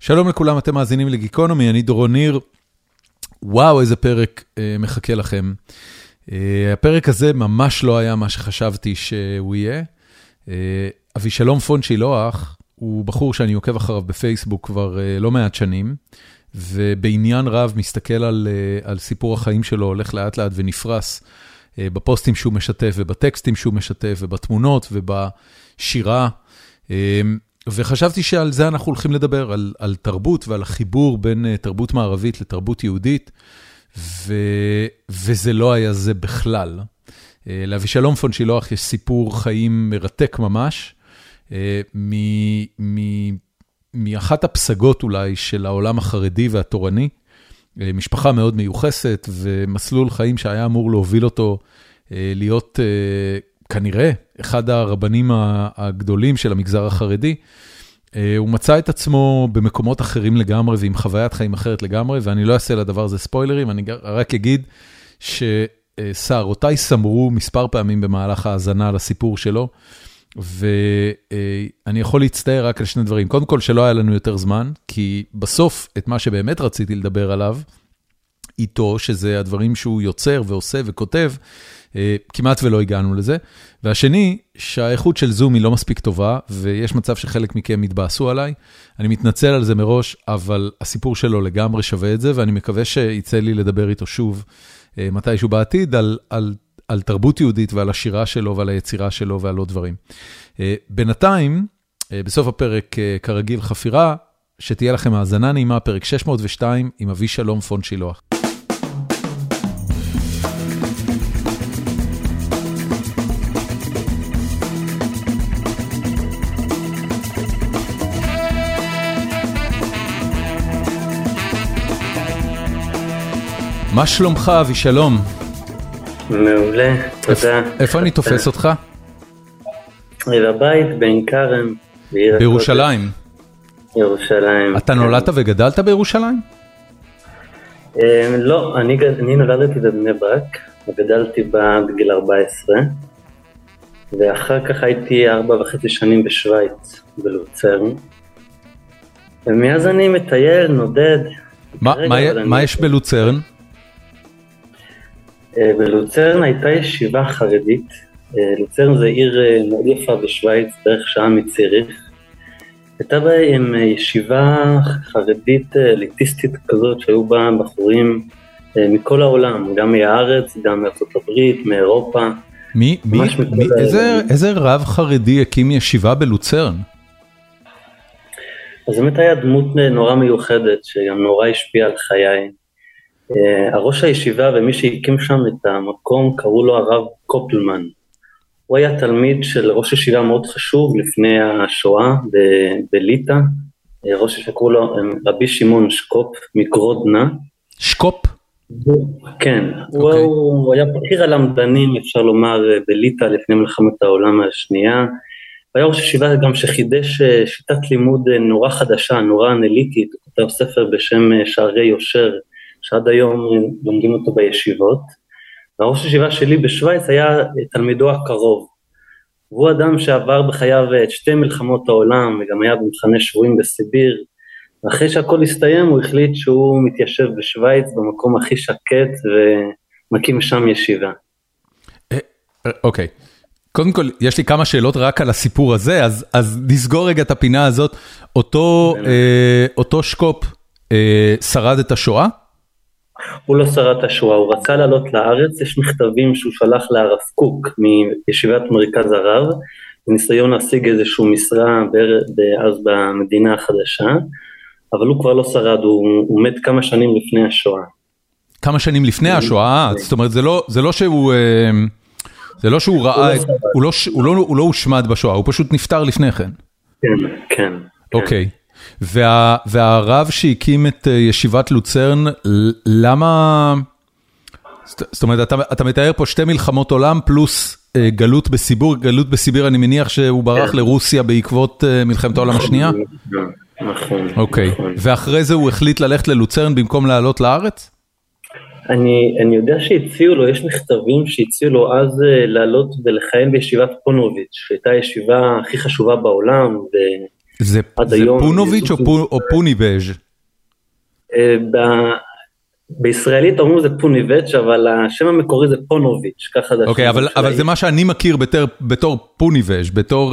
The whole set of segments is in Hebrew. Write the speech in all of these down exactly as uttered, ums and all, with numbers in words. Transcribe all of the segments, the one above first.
שלום לכולם, אתם מאזינים לגיקונומי, אני דורון ניר. וואו, איזה פרק אה, מחכה לכם. אה, הפרק הזה ממש לא היה מה שחשבתי שהוא יהיה. אה, אבישלום פון שילוח, הוא בחור שאני עוקב אחריו בפייסבוק כבר אה, לא מעט שנים, ובעניין רב מסתכל על, אה, על סיפור החיים שלו, הולך לאט לאט ונפרס אה, בפוסטים שהוא משתף, ובטקסטים שהוא משתף, ובתמונות, ובשירה. אה, וחשבתי שעל זה אנחנו הולכים לדבר, על, על תרבות ועל החיבור בין uh, תרבות מערבית לתרבות יהודית, ו, וזה לא היה זה בכלל. Uh, לאבישלום פון שילוח יש סיפור חיים מרתק ממש, uh, מ, מ, מאחת הפסגות אולי של העולם החרדי והתורני, uh, משפחה מאוד מיוחסת, ומסלול חיים שהיה אמור להוביל אותו uh, להיות... Uh, כנראה, אחד הרבנים הגדולים של המגזר החרדי, הוא מצא את עצמו במקומות אחרים לגמרי, ועם חוויית חיים אחרת לגמרי, ואני לא אעשה לדבר הזה ספוילרים, אני רק אגיד ששערותיי סמרו מספר פעמים במהלך ההאזנה לסיפור שלו, ואני יכול להצטער רק על שני דברים. קודם כל, שלא היה לנו יותר זמן, כי בסוף, את מה שבאמת רציתי לדבר עליו, איתו, שזה הדברים שהוא יוצר ועושה וכותב, כמעט ולא הגענו לזה. והשני, שהאיכות של זום היא לא מספיק טובה, ויש מצב שחלק מכם יתבאסו עליי. אני מתנצל על זה מראש, אבל הסיפור שלו לגמרי שווה את זה, ואני מקווה שיצא לי לדבר איתו שוב, מתישהו בעתיד, על, על, על תרבות יהודית ועל השירה שלו ועל היצירה שלו ועל עוד דברים. בינתיים, בסוף הפרק כרגיל חפירה, שתהיה לכם האזנה נעימה, פרק שש מאות ושתיים עם אבישלום פון שילוח. מה שלומך, אבישלום? מעולה, תודה. איפה אני תופס אותך? בבית, בעין כרם. בירושלים. ירושלים. אתה נולדת וגדלת בירושלים? לא, אני נולדתי בבני ברק, וגדלתי בה בגיל ארבע עשרה, ואחר כך הייתי ארבע וחצי שנים בשוויץ, בלוצרן. ומאז אני מטייל, נודד. מה יש בלוצרן? בלוצרן הייתה ישיבה חרדית. לוצרן זה עיר מאוד יפה בשוויץ, בערך שעה מציריך. הייתה בה עם ישיבה חרדית אליטיסטית כזאת, שהיו בה בחורים מכל העולם, גם מהארץ, גם מארצות הברית, מאירופה. מי, מי, מי, איזה, איזה רב חרדי הקים ישיבה בלוצרן? אז באמת היה דמות נורא מיוחדת, שגם נורא השפיעה על חיי. הראש הישיבה ומי שהקים שם את המקום קראו לו הרב קופלמן. הוא היה תלמיד של ראש ישיבה מאוד חשוב לפני השואה ב- בליטא. ראש ישיבה קראו לו רבי שמעון שקופ מגרודנה. שקופ? כן, okay. הוא, הוא היה בכיר הלמדנים, אפשר לומר, בליטא לפני מלחמת העולם השנייה. הוא היה ראש ישיבה גם שחידש שיטת לימוד נורא חדשה, נורא אנליטית. הוא כתב ספר בשם שערי יושר, שעד היום לומדים אותו בישיבות, והראש הישיבה שלי בשוויץ היה תלמידו הקרוב, והוא אדם שעבר בחייו את שתי מלחמות העולם, וגם היה במחנה שבויים בסיביר, ואחרי שהכל הסתיים הוא החליט שהוא מתיישב בשוויץ במקום הכי שקט, ומקים שם ישיבה. אוקיי, קודם כל יש לי כמה שאלות רק על הסיפור הזה, אז, אז נסגור רגע את הפינה הזאת, אותו, אה, אותו שקופ אה, שרד את השואה? הוא לא שרד השואה, הוא רצה לעלות לארץ, יש מכתבים שהוא שלח להרב קוק מישיבת מרכז הרב, בניסיון להשיג איזשהו משרה אז במדינה החדשה, אבל הוא כבר לא שרד, הוא, הוא מת כמה שנים לפני השואה. כמה שנים לפני השואה, זאת אומרת, זה לא, זה לא שהוא, זה לא שהוא ראה, הוא לא, הוא לא, הוא לא הושמד בשואה, הוא פשוט נפטר לפני כן. כן, כן. אוקיי. וה, והרב שהקים את ישיבת לוצרן, למה, זאת אומרת, אתה, אתה מתאר פה שתי מלחמות עולם, פלוס גלות בסיביר, גלות בסיביר, אני מניח שהוא ברח לרוסיה בעקבות מלחמת העולם השנייה? נכון. אוקיי, ואחרי זה הוא החליט ללכת ללוצרן במקום לעלות לארץ? אני, אני יודע שהציעו לו, יש מכתבים שהציעו לו אז לעלות ולכהן בישיבת פונוביץ', שהייתה הישיבה הכי חשובה בעולם, ו... זה פונוביץ' או פוניבז'? בישראלית אומרים זה פוניבץ', אבל השם המקורי זה פונוביץ', ככה זה. אוקיי, אבל זה מה שאני מכיר בתור פוניבז', בתור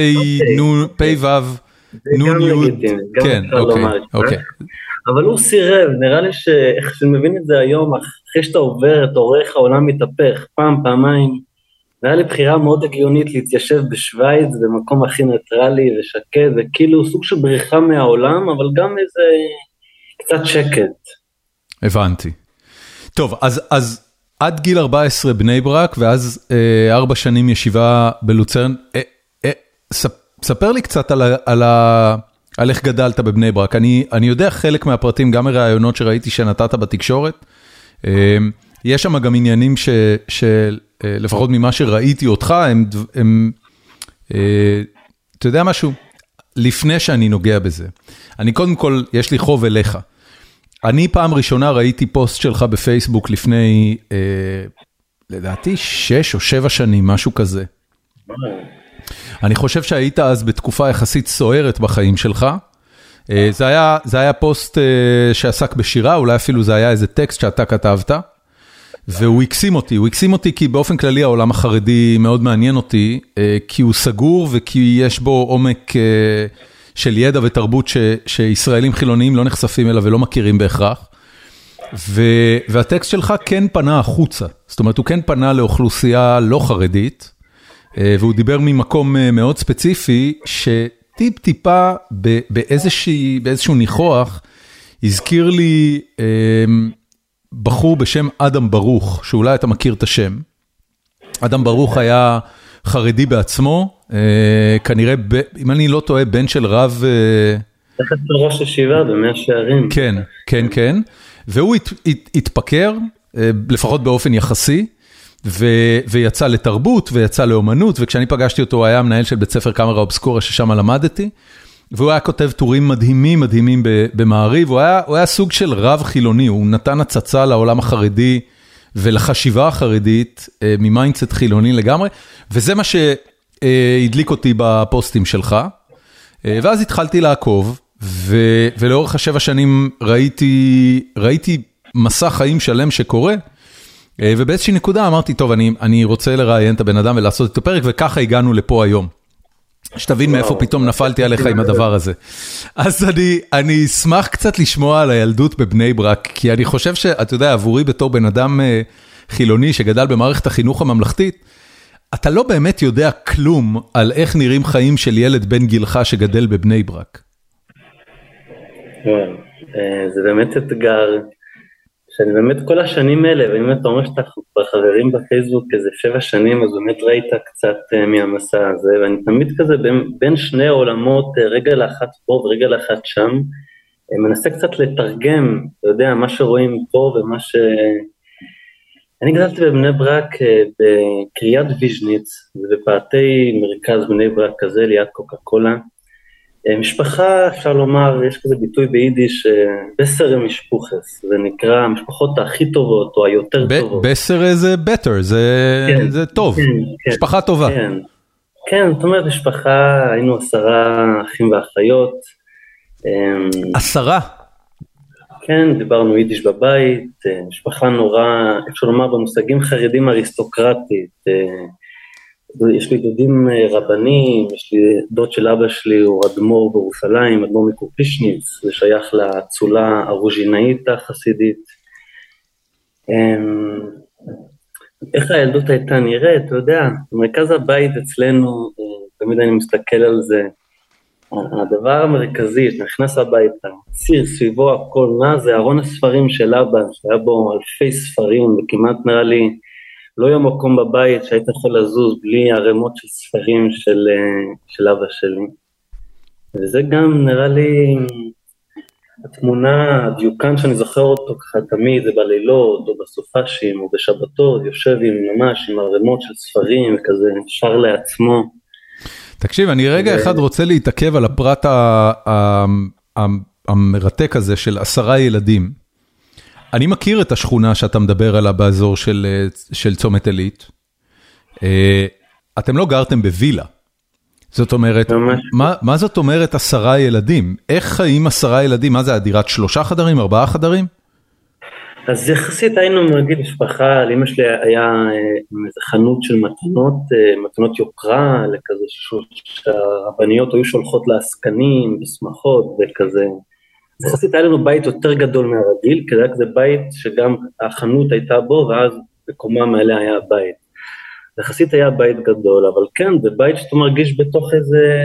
פי וו, נון יוד. כן, אוקיי. אבל הוא סירב, נראה לי שאיך שמבין את זה היום, אחרי שאתה עובר, את עורך העולם מתהפך, פעם, פעמיים, נראה לי בחירה מאוד הגיונית להתיישב בשוויץ, במקום הכי ניטרלי ושקט, וכאילו סוג של בריחה מהעולם, אבל גם איזה קצת שקט. הבנתי. טוב, אז, אז עד גיל ארבע עשרה בני ברק, ואז אה, ארבע שנים ישיבה בלוצרן, אה, אה, ספ, ספר לי קצת על, על, על איך גדלת בבני ברק. אני, אני יודע חלק מהפרטים, גם מראיונות שראיתי שנתת בתקשורת, אה, יש שם גם עניינים ש, של, אה, לפחות ממה שראיתי אותך, הם, הם אה, אתה יודע משהו? לפני שאני נוגע בזה. אני קודם כל, יש לי חוב אליך. אני פעם ראשונה ראיתי פוסט שלך בפייסבוק לפני, אה, לדעתי, שש או שבע שנים, משהו כזה. אני חושב שהיית אז בתקופה יחסית סוערת בחיים שלך. אה, זה היה, זה היה פוסט אה, שעסק בשירה, אולי אפילו זה היה איזה טקסט שאתה כתבת, והוא הקסים אותי. הוא הקסים אותי כי באופן כללי העולם החרדי מאוד מעניין אותי, אה, כי הוא סגור וכי יש בו עומק... אה, של ידע ותרבות ש, שישראלים חילוניים לא נחשפים אליו ולא מכירים בהכרח. ו, והטקסט שלך כן פנה החוצה. זאת אומרת, הוא כן פנה לאוכלוסייה לא חרדית, והוא דיבר ממקום מאוד ספציפי, שטיפ טיפה באיזשהו, באיזשהו ניחוח, הזכיר לי בחור בשם אדם ברוך, שאולי אתה מכיר את השם. אדם ברוך היה חרדי בעצמו, כנראה, אם אני לא טועה, בן של רב... תחת ראש ישיבה במאה שערים. כן, כן, כן. והוא התפקר, לפחות באופן יחסי, ויצא לתרבות, ויצא לאומנות, וכשאני פגשתי אותו, הוא היה מנהל של בית ספר קאמרה אובסקורה, ששם למדתי, והוא היה כותב טורים מדהימים, מדהימים במעריב, הוא היה, הוא היה סוג של רב חילוני, הוא נתן הצצה לעולם החרדי, ולחשיבה החרדית, ממיינדסט חילוני לגמרי, וזה מה שהדליק אותי בפוסטים שלך, ואז התחלתי לעקוב, ו, ולאורך השבע שנים ראיתי, ראיתי מסע חיים שלם שקורה, ובאיזושהי נקודה אמרתי, טוב, אני, אני רוצה לראיין את הבן אדם ולעשות את הפרק, וככה הגענו לפה היום. שתבין מאיפה פתאום נפלתי עליך עם הדבר הזה. אז אני, אני אשמח קצת לשמוע על הילדות בבני ברק, כי אני חושב שאתה יודע, עבורי בתור בן אדם חילוני שגדל במערכת החינוך הממלכתית, אתה לא באמת יודע כלום על איך נראים חיים של ילד בן גילך שגדל בבני ברק. זה באמת אתגר, שאני באמת כל השנים האלה, ואם אתה אומר שאתה חברים בפייסבוק איזה שבע שנים, אז באמת ראית קצת מהמסע הזה, ואני תמיד כזה בין, בין שני העולמות, רגע לאחת פה ורגע לאחת שם, מנסה קצת לתרגם, אתה יודע, מה שרואים פה ומה ש... אני גדלתי בבני ברק בקריית ויז'ניץ, ובפאתי מרכז בני ברק כזה, ליד קוקה קולה, משפחה, אפשר לומר, יש כזה ביטוי ביידיש, בסר משפוחס, זה נקרא המשפחות הכי טובות או היותר טובות. בסר זה better, זה טוב, משפחה טובה. כן, זאת אומרת, משפחה, היינו עשרה אחים ואחיות. עשרה? כן, דיברנו יידיש בבית, משפחה נורא, אפשר לומר, במושגים חרדים אריסטוקרטית, יש לי דודים רבנים, יש לי דוד של אבא שלי, הוא אדמו"ר בירושלים, אדמו"ר מקופישניץ, זה שייך לאצולה הרוז'ינאית החסידית. איך הילדות הייתה נראית, אתה יודע, במרכז הבית אצלנו, תמיד אני מסתכל על זה, הדבר המרכזי, שנכנס הביתה, ציר סביבו הכל, מה זה ארון הספרים של אבא, שהיה בו אלפי ספרים, וכמעט נראה לי, לא יהיה מקום בבית שהיית יכול לזוז בלי הרמות של ספרים של, של אבא שלי. וזה גם נראה לי התמונה, הדיוקן שאני זוכר אותו ככה תמיד, זה בלילות או בסופשים או בשבתות, יושב עם ממש עם הרמות של ספרים וכזה, שר לעצמו. תקשיב, אני רגע ו... אחד רוצה להתעכב על הפרט ה... ה... המרתק הזה של עשרה ילדים. אני מכיר את השכונה שאתה מדבר עליה באזור של, של צומת עילית. אתם לא גרתם בווילה. זאת אומרת, מה, מה זאת אומרת עשרה ילדים? איך חיים עשרה ילדים? מה זה, הדירת שלושה חדרים, ארבעה חדרים? אז יחסית היינו מגיל משפחה, לאמא שלי היה איזה חנות של מתנות, מתנות יוקרה, לכזה שהרבניות היו שולחות לעסקנים, בשמחות וכזה. אז יחסית היה לנו בית יותר גדול מהרגיל, כי זה היה כזה בית שגם החנות הייתה בו, ואז בקומה מעליה היה הבית. יחסית היה בית גדול, אבל כן, זה בית שאתה מרגיש בתוך איזה...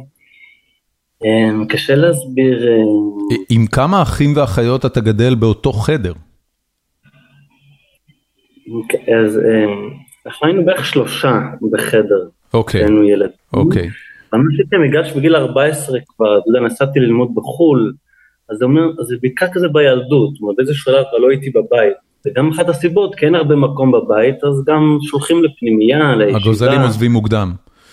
קשה להסביר... עם כמה אחים ואחיות אתה גדל באותו חדר? אז אנחנו היינו בערך שלושה בחדר. אוקיי. היינו ילד. אוקיי. אני חושב בגלל שבגיל ארבע עשרה כבר, אתה יודע, נסעתי ללמוד בחול, אז זה אומר, אז זה בעיקר כזה בילדות, זאת אומרת, באיזה שלב כבר לא הייתי בבית. וגם אחת הסיבות, כי אין הרבה מקום בבית, אז גם שולחים לפנימייה, לישיבה. הגוזלים עוזבים מוקדם.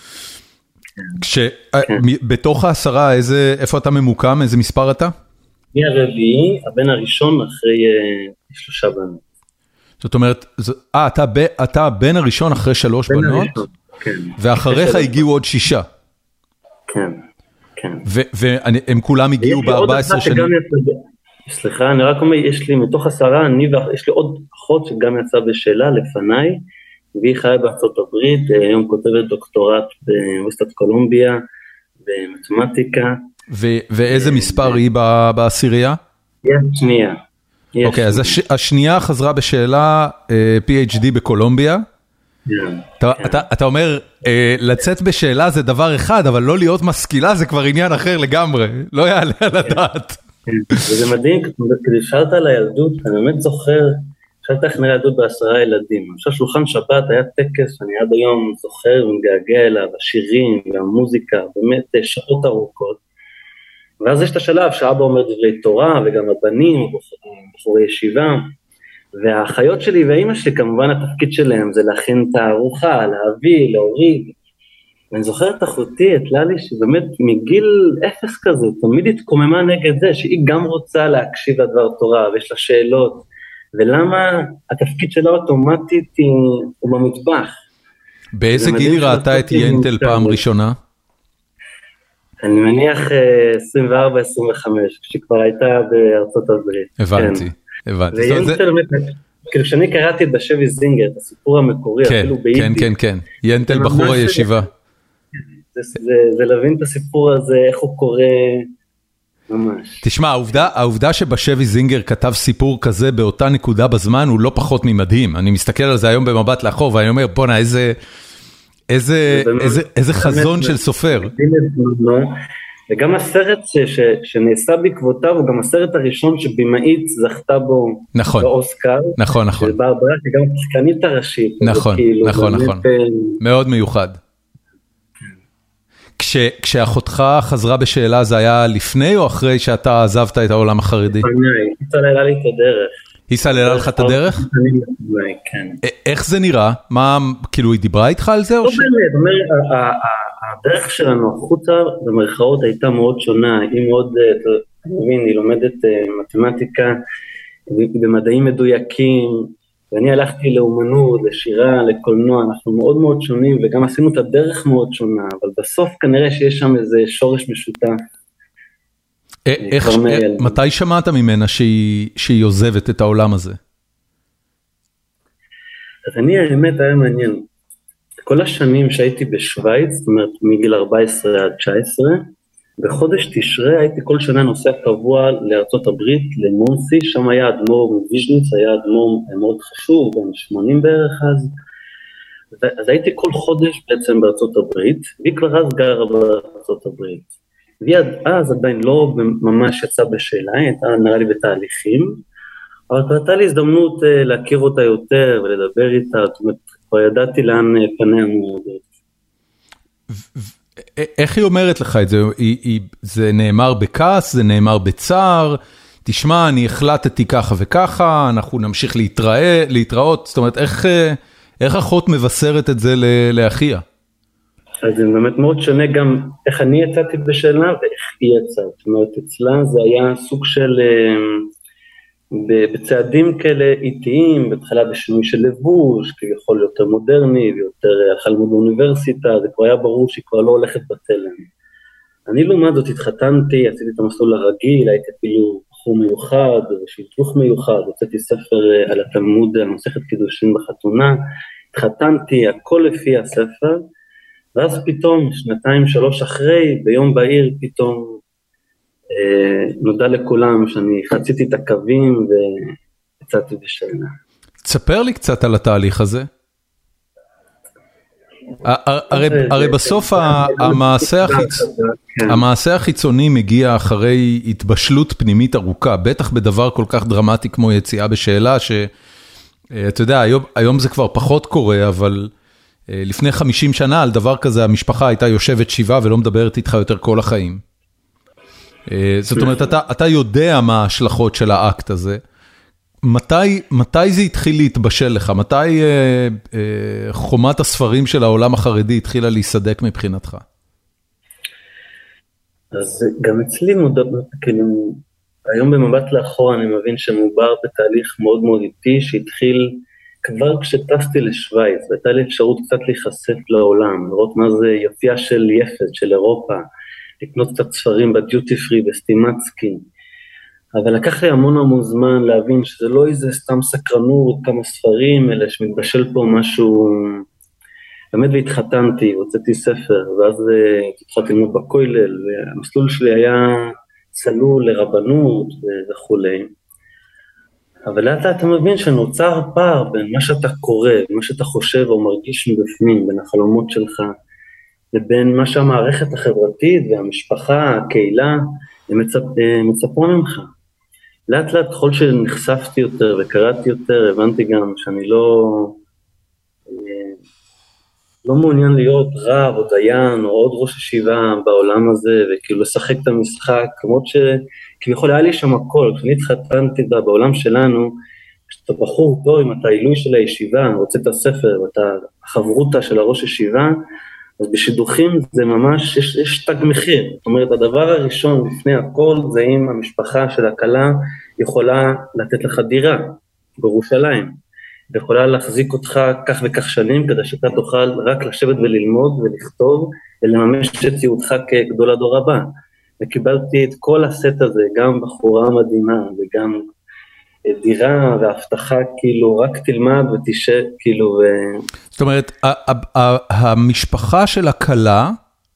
בתוך העשרה, איפה אתה ממוקם? איזה מספר אתה? מי הרביעי, הבן הראשון אחרי שלושה בנות. זאת אומרת, אה, אתה הבן הראשון אחרי שלוש בנות? כן. ואחריך הגיעו עוד שישה. כן, כן. והם כולם הגיעו ב-ארבע עשרה שנים. סליחה, אני רק אומר, יש לי מתוך עשרה, אני, יש לי עוד אחות שגם יצאה בשאלה לפניי, והיא חיה בארצות הברית, היום כותבת דוקטורט באוניברסיטת קולומביה, במתמטיקה. ואיזה מספר היא בעשירייה? היא השנייה. אוקיי, אז השנייה חזרה בשאלה פי אייץ' די בקולומביה. אתה אומר, לצאת בשאלה זה דבר אחד, אבל לא להיות משכילה זה כבר עניין אחר לגמרי, לא יעלה על הדעת. וזה מדהים, כדי שאלת על הילדות, אני באמת זוכר, שאלת איך נראה ילדות בעשרה ילדים. עכשיו שולחן שבת היה טקס, שאני עד היום זוכר ומגעגע אליו, השירים והמוזיקה, באמת שעות ארוכות. ואז יש את השלב שאבא אומר דברי תורה, וגם הבנים, בחורי ישיבה, והאחיות שלי והאמא שלי, כמובן התפקיד שלהם זה להכין את הארוחה, להביא, להוריד. ואני זוכר את אחותי, את ללי, שבאמת מגיל אפס כזה, תמיד התקוממה נגד זה, שהיא גם רוצה להקשיב לדבר תורה, ויש לה שאלות, ולמה התפקיד שלה אוטומטית הוא במטבח. באיזה גיל היא ראתה את ינטל פעם ראשונה? אני מניח עשרים וארבע עשרים וחמש, כשכבר הייתה בארצות הברית. הבנתי, הבנתי. ויינטל, כאילו כשאני קראתי את בשבי זינגר, את הסיפור המקורי, אפילו ביידיש. כן, כן, כן, ינטל בחור הישיבה. זה להבין את הסיפור הזה, איך הוא קורא, ממש. תשמע, העובדה שבשבי זינגר כתב סיפור כזה באותה נקודה בזמן, הוא לא פחות ממדהים. אני מסתכל על זה היום במבט לאחור, ואני אומר, בונה, איזה... איזה, איזה, איזה חזון של סופר. וגם הסרט שנעשה בעקבותיו, הוא גם הסרט הראשון שבימאית זכתה בו באוסקר. נכון, נכון. זה ברברה, שגם השחקנית הראשית. נכון, נכון, נכון. מאוד מיוחד. כשאחותך חזרה בשאלה, זה היה לפני או אחרי שאתה עזבת את העולם החרדי? לפני, היא סללה לי את הדרך. היא סללה לך את הדרך? כן. איך זה נראה? מה, כאילו היא דיברה איתך על זה? לא באמת, הדרך שלנו החוצה במרכאות הייתה מאוד שונה, היא מאוד, אתה מבין, היא לומדת מתמטיקה, במדעים מדויקים, ואני הלכתי לאומנות, לשירה, לקולנוע, אנחנו מאוד מאוד שונים, וגם עשינו את הדרך מאוד שונה, אבל בסוף כנראה שיש שם איזה שורש משותף. איך, מתי שמעת ממנה שהיא, שהיא עוזבת את העולם הזה? אז אני האמת היה מעניין. כל השנים שהייתי בשוויץ, זאת אומרת מגיל ארבע עשרה עד תשע עשרה, בחודש תשרי הייתי כל שנה נוסע קבוע לארצות הברית, למונסי, שם היה אדמו"ר מוויז'ניץ, היה אדמו"ר מאוד חשוב, בן שמונים בערך אז, אז הייתי כל חודש בעצם בארצות הברית, והיא כבר אז גרה בארצות הברית. והיא אז עדיין לא ממש יצאה בשאלה, היא הייתה נראה לי בתהליכים, אבל כבר הייתה לי הזדמנות להכיר אותה יותר ולדבר איתה, זאת אומרת, כבר ידעתי לאן פניה מועדות. איך היא אומרת לך את זה? זה נאמר בכעס, זה נאמר בצער, תשמע, אני החלטתי ככה וככה, אנחנו נמשיך להתראות, זאת אומרת, איך אחות מבשרת את זה לאחיה? אז זה באמת מאוד שונה גם איך אני יצאתי בשאלה ואיך היא יצאת. זאת אומרת, אצלה זה היה סוג של בצעדים כאלה איטיים, בהתחלה בשינוי של לבוש, כביכול יותר מודרני ויותר חלמוד באוניברסיטה, זה כבר היה ברור שהיא כבר לא הולכת בתלם. אני לעומת זאת התחתנתי, עשיתי את המסלול הרגיל, הייתי אפילו בחור מיוחד, שיתוך מיוחד, הוצאתי ספר על התלמוד, על מסכת קידושין בחתונה, התחתנתי, הכל לפי הספר, ואז פתאום, שנתיים, שלוש אחרי, ביום בהיר, פתאום אה, נודע לכולם שאני חציתי את הקווים ויצאתי בשאלה. תספר לי קצת על התהליך הזה. הרי, הרי בסוף המעשה, החיצ... המעשה החיצוני מגיע אחרי התבשלות פנימית ארוכה, בטח בדבר כל כך דרמטי כמו יציאה בשאלה, שאתה יודע, היום, היום זה כבר פחות קורה, אבל לפני חמישים שנה על דבר כזה המשפחה הייתה יושבת שבעה ולא מדברת איתך יותר כל החיים. זאת אומרת, אתה, אתה יודע מה ההשלכות של האקט הזה. מתי, מתי זה התחיל להתבשל לך? מתי אה, אה, חומת הספרים של העולם החרדי התחילה להיסדק מבחינתך? אז גם אצלי מודע, כאילו, היום במבט לאחור אני מבין שמובר בתהליך מאוד מאוד איטי, שהתחיל כבר כשטסתי לשוויץ, והייתה לי אפשרות קצת להיחשף לעולם, לראות מה זה יפייה של יפת, של אירופה, לקנות קצת ספרים בדיוטי פרי, בסטימצקי, אבל לקח לי המון המון זמן להבין שזה לא איזה סתם סקרנות, כמה ספרים, אלא שמתבשל פה משהו, באמת והתחתנתי, הוצאתי ספר, ואז התחלתי ללמוד בכולל, והמסלול שלי היה צלול לרבנות וכו'. אבל לאט לאט אתה מבין שנוצר פער בין מה שאתה קורא, מה שאתה חושב או מרגיש מבפנים, בין החלומות שלך, לבין מה שהמערכת החברתית והמשפחה, הקהילה, הם מצפ... מצפו ממך. לאט לאט ככל שנחשפתי יותר וקראתי יותר, הבנתי גם שאני לא, לא מעוניין להיות רב או דיין או עוד ראש ישיבה בעולם הזה, וכאילו לשחק את המשחק, כמות שכביכול היה לי שם הכל, כשאני התחתנתי בעולם שלנו, כשאתה בחור טוב, אם אתה עילוי של הישיבה, רוצה את הספר, ואתה החברותה של הראש ישיבה, אז בשידוכים זה ממש, יש, יש תג מחיר, זאת אומרת, הדבר הראשון לפני הכל, זה אם המשפחה של הכלה יכולה לתת לך דירה בירושלים, ויכולה להחזיק אותך כך וכך שנים, כדי שאתה תוכל רק לשבת וללמוד ולכתוב, ולממש את ייעודך כגדול הדור הבא. וקיבלתי את כל הסט הזה, גם בחורה מדהימה, וגם דירה והבטחה, כאילו, רק תלמד ותשב, כאילו... זאת אומרת, המשפחה של הכלה,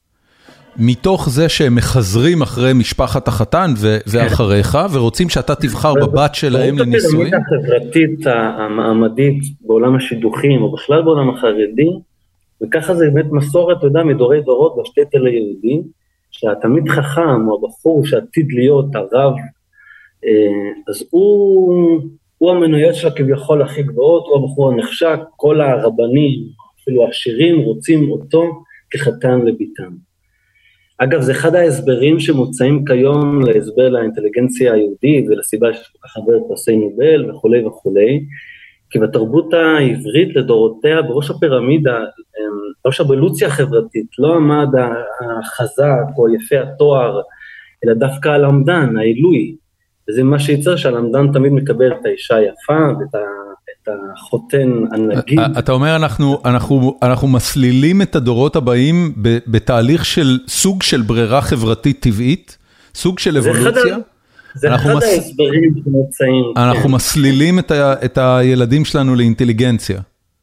מתוך זה שהם מחזרים אחרי משפחת החתן ואחריך, ורוצים שאתה תבחר בבת שלהם לנישואים? זאת החברתית המעמדית בעולם השידוכים, או בכלל בעולם החרדי, וככה זה באמת מסורת, אתה יודע, מדורי דורות בשטייטל היהודי, שהתלמיד חכם, או הבחור שעתיד להיות הרב, אז הוא, הוא המנויות שלה כביכול הכי גבוהות, הוא הבחור הנחשק, כל הרבנים, אפילו העשירים, רוצים אותו כחתן לביתם. אגב, זה אחד ההסברים שמוצאים כיום להסבר לאינטליגנציה היהודית, ולסיבה שיש כל כך הרבה פרסי נובל וכו' וכו', כי בתרבות העברית לדורותיה, בראש הפירמידה, בראש הבלוציה החברתית, לא עמד החזק או יפה התואר, אלא דווקא הלמדן, העילוי, וזה מה שייצר שהלמדן תמיד מקבל את האישה היפה, ואת ה... את החותן הנגיד. אתה אומר, אנחנו, אנחנו, אנחנו מסלילים את הדורות הבאים בתהליך של סוג של ברירה חברתית טבעית, סוג של אבולוציה. זה אחד ההסברים שמוצאים. אנחנו מסלילים את, ה, את הילדים שלנו לאינטליגנציה.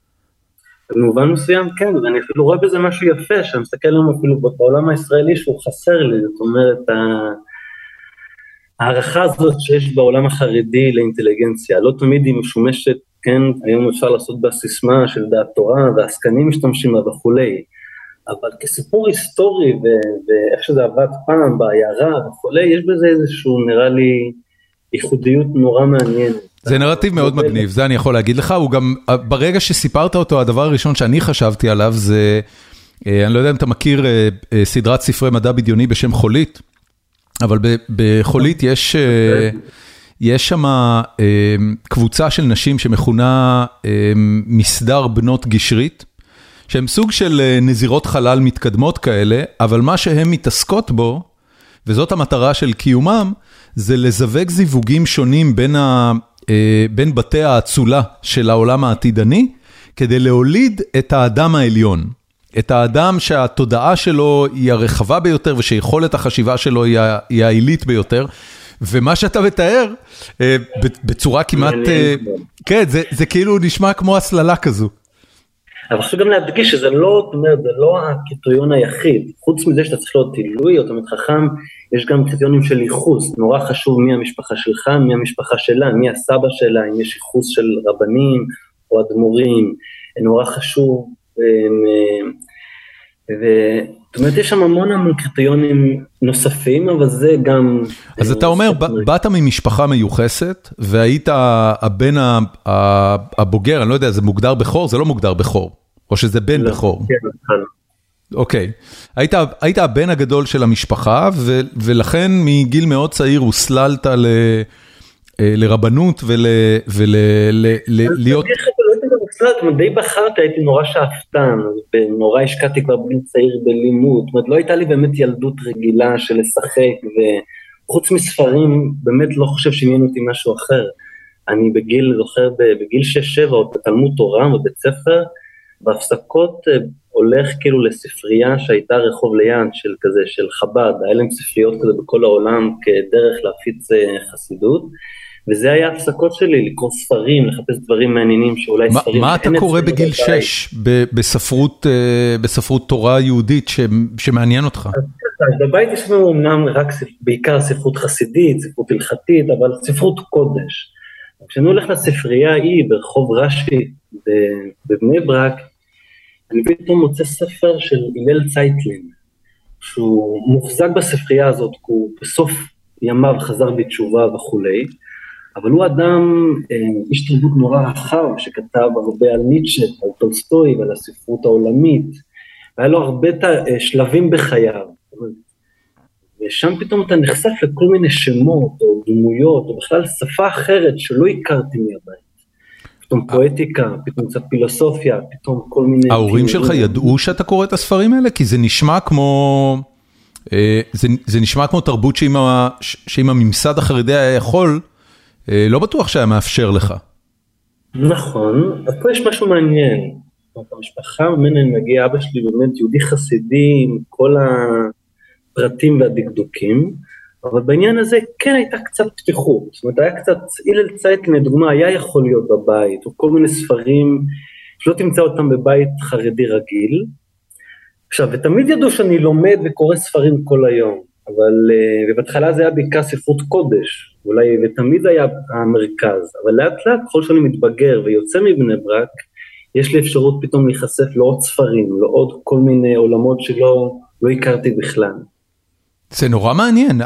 במובן מסוים, כן, ואני אפילו רואה בזה משהו יפה, שאני מסתכל לנו אפילו בעולם הישראלי שהוא חסר לי, זאת אומרת, הערכה הזאת שיש בעולם החרדי לאינטליגנציה, לא תמיד היא משומשת, כן, היום אפשר לעשות בסיסמה של דעת תורה, והעסקנים משתמשים בה וכולי, אבל כסיפור היסטורי, ואיך שזה עבד פעם בעיירה וכולי, יש בזה איזשהו, נראה לי, ייחודיות נורא מעניינת. זה נרטיב מאוד מגניב, זה אני יכול להגיד לך, הוא גם, ברגע שסיפרת אותו, הדבר הראשון שאני חשבתי עליו זה, אני לא יודע אם אתה מכיר סדרת ספרי מדע בדיוני בשם חולית, אבל בחולית יש... יש שם קבוצה של נשים שמכונה מסדר בנות גשרית, שהן סוג של נזירות חלל מתקדמות כאלה, אבל מה שהן מתעסקות בו, וזאת המטרה של קיומם, זה לזווג זיווגים שונים בין, ה, בין בתי האצולה של העולם העתידני, כדי להוליד את האדם העליון. את האדם שהתודעה שלו היא הרחבה ביותר, ושיכולת החשיבה שלו היא העילית ביותר, ומה שאתה מתאר, בצורה כמעט, כן, זה, זה כאילו נשמע כמו הסללה כזו. אבל חשוב גם להדגיש שזה לא, זאת אומרת, זה לא הקריטריון היחיד. חוץ מזה שאתה צריך להיות עילוי או תמיד חכם, יש גם קריטריונים של ייחוס. נורא חשוב מי המשפחה שלך, מי המשפחה שלה, מי הסבא שלה, אם יש ייחוס של רבנים או אדמו"רים. נורא חשוב. זאת אומרת, יש שם המון המון קריטריונים נוספים, אבל זה גם... אז אתה אומר, באת ממשפחה מיוחסת, והיית הבן הבוגר, אני לא יודע, זה מוגדר בכור? זה לא מוגדר בכור, או שזה בן בכור. אוקיי. היית הבן הגדול של המשפחה, ולכן מגיל מאוד צעיר הוסללת לרבנות ולהיות... די בחרתי, הייתי נורא שאפתן, ונורא השקעתי כבר בגיל צעיר בלימוד, זאת אומרת, לא הייתה לי באמת ילדות רגילה של לשחק, וחוץ מספרים, באמת לא חושב שעניין אותי משהו אחר. אני בגיל, זוכר, בגיל שש שבע, עוד בתלמוד תורה, בבית ספר, בהפסקות הולך כאילו לספרייה שהייתה רחוב ליד של כזה, של חב"ד, היה להם ספריות כזה בכל העולם, כדרך להפיץ חסידות, וזה היה הפסקות שלי, לקרוא ספרים, לחפש דברים מעניינים שאולי ספרים... מה אתה קורא בגיל שש בספרות תורה יהודית שמעניין אותך? אז בבית יש לנו אמנם רק בעיקר ספרות חסידית, ספרות הלכתית, אבל ספרות קודש. כשאני הולך לספרייה ההיא ברחוב רש"י בבני ברק, אני פתאום מוצא ספר של הלל צייטלין, שהוא מוחזק בספרייה הזאת, הוא בסוף ימיו חזר בתשובה וכולי, אבל הוא אדם, איש תרבות נורא רחב, שכתב הרבה על ניטשה, על טולסטוי ועל הספרות העולמית, והיה לו הרבה שלבים בחייו. ושם פתאום אתה נחשף לכל מיני שמות או דמויות, או בכלל שפה אחרת שלא הכרתי מהבית. פתאום פואטיקה, פתאום קצת פילוסופיה, פתאום כל מיני... ההורים שלך ידעו שאתה קורא את הספרים האלה? כי זה נשמע כמו... זה, זה נשמע כמו תרבות שאם, שאם הממסד החרדי היה יכול... לא בטוח שהיה מאפשר לך. נכון, אז פה יש משהו מעניין. המשפחה ממנה אני מגיע, אבא שלי באמת יהודי חסידי עם כל הפרטים והדקדוקים, אבל בעניין הזה כן הייתה קצת פתיחות. זאת אומרת, היה קצת, הלל צייטלין לדוגמה, היה יכול להיות בבית, או כל מיני ספרים שלא תמצא אותם בבית חרדי רגיל. עכשיו, ותמיד ידעו שאני לומד וקורא ספרים כל היום. אבל, ובהתחלה זה היה בעיקר ספרות קודש, אולי, ותמיד היה המרכז, אבל לאט לאט, ככל שאני מתבגר ויוצא מבני ברק, יש לי אפשרות פתאום להיחשף לעוד ספרים, לעוד כל מיני עולמות שלא לא הכרתי בכלל. זה נורא מעניין,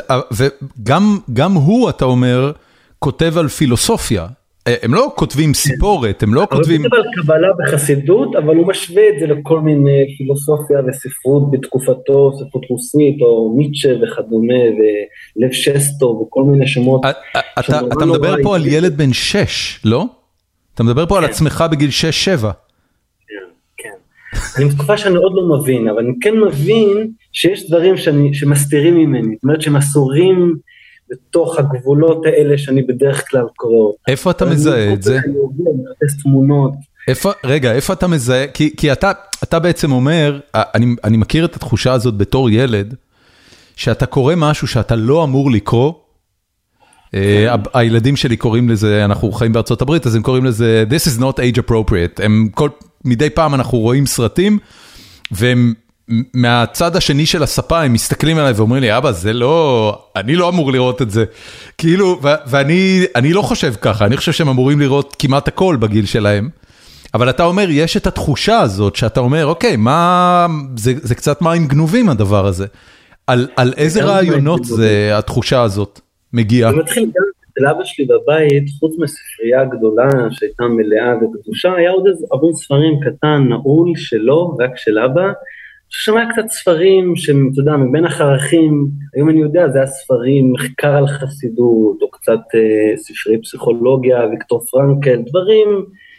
וגם גם הוא, אתה אומר, כותב על פילוסופיה, הם לא כותבים סיפורת, הם לא כותבים... הוא כותב על קבלה בחסידות, אבל הוא משווה את זה לכל מיני פילוסופיה וספרות בתקופתו, ספרות רוסית, או ניטשה וכדומה, ולב שסטו, וכל מיני שמות. אתה מדבר פה על ילד בן שש, לא? אתה מדבר פה על עצמך בגיל שש שבע. כן, כן. אני בתקופה שאני עוד לא מבין, אבל אני כן מבין שיש דברים שמסתירים ממני, זאת אומרת שהם אסורים... בתוך הגבולות האלה שאני בדרך כלל קורא. איפה אתה מזהה את זה? אני עובד, אני מחפש תמונות. איפה, רגע, איפה אתה מזהה? כי, כי אתה, אתה בעצם אומר, אני, אני מכיר את התחושה הזאת בתור ילד, שאתה קורא משהו שאתה לא אמור לקרוא, הילדים שלי קוראים לזה, אנחנו חיים בארצות הברית, אז הם קוראים לזה, this is not age appropriate. הם כל, מדי פעם אנחנו רואים סרטים, והם, מהצד השני של הספה, הם מסתכלים עליי ואומרים לי, אבא, זה לא, אני לא אמור לראות את זה. כאילו, ואני, אני לא חושב ככה, אני חושב שהם אמורים לראות כמעט הכל בגיל שלהם. אבל אתה אומר, יש את התחושה הזאת, שאתה אומר, אוקיי, מה, זה, זה קצת מים גנובים הדבר הזה. על, על איזה רעיונות זה, התחושה הזאת מגיעה? זה מתחיל גם אצל אבא שלי בבית, חוץ מספרייה גדולה שהייתה מלאה וקדושה, היה עוד איזה ארון ספרים קטן, נעול שלו, רק של אבא, ששמע קצת ספרים שהם, אתה יודע, מבין החרכים, היום אני יודע, זה היה ספרים, מחקר על חסידות, או קצת אה, ספרי פסיכולוגיה, ויקטור פרנקל, דברים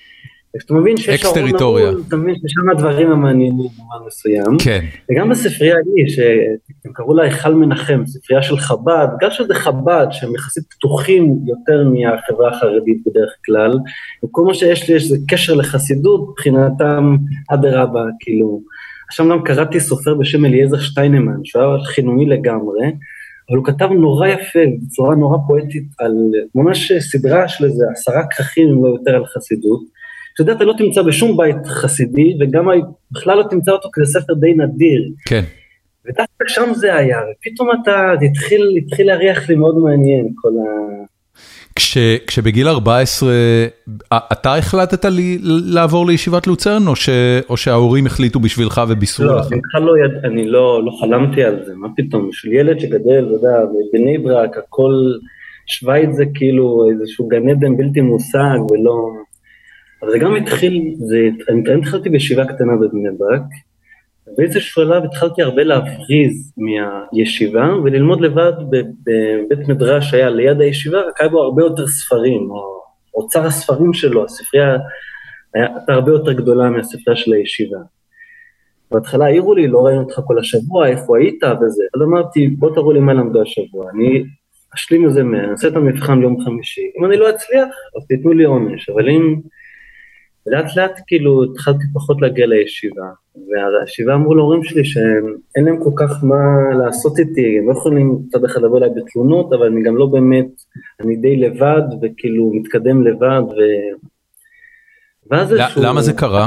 אתה מבין שיש ארון נעול, אתה מבין ששם הדברים המעניינים במובן מסוים. כן. וגם בספרייה לי, שהם קראו לה היכל מנחם, ספרייה של חב"ד, גם שזה חב"ד, שהם יחסית פתוחים יותר מהחברה החרדית בדרך כלל, וכל מה שיש לי, יש זה קשר לחסידות, מבחינתם אדרבה, כאילו. עכשיו גם קראתי סופר בשם אליעזר שטיינמן, שהוא היה חינומי לגמרי, אבל הוא כתב נורא יפה, בצורה נורא פואטית, על ממש סדרה של איזה עשרה כרכים, אם לא יותר על חסידות, שאתה יודע, אתה לא תמצא בשום בית חסידי, וגם בכלל לא תמצא אותו כזה ספר די נדיר. כן. ודווקא שם זה היה, ופתאום אתה התחיל, התחיל להריח לי מאוד מעניין, כל ה... כש, כשבגיל ארבע עשרה, אתה החלטת לי, לעבור לישיבת לוצרן, או, ש, או שההורים החליטו בשבילך ובישרו לא, לך? אני, לא יד, אני לא, לא חלמתי על זה, מה פתאום, של ילד שגדל, אתה יודע, בבני ברק, הכל שווייץ זה כאילו איזשהו גן עדן בלתי מושג, ולא... אבל זה גם התחיל, זה, אני התחלתי בישיבה קטנה בבני ברק, באיזשהו שלב התחלתי הרבה להפריז מהישיבה, וללמוד לבד בבית מדרש שהיה ליד הישיבה, רק היה בו הרבה יותר ספרים, או אוצר הספרים שלו, הספרייה הייתה הרבה יותר גדולה מהספרייה של הישיבה. בהתחלה העירו לי, לא ראינו אותך כל השבוע, איפה היית וזה, אז אמרתי, בוא תראו לי מה למדו השבוע, אני אשלים איזה מה, אני אעשה את המבחן יום חמישי, אם אני לא אצליח, אז תיתנו לי עונש, אבל אם... ולאט לאט כאילו התחלתי פחות להגיע לישיבה, והישיבה אמרו להורים שלי שאין להם כל כך מה לעשות איתי, הם לא יכולים קצת אחד לבוא אליי בתלונות, אבל אני גם לא באמת, אני די לבד וכאילו מתקדם לבד, ו... ואז איזשהו... למה זה קרה?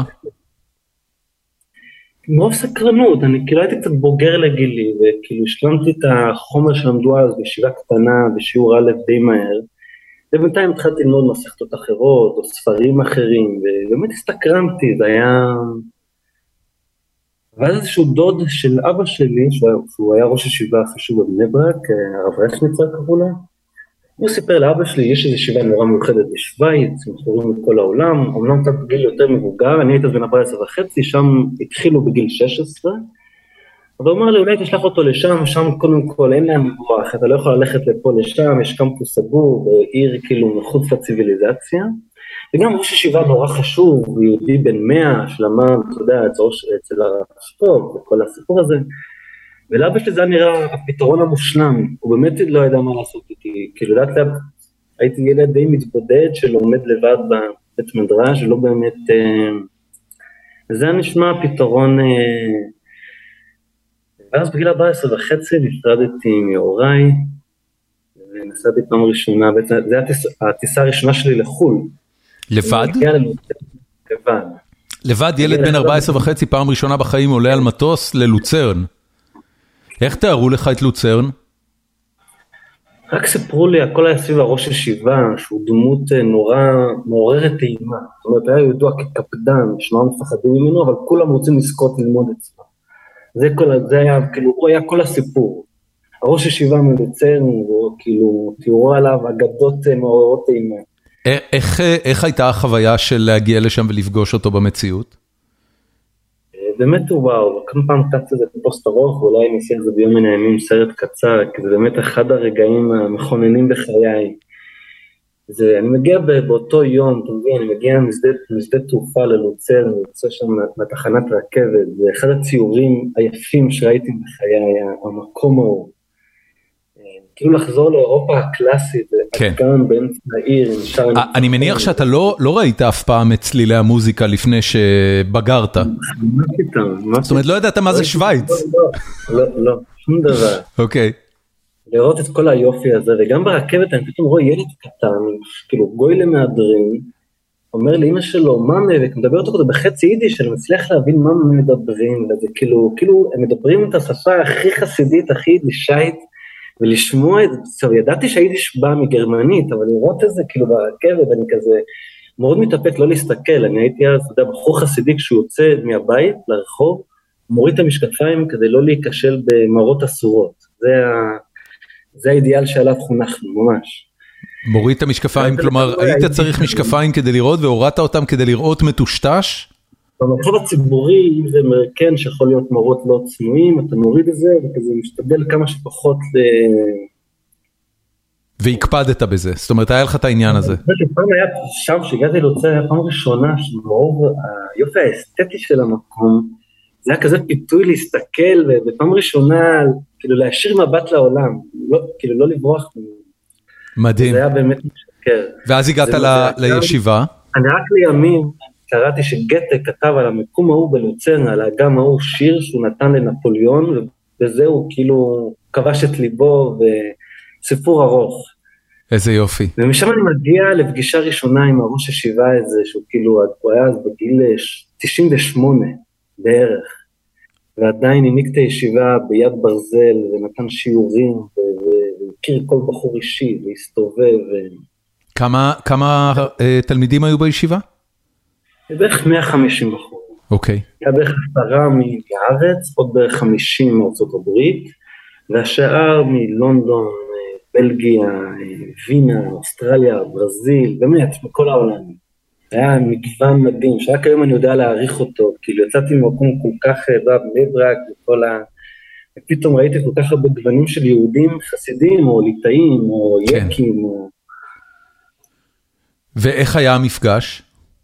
מרוב סקרנות, אני כאילו הייתי קצת בוגר לגילי, וכאילו השלמתי את החומר שלמדו אז בישיבה קטנה, בשיעור א' די מהר, ובינתיים התחלתי ללמוד מסכתות אחרות, או ספרים אחרים, ובאמת הסתקרנתי, זה היה... ואז איזשהו דוד של אבא שלי, שהוא היה ראש ישיבה חשוב בבני ברק, הרב רשניצר קראו לה, הוא סיפר לאבא שלי, יש איזו ישיבה נורא מיוחדת בשוויץ, מכורים את כל העולם, אמנם קצת בגיל יותר מבוגר, אני הייתי בן ארבע עשרה וחצי, שם התחילו בגיל שש עשרה, אבל הוא אמר לי, אולי תשלח אותו לשם, שם קודם כל אין להם לברוח, אתה לא יכול ללכת לפה לשם, יש קמפוס סגור, בעיר כאילו מחוץ לציביליזציה, וגם ראש ישיבה נורא חשוב, הוא יהודי בן מאה, שלמה, אתה יודע, אצל הרשתות, וכל הסיפור הזה, ולאבא שלי זה נראה הפתרון המושלם, הוא באמת לא ידע מה לעשות איתי, כאילו לאט לאט הייתי ילד די מתבודד, שלומד לבד בבית מדרש, ולא באמת, וזה נשמע הפתרון, ואז בגיל ארבע עשרה וחצי נפרדתי מהוריי, ונסעתי פעם ראשונה, זה הטיסה הראשונה שלי לחול. לבד? לבד. לבד, ילד בן ארבע עשרה וחצי, פעם ראשונה בחיים עולה על מטוס ללוצרן. איך תארו לך את לוצרן? רק סיפרו לי, הכל היה סביב הראש ישיבה, שהוא דמות נורא מעוררת טעימה. זאת אומרת, היה ידוע כקפדן, שנורא מפחדים ממנו, אבל כולם רוצים לזכות ללמוד אצלו. זה, כל, זה היה, כאילו, הוא היה כל הסיפור. הראש ישיבה מלוצרן, וכאילו, תיארו עליו אגדות מעוררות טעימה. איך, איך הייתה החוויה של להגיע לשם ולפגוש אותו במציאות? באמת הוא וואו, כמה פעם כתבתי את זה בפוסט ארוך, ואולי אני אעשה את זה ביום מן הימים סרט קצר, כי זה באמת אחד הרגעים המכוננים בחיי. זה, אני מגיע באותו יום, אתה מבין, אני מגיע משדה, משדה תעופה ללוצרן, אני יוצא שם מהתחנת רכבת, זה אחד הציורים היפים שראיתי בחיי, המקום ההוא. כאילו לחזור לאירופה הקלאסית, גם באמצע העיר. אני מניח שאתה לא ראית אף פעם את צלילי המוזיקה לפני שבגרת. מה פתאום? זאת אומרת, לא ידעת מה זה שוויץ. לא, לא, שום דבר. אוקיי. לראות את כל היופי הזה, וגם ברכבת אני פתאום רואה ילד קטן, כאילו גוי למהדרין, אומר לאמא שלו, מה מבק, מדבר אותו בחצי יידיש, אני מצליח להבין מה מדברים, וזה כאילו, כאילו הם מדברים את השפה הכי חסידית, הכי יידישאית, ולשמוע את זה, בסדר, ידעתי שהיידיש בא מגרמנית, אבל לראות את זה כאילו ברכבת, אני כזה מאוד מתאפק לא להסתכל, אני הייתי אז, אתה יודע, בחור חסידי כשהוא יוצא מהבית לרחוב, מוריד את המשקפיים כדי לא להיכשל במראות אסורות, זה, ה... זה האידיאל שעליו חונכנו, ממש. מוריד את המשקפיים, כלומר, היית צריך משקפיים כדי לראות, והורדת אותם כדי לראות מטושטש? במרחב הציבורי, אם זה מרקן שיכול להיות מראות לא צנועים, אתה מוריד את זה, וכזה משתדל כמה שפחות ל... והקפדת בזה, זאת אומרת, היה לך את העניין הזה. פעם היה שם, שהגעתי להוצא, היה פעם ראשונה, שמרוב היופי האסתטי של המקום, זה היה כזה פיתוי להסתכל, ובפעם ראשונה, כאילו להשאיר מבט לעולם, כאילו לא לברוח. מדהים. זה היה באמת משקר. ואז הגעת לישיבה? אני רק לימים, קראתי שגתה כתב על המקום ההוא בלוצרן, על האגם ההוא שיר שהוא נתן לנפוליאון, וזהו כאילו כבש את ליבו, וסיפור ארוך. איזה יופי. ומשם אני מגיע לפגישה ראשונה עם הראש הישיבה הזה, שהוא כאילו, הוא היה אז בגיל תשעים ושמונה בערך, ועדיין העמיק את הישיבה ביד ברזל, ונתן שיעורים, והכיר כל בחור אישי, והסתובב. כמה, כמה תלמידים היו בישיבה? בערך מאה וחמישים בחור. אוקיי. היה בערך עשרה מהארץ, עוד בערך חמישים מארצות הברית, והשאר מלונדון, בלגיה, וינה, אוסטרליה, ברזיל, באמת, מכל העולם. היה מגוון מדהים, שרק היום אני יודע להעריך אותו, כאילו יצאתי ממקום כל כך בני ברק, וכל ה... ופתאום ראיתי כל כך הרבה גוונים של יהודים חסידים, או ליטאים, או כן. יקים, או... ואיך היה המפגש?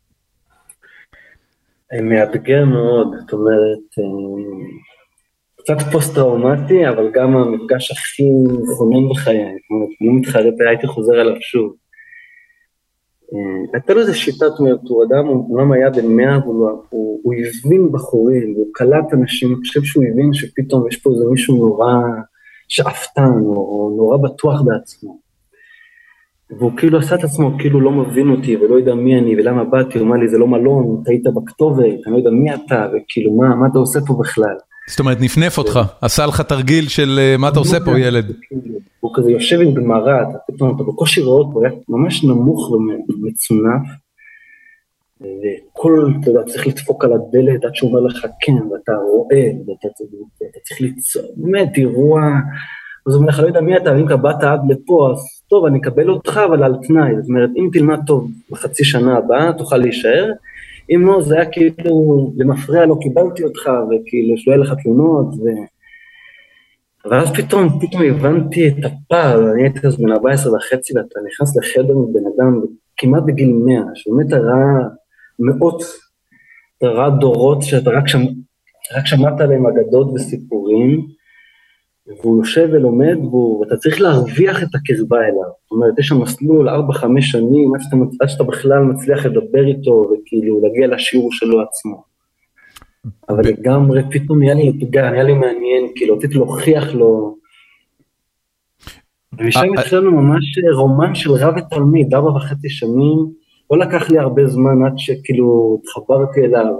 מאתגר מאוד, זאת אומרת, קצת פוסט-טראומטי, אבל גם המפגש הכי מכונן בחיי, זאת אומרת, אני מתחרט, הייתי חוזר עליו שוב. הייתה לו איזו שיטת אומרת, הוא אדם, הוא לא היה בן מאה, הוא, הוא, הוא הבין בחורים, הוא קלט אנשים, אני חושב שהוא הבין שפתאום יש פה איזה מישהו נורא שאפתן, או, או נורא בטוח בעצמו. והוא כאילו עשה את עצמו, כאילו לא מבין אותי, ולא יודע מי אני, ולמה באתי, הוא אמר לי, זה לא מלון, אתה היית בכתובת, אני לא יודע מי אתה, וכאילו, מה, מה אתה עושה פה בכלל? זאת אומרת, נפנף אותך, עשה לך תרגיל של מה אתה עושה פה, ילד. הוא כזה יושב עם גמרא, אתה פתאום, אתה בקושי רואה אותו, הוא היה ממש נמוך ומצונף, וכל, אתה יודע, צריך לדפוק על הדלת, עד שהוא אומר לך כן, ואתה רואה, ואתה צריך ליצור, באמת, אירוע, אז הוא אומר לך, לא יודע מי אתה, אם קבעת עד לפה, אז טוב, אני אקבל אותך, אבל על תנאי, זאת אומרת, אם תלמד טוב בחצי שנה הבאה, תוכל להישאר, אם לא, זה היה כאילו, למפריע, לא קיבלתי אותך, וכאילו, שלא היה לך תלונות, ו... ואז פתאום, פתאום הבנתי את הפער, אני הייתי אז בן ארבע עשרה וחצי, ואתה נכנס לחדר מבן אדם, כמעט בגיל מאה, שבאמת הראה מאות, הראה דורות, שאתה רק, שמ... רק שמעת עליהם אגדות וסיפורים, והוא יושב ולומד, ואתה צריך להרוויח את הקרבה אליו. זאת אומרת, יש שם מסלול ארבע חמש שנים, עד שאתה, עד שאתה בכלל מצליח לדבר איתו, וכאילו להגיע לשיעור שלו עצמו. אבל לגמרי, פתאום נהיה לי אתגר, נהיה לי מעניין, כאילו, רציתי להוכיח לו. ומשם התחלנו ממש רומן של רב ותלמיד, ארבע וחצי שנים, לא לקח לי הרבה זמן עד שכאילו התחברתי אליו.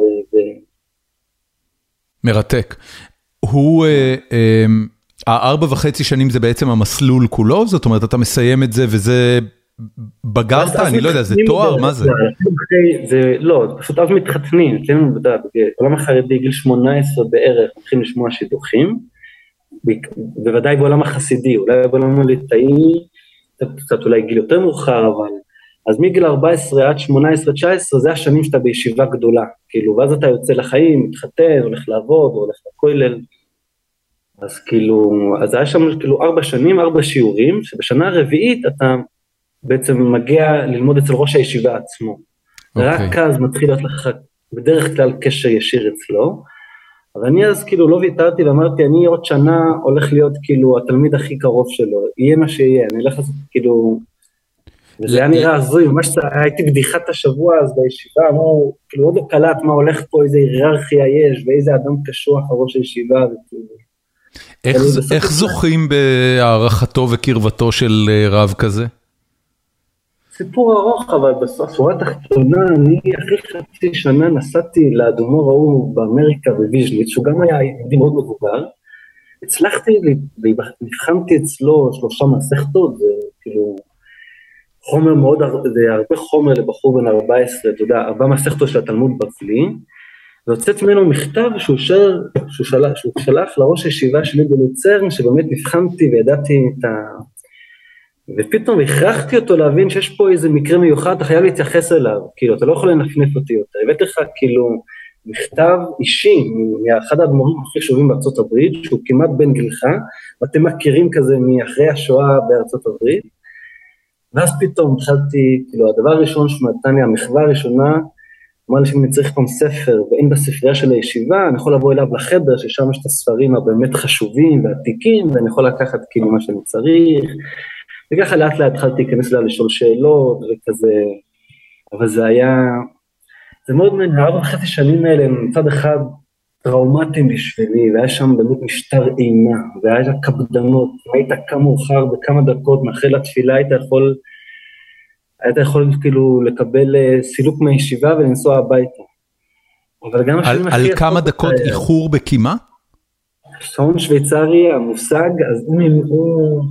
מרתק. הוא... הארבע וחצי שנים זה בעצם המסלול כולו? זאת אומרת, אתה מסיים את זה וזה בגרת? אני לא יודע, זה תואר? מה זה? זה לא, פשוט אז מתחתנים, בעולם החרדי גיל שמונה עשרה בערך, מתחילים לשמוע שידוכים, בוודאי בעולם החסידי, אולי בעולם הליטאי, קצת אולי גיל יותר מאוחר, אבל אז מגיל ארבע עשרה עד שמונה עשרה תשע עשרה, זה השנים שאתה בישיבה גדולה, כאילו, ואז אתה יוצא לחיים, מתחתן, הולך לעבוד, הולך לכולל, אז כאילו, אז היה שם כאילו ארבע שנים, ארבע שיעורים, שבשנה הרביעית אתה בעצם מגיע ללמוד אצל ראש הישיבה עצמו. Okay. רק אז מתחיל להיות לך בדרך כלל קשר ישיר אצלו, אבל אני אז כאילו לא ויתרתי ואמרתי, אני עוד שנה הולך להיות כאילו התלמיד הכי קרוב שלו, יהיה מה שיהיה, אני הולך לעשות כאילו, וזה היה נראה הזוי, ממש הייתי בדיחת השבוע אז בישיבה, אמרו, כאילו עוד לא קלט מה הולך פה, איזה היררכיה יש, ואיזה אדם קשוח הראש הישיבה, וכאילו, איך, איך זוכים בהערכתו וקרבתו של רב כזה? סיפור ארוך, אבל בסורה התחתונה, אני אחרי חצי שנה נסעתי לאדמו"ר ההוא באמריקה בוויז'ניץ, שהוא גם היה יהודי מאוד מבוגר, הצלחתי, נבחנתי אצלו שלושה מסכתות, זה כאילו חומר מאוד, זה הרבה חומר לבחור בן ארבע עשרה, אתה יודע, ארבע מסכתות של התלמוד בבלי, והוצאת ממנו מכתב שהוא, שר, שהוא, שלח, שהוא שלח לראש הישיבה שלי בלוצרן, שבאמת נבחנתי וידעתי את ה... ופתאום הכרחתי אותו להבין שיש פה איזה מקרה מיוחד, אתה חייב להתייחס אליו, כאילו, אתה לא יכול לנפנף אותי יותר. הבאתי לך כאילו מכתב אישי, מאחד האדמו"רים הכי חשובים בארצות הברית, שהוא כמעט בן גילך, ואתם מכירים כזה מאחרי השואה בארצות הברית, ואז פתאום התחלתי, כאילו, הדבר הראשון שנתן לי, המחווה הראשונה, אמר לי שאם אני צריך פעם ספר, ואין בספרייה של הישיבה, אני יכול לבוא אליו לחדר, ששם יש את הספרים הבאמת חשובים ועתיקים, ואני יכול לקחת כאילו מה שאני צריך, וככה לאט לאט התחלתי להיכנס לה לשאול שאלות, וכזה, אבל זה היה, זה מאוד מעניין, ארבע וחצי שנים האלה, מצד אחד טראומטיים בשבילי, והיה שם באמת משטר אימה, והיה שם קפדנות, אם היית קם מאוחר בכמה דקות, מאחרי לתפילה היית יכול, היית יכול כאילו לקבל סילוק מהישיבה ולנסוע הביתה. אבל גם על, על כמה דקות היה... איחור בקימה? שעון שוויצרי, המושג, אז הוא, הוא...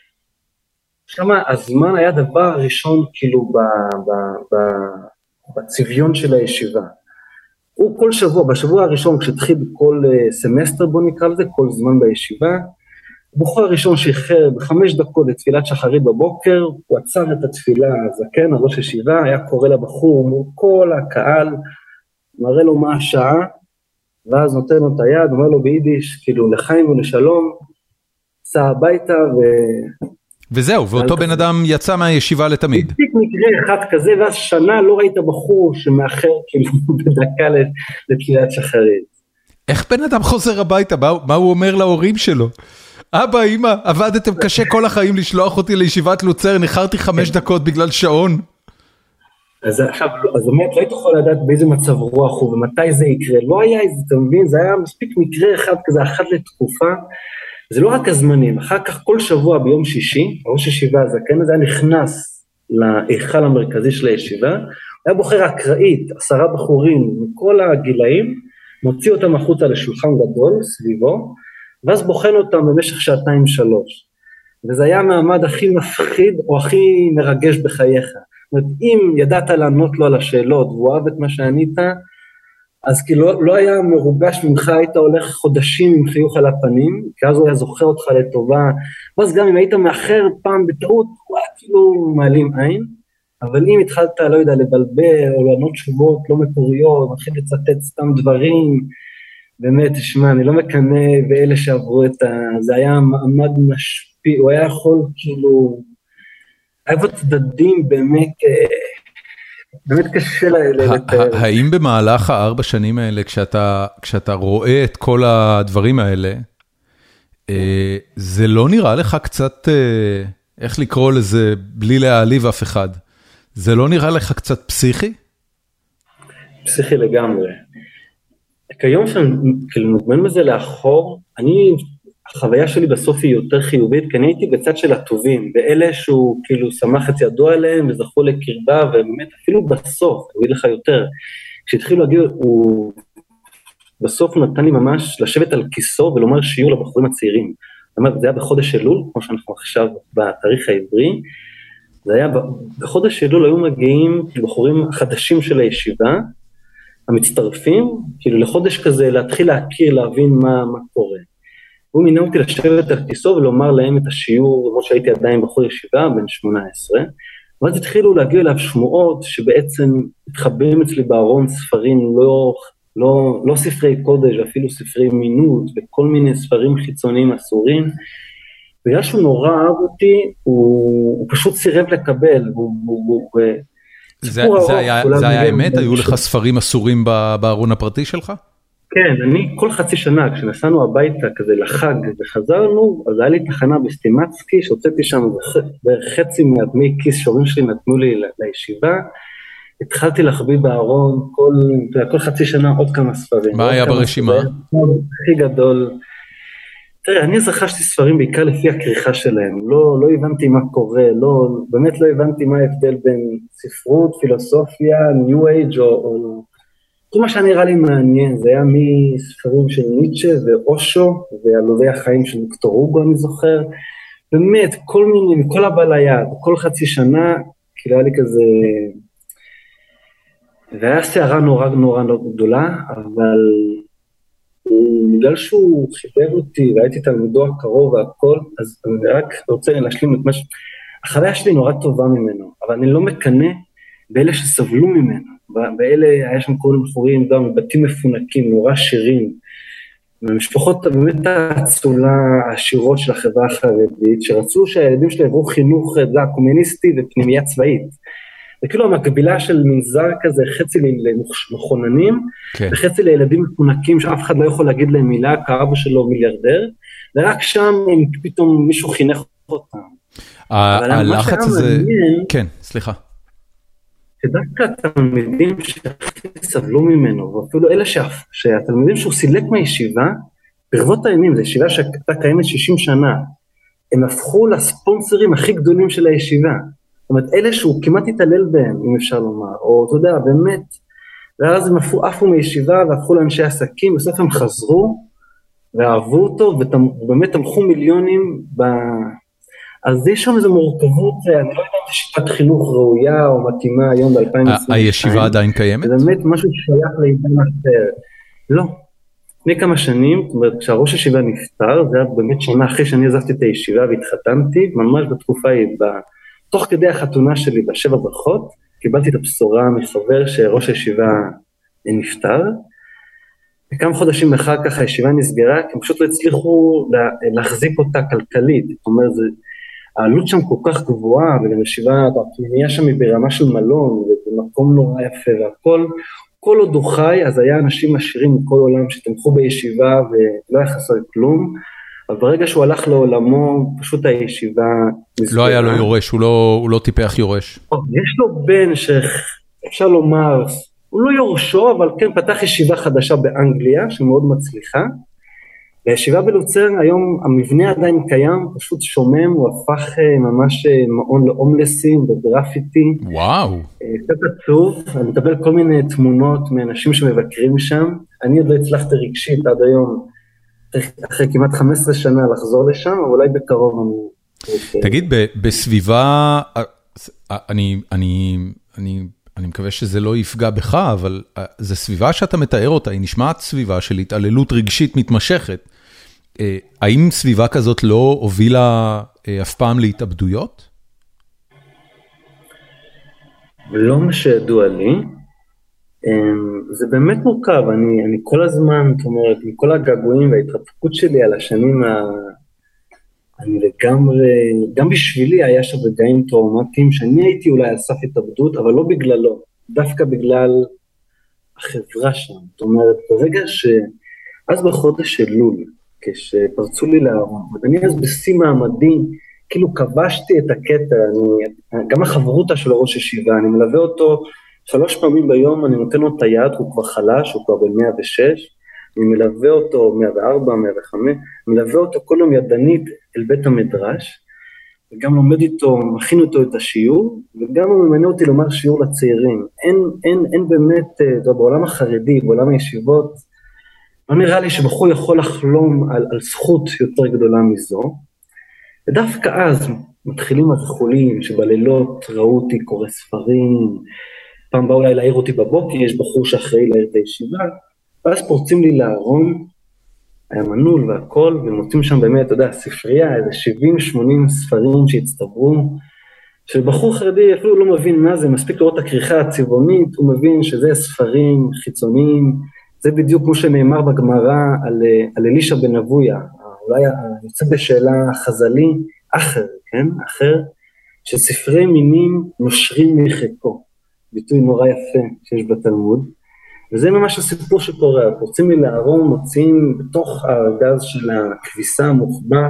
שמה, הזמן היה דבר ראשון כאילו ב, ב, ב, בצביון של הישיבה. הוא כל שבוע, בשבוע הראשון כשהתחיל כל סמסטר בוא נקרא לזה, כל זמן בישיבה, הבחור הראשון שאיחר בחמש דקות לתפילת שחרית בבוקר, הוא עצר את התפילה, הזקן, הראש ישיבה, היה קורא לבחור מול כל הקהל, מראה לו מה השעה, ואז נותן לו את היד, אומר לו ביידיש, כאילו לחיים ולשלום, צא הביתה ו... וזהו, ואותו בן אדם יצא מהישיבה לתמיד. תיק מקרה אחד כזה, ואז שנה לא ראית בחור שמאחר כאילו בדקה לתפילת שחרית. איך בן אדם חוזר הביתה? מה הוא אומר להורים שלו? אבא, אמא, עבדתם קשה כל החיים לשלוח אותי לישיבת לוצר, נחרתי חמש דקות בגלל שעון. אז עכשיו, אז באמת לא היית יכול לדעת באיזה מצב רוח הוא, ומתי זה יקרה. לא היה איזה, אתה מבין, זה היה מספיק מקרה אחד כזה, אחת לתקופה, זה לא רק הזמנים, אחר כך כל שבוע ביום שישי, ראש ישיבה הזקן הזה היה נכנס להיכל המרכזי של הישיבה, היה בוחר אקראית, עשרה בחורים מכל הגילאים, מוציא אותם החוצה לשולחן גדול סביבו, ואז בוחן אותם במשך שעתיים שלוש. וזה היה המעמד הכי מפחיד או הכי מרגש בחייך. זאת אומרת, אם ידעת לענות לו על השאלות, והוא אוהב את מה שענית, אז כאילו לא, לא היה מרוגש ממך, היית הולך חודשים עם חיוך על הפנים, כי אז הוא היה זוכר אותך לטובה, ואז גם אם היית מאחר פעם בטעות, הוא היה כאילו מעלים עין, אבל אם התחלת, לא יודע, לבלבל, או לענות תשובות לא מקוריות, מתחיל לצטט סתם דברים, באמת, תשמע, אני לא מקנה באלה שעברו את ה... זה היה מעמד משפיע, הוא היה יכול כאילו... היה כבר צדדים באמת... באמת קשה לתאר. האם במהלך הארבע שנים האלה, כשאתה, כשאתה רואה את כל הדברים האלה, זה לא נראה לך קצת, איך לקרוא לזה, בלי להעליב אף אחד, זה לא נראה לך קצת פסיכי? פסיכי לגמרי. כיום שאני כאילו נוגמן מזה לאחור, אני, החוויה שלי בסוף היא יותר חיובית, כי אני הייתי בצד של הטובים, באלה שהוא כאילו שמח את ידו עליהם, וזכו לקרבה, ובאמת אפילו בסוף, אני אגיד לך יותר, כשהתחילו להגיד, הוא בסוף נתן לי ממש לשבת על כיסו, ולומר שיעור לבחורים הצעירים. זאת אומרת, זה היה בחודש אלול, כמו שאנחנו עכשיו בתאריך העברי, זה היה בחודש אלול, היו מגיעים בחורים חדשים של הישיבה, המצטרפים, כאילו לחודש כזה להתחיל להכיר, להבין מה, מה קורה. הוא מינה אותי לשבת על כיסו ולומר להם את השיעור, כמו שהייתי עדיין בחור ישיבה, בן שמונה עשרה, ואז התחילו להגיע אליו שמועות שבעצם התחברים אצלי בארון ספרים, לא, לא, לא ספרי קודש, אפילו ספרי מינות, וכל מיני ספרים חיצוניים אסורים, בגלל שהוא נורא אהב אותי, הוא, הוא פשוט סירב לקבל, הוא... הוא, הוא זה, זה היה, זה היה האמת? היו לך ספרים אסורים בארון הפרטי שלך? כן, אני כל חצי שנה, כשנסענו הביתה כזה לחג וחזרנו, אז היה לי תחנה בסטימצקי, שהוצאתי שם חצי מהדמי כיס שהורים שלי נתנו לי לישיבה, התחלתי להחביא בארון כל, כל חצי שנה עוד כמה ספרים. מה היה ברשימה? הכי גדול. תראה, אני זכשתי ספרים בעיקר לפי הכריכה שלהם, לא, לא הבנתי מה קורה, לא, באמת לא הבנתי מה ההבדל בין ספרות, פילוסופיה, ניו אייג' או, או... כל מה שנראה לי מעניין, זה היה מספרים של ניטשה ואושו, ועלובי החיים של ויקטור הוגו, אני זוכר, באמת, כל מיני, מכל הבא ליד, כל חצי שנה, כאילו היה לי כזה... והיה שערה נורא נורא גדולה, אבל... בגלל שהוא חיבר אותי, והייתי תלמידו הקרוב והכל, אז אני רק רוצה להשלים את מה ש... החוויה שלי נורא טובה ממנו, אבל אני לא מקנה באלה שסבלו ממנו, באלה היה שם כל בחורים, גם בתים מפונקים, נורא שירים, מהמשפחות באמת האצולה העשירות של החברה החרדית, שרצו שהילדים שלהם יעברו חינוך קומוניסטי ופנימייה צבאית. זה כאילו המקבילה של מנזר כזה, חצי למכוננים, okay. וחצי לילדים מפונקים שאף אחד לא יכול להגיד להם מילה, כאבא שלו מיליארדר, ורק שם פתאום מישהו חינך אותם. הלחץ הזה, כן, סליחה. שדווקא התלמידים שהכי סבלו ממנו, ואפילו אלה שהתלמידים שהוא סילק מהישיבה, ברבות הימים, זו ישיבה שהייתה קיימת שישים שנה, הם הפכו לספונסרים הכי גדולים של הישיבה. זאת אומרת, אלה שהוא כמעט התעלל בהם, אם אפשר לומר, או אתה יודע, באמת, ואז הם עפו מישיבה והפכו לאנשי עסקים, בסוף הם חזרו, ואהבו אותו, ובאמת תמכו מיליונים ב... אז יש שם איזו מורכבות, אני לא יודעת שיטת חינוך ראויה או מתאימה היום ב-אלפיים עשרים ושתיים. הישיבה עדיין קיימת? זה באמת משהו ששייך לעידן אחר. לא. לפני כמה שנים, זאת אומרת, כשהראש הישיבה נפטר, זה היה באמת שנה אחרי שאני עזבתי את הישיבה והתחתנתי, ממש בתקופה היא, תוך כדי החתונה שלי בשבע ברכות, קיבלתי את הבשורה מחבר שראש הישיבה נפטר, וכמה חודשים אחר כך הישיבה נסגרה, כי הם פשוט לא הצליחו להחזיק אותה כלכלית, זאת אומרת, העלות שם כל כך גבוהה, וגם ישיבה, הפנימיה שם היא ברמה של מלון, ובמקום נורא יפה, והכל, כל עוד הוא חי, אז היה אנשים עשירים מכל עולם שתמכו בישיבה, ולא היה חסר כלום, אבל ברגע שהוא הלך לעולמו, פשוט הישיבה נסגרה. לא היה לו יורש, הוא לא, הוא לא טיפח יורש. יש לו בן שאפשר לומר, הוא לא יורשו, אבל כן פתח ישיבה חדשה באנגליה, שמאוד מצליחה, והישיבה בלוצרן היום, המבנה עדיין קיים, פשוט שומם, הוא הפך ממש מעון להומלסים וגרפיטי. וואו. קצת עצוב, אני מקבל כל מיני תמונות מאנשים שמבקרים שם, אני עוד לא הצלחתי רגשית עד היום, אחרי כמעט חמש עשרה שנה לחזור לשם, אבל אולי בקרוב אני... תגיד, בסביבה, אני, אני, אני, אני מקווה שזה לא יפגע בך, אבל זו סביבה שאתה מתאר אותה, היא נשמעת סביבה של התעללות רגשית מתמשכת. האם סביבה כזאת לא הובילה אף פעם להתאבדויות? לא מה שידוע לי. זה באמת מורכב, אני, אני כל הזמן, זאת אומרת, מכל הגעגועים וההתרפקות שלי על השנים, ה... אני לגמרי, גם בשבילי היה שם רגעים טראומטיים, שאני הייתי אולי על סף התאבדות, אבל לא בגללו, דווקא בגלל החברה שם. זאת אומרת, ברגע ש... אז בחודש של לול, כשפרצו לי לארון, ואני אז בשיא מעמדי, כאילו כבשתי את הקטע, אני, גם החברותה של הראש ישיבה, אני מלווה אותו שלוש פעמים ביום, אני נותן לו את היד, הוא כבר חלש, הוא כבר ב-מאה ושש, אני מלווה אותו מאה וארבע, מאה וחמש, מלווה אותו כל יום ידנית אל בית המדרש, וגם לומד איתו, מכין אותו את השיעור, וגם הוא ממנה אותי לומר שיעור לצעירים. אין, אין, אין באמת, זה בעולם החרדי, בעולם הישיבות, לא נראה לי שבחור יכול לחלום על, על זכות יותר גדולה מזו, ודווקא אז מתחילים הזכולים שבלילות ראו אותי קורא ספרים, פעם באו אולי להעיר אותי בבוקר, יש בחור שאחראי להעיר את הישיבה, ואז פורצים לי לארון, היה מנעול והכל, ומוצאים שם באמת, אתה יודע, ספרייה, איזה שבעים שמונים ספרים שהצטברו, שבחור חרדי אפילו לא מבין מה זה, מספיק לראות את הכריכה הצבעונית, הוא מבין שזה ספרים חיצוניים, זה בדיוק כמו שנאמר בגמרא על, על אלישע בן אבויה, אולי יוצא בשאלה חז"לי, אחר, כן, אחר, שספרי מינים נושרים מחיקו, ביטוי נורא יפה שיש בתלמוד, וזה ממש הסיפור שקורה, פורצים לי לארון, מוצאים בתוך הגז של הכביסה המוחבא,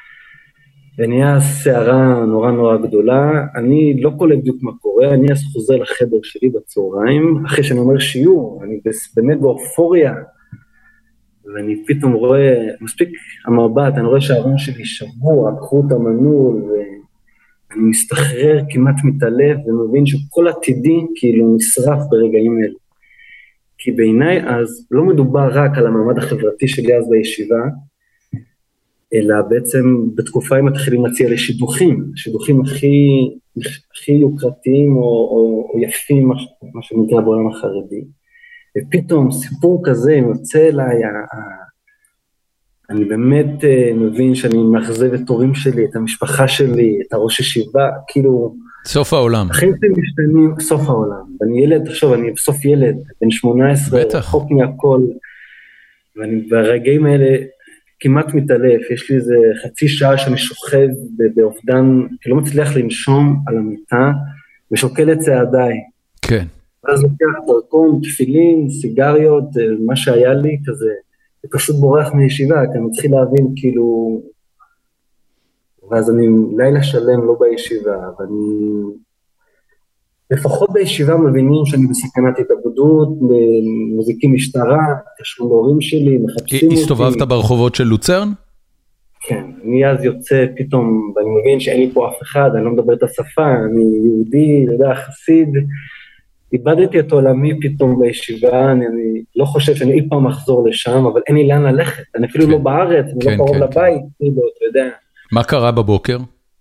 ונהיה שערה נורא נורא גדולה, אני לא קולט בדיוק מה קורה, אני אז חוזר לחדר שלי בצהריים, אחרי שאני אומר שיעור, אני באמת באופוריה, ואני פתאום רואה, מספיק המבט, אני רואה שהארון שלי שבוע, קחו את המנעול, ואני מסתחרר, כמעט מתעלף, ומבין שכל עתידי כאילו נשרף ברגעים אלה. כי בעיניי אז לא מדובר רק על המעמד החברתי שלי אז בישיבה, אלא בעצם בתקופה הם מתחילים להציע לשידוכים, שידוכים הכי, הכי יוקרתיים או, או, או יפים, מה, מה שנקרא בעולם החרדי. ופתאום סיפור כזה יוצא אליי, אני באמת מבין שאני מאכזב את הורים שלי, את המשפחה שלי, את הראש ישיבה, כאילו... סוף העולם. החיים שלי משתנים, סוף העולם. ואני ילד, עכשיו, אני בסוף ילד, בן שמונה עשרה, רחוק מהכל, ואני ברגעים האלה כמעט מתעלף, יש לי איזה חצי שעה שאני שוכב באובדן, כי לא מצליח לנשום על המיטה, ושוקל את צעדיי. כן. ואז לוקח דרכון, תפילין, סיגריות, מה שהיה לי כזה, ופשוט בורח מישיבה, כי אני מתחיל להבין כאילו, ואז אני לילה שלם לא בישיבה, ואני, לפחות בישיבה מבינים שאני בסכנת התאבדות, מוזיקים משטרה, קשרו להורים שלי, מחפשים אותי. הסתובבת ברחובות של לוצרן? כן, אני אז יוצא פתאום, ואני מבין שאין לי פה אף אחד, אני לא מדבר את השפה, אני יהודי, לא יודע, חסיד, איבדתי את עולמי פתאום בישיבה, אני, אני לא חושב שאני אי פעם אחזור לשם, אבל אין לי לאן ללכת, אני אפילו כן. לא בארץ, אני כן, לא קרוב כן, לבית, כן. כאילו, אתה יודע. מה קרה בבוקר?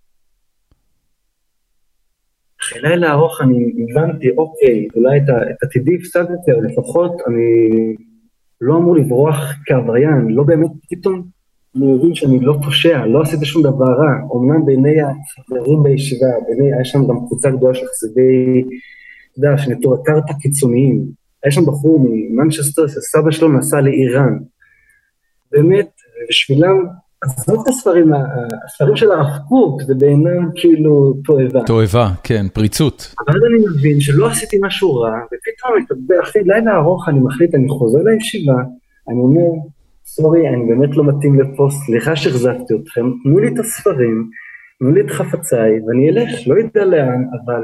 אחרי לילה ארוך אני הבנתי, אוקיי, אולי את, את עתידי הפסדתי, אבל לפחות אני לא אמור לברוח כעבריין, לא באמת פתאום, אני מבין שאני לא פושע, לא עשיתי שום דבר רע, אומנם בעיני החברים בישיבה, בעיני, היה שם גם קבוצה גדולה של חסידי, אתה יודע, שנטור הקרתא קיצוניים, היה שם בחור ממנצ'סטר, שסבא שלו נסע לאיראן, באמת, בשבילם, עזוב את הספרים, הספרים של הרב קוק, זה בעינם כאילו תועבה. תועבה, כן, פריצות. אבל אני מבין שלא עשיתי משהו רע, ופתאום, אחרי לילה ארוך אני מחליט, אני חוזר לישיבה, אני אומר, סורי, אני באמת לא מתאים לפה, סליחה שחזקתי אתכם, תנו לי את הספרים, תנו לי את חפציי, ואני אלך, לא יודע לאן, אבל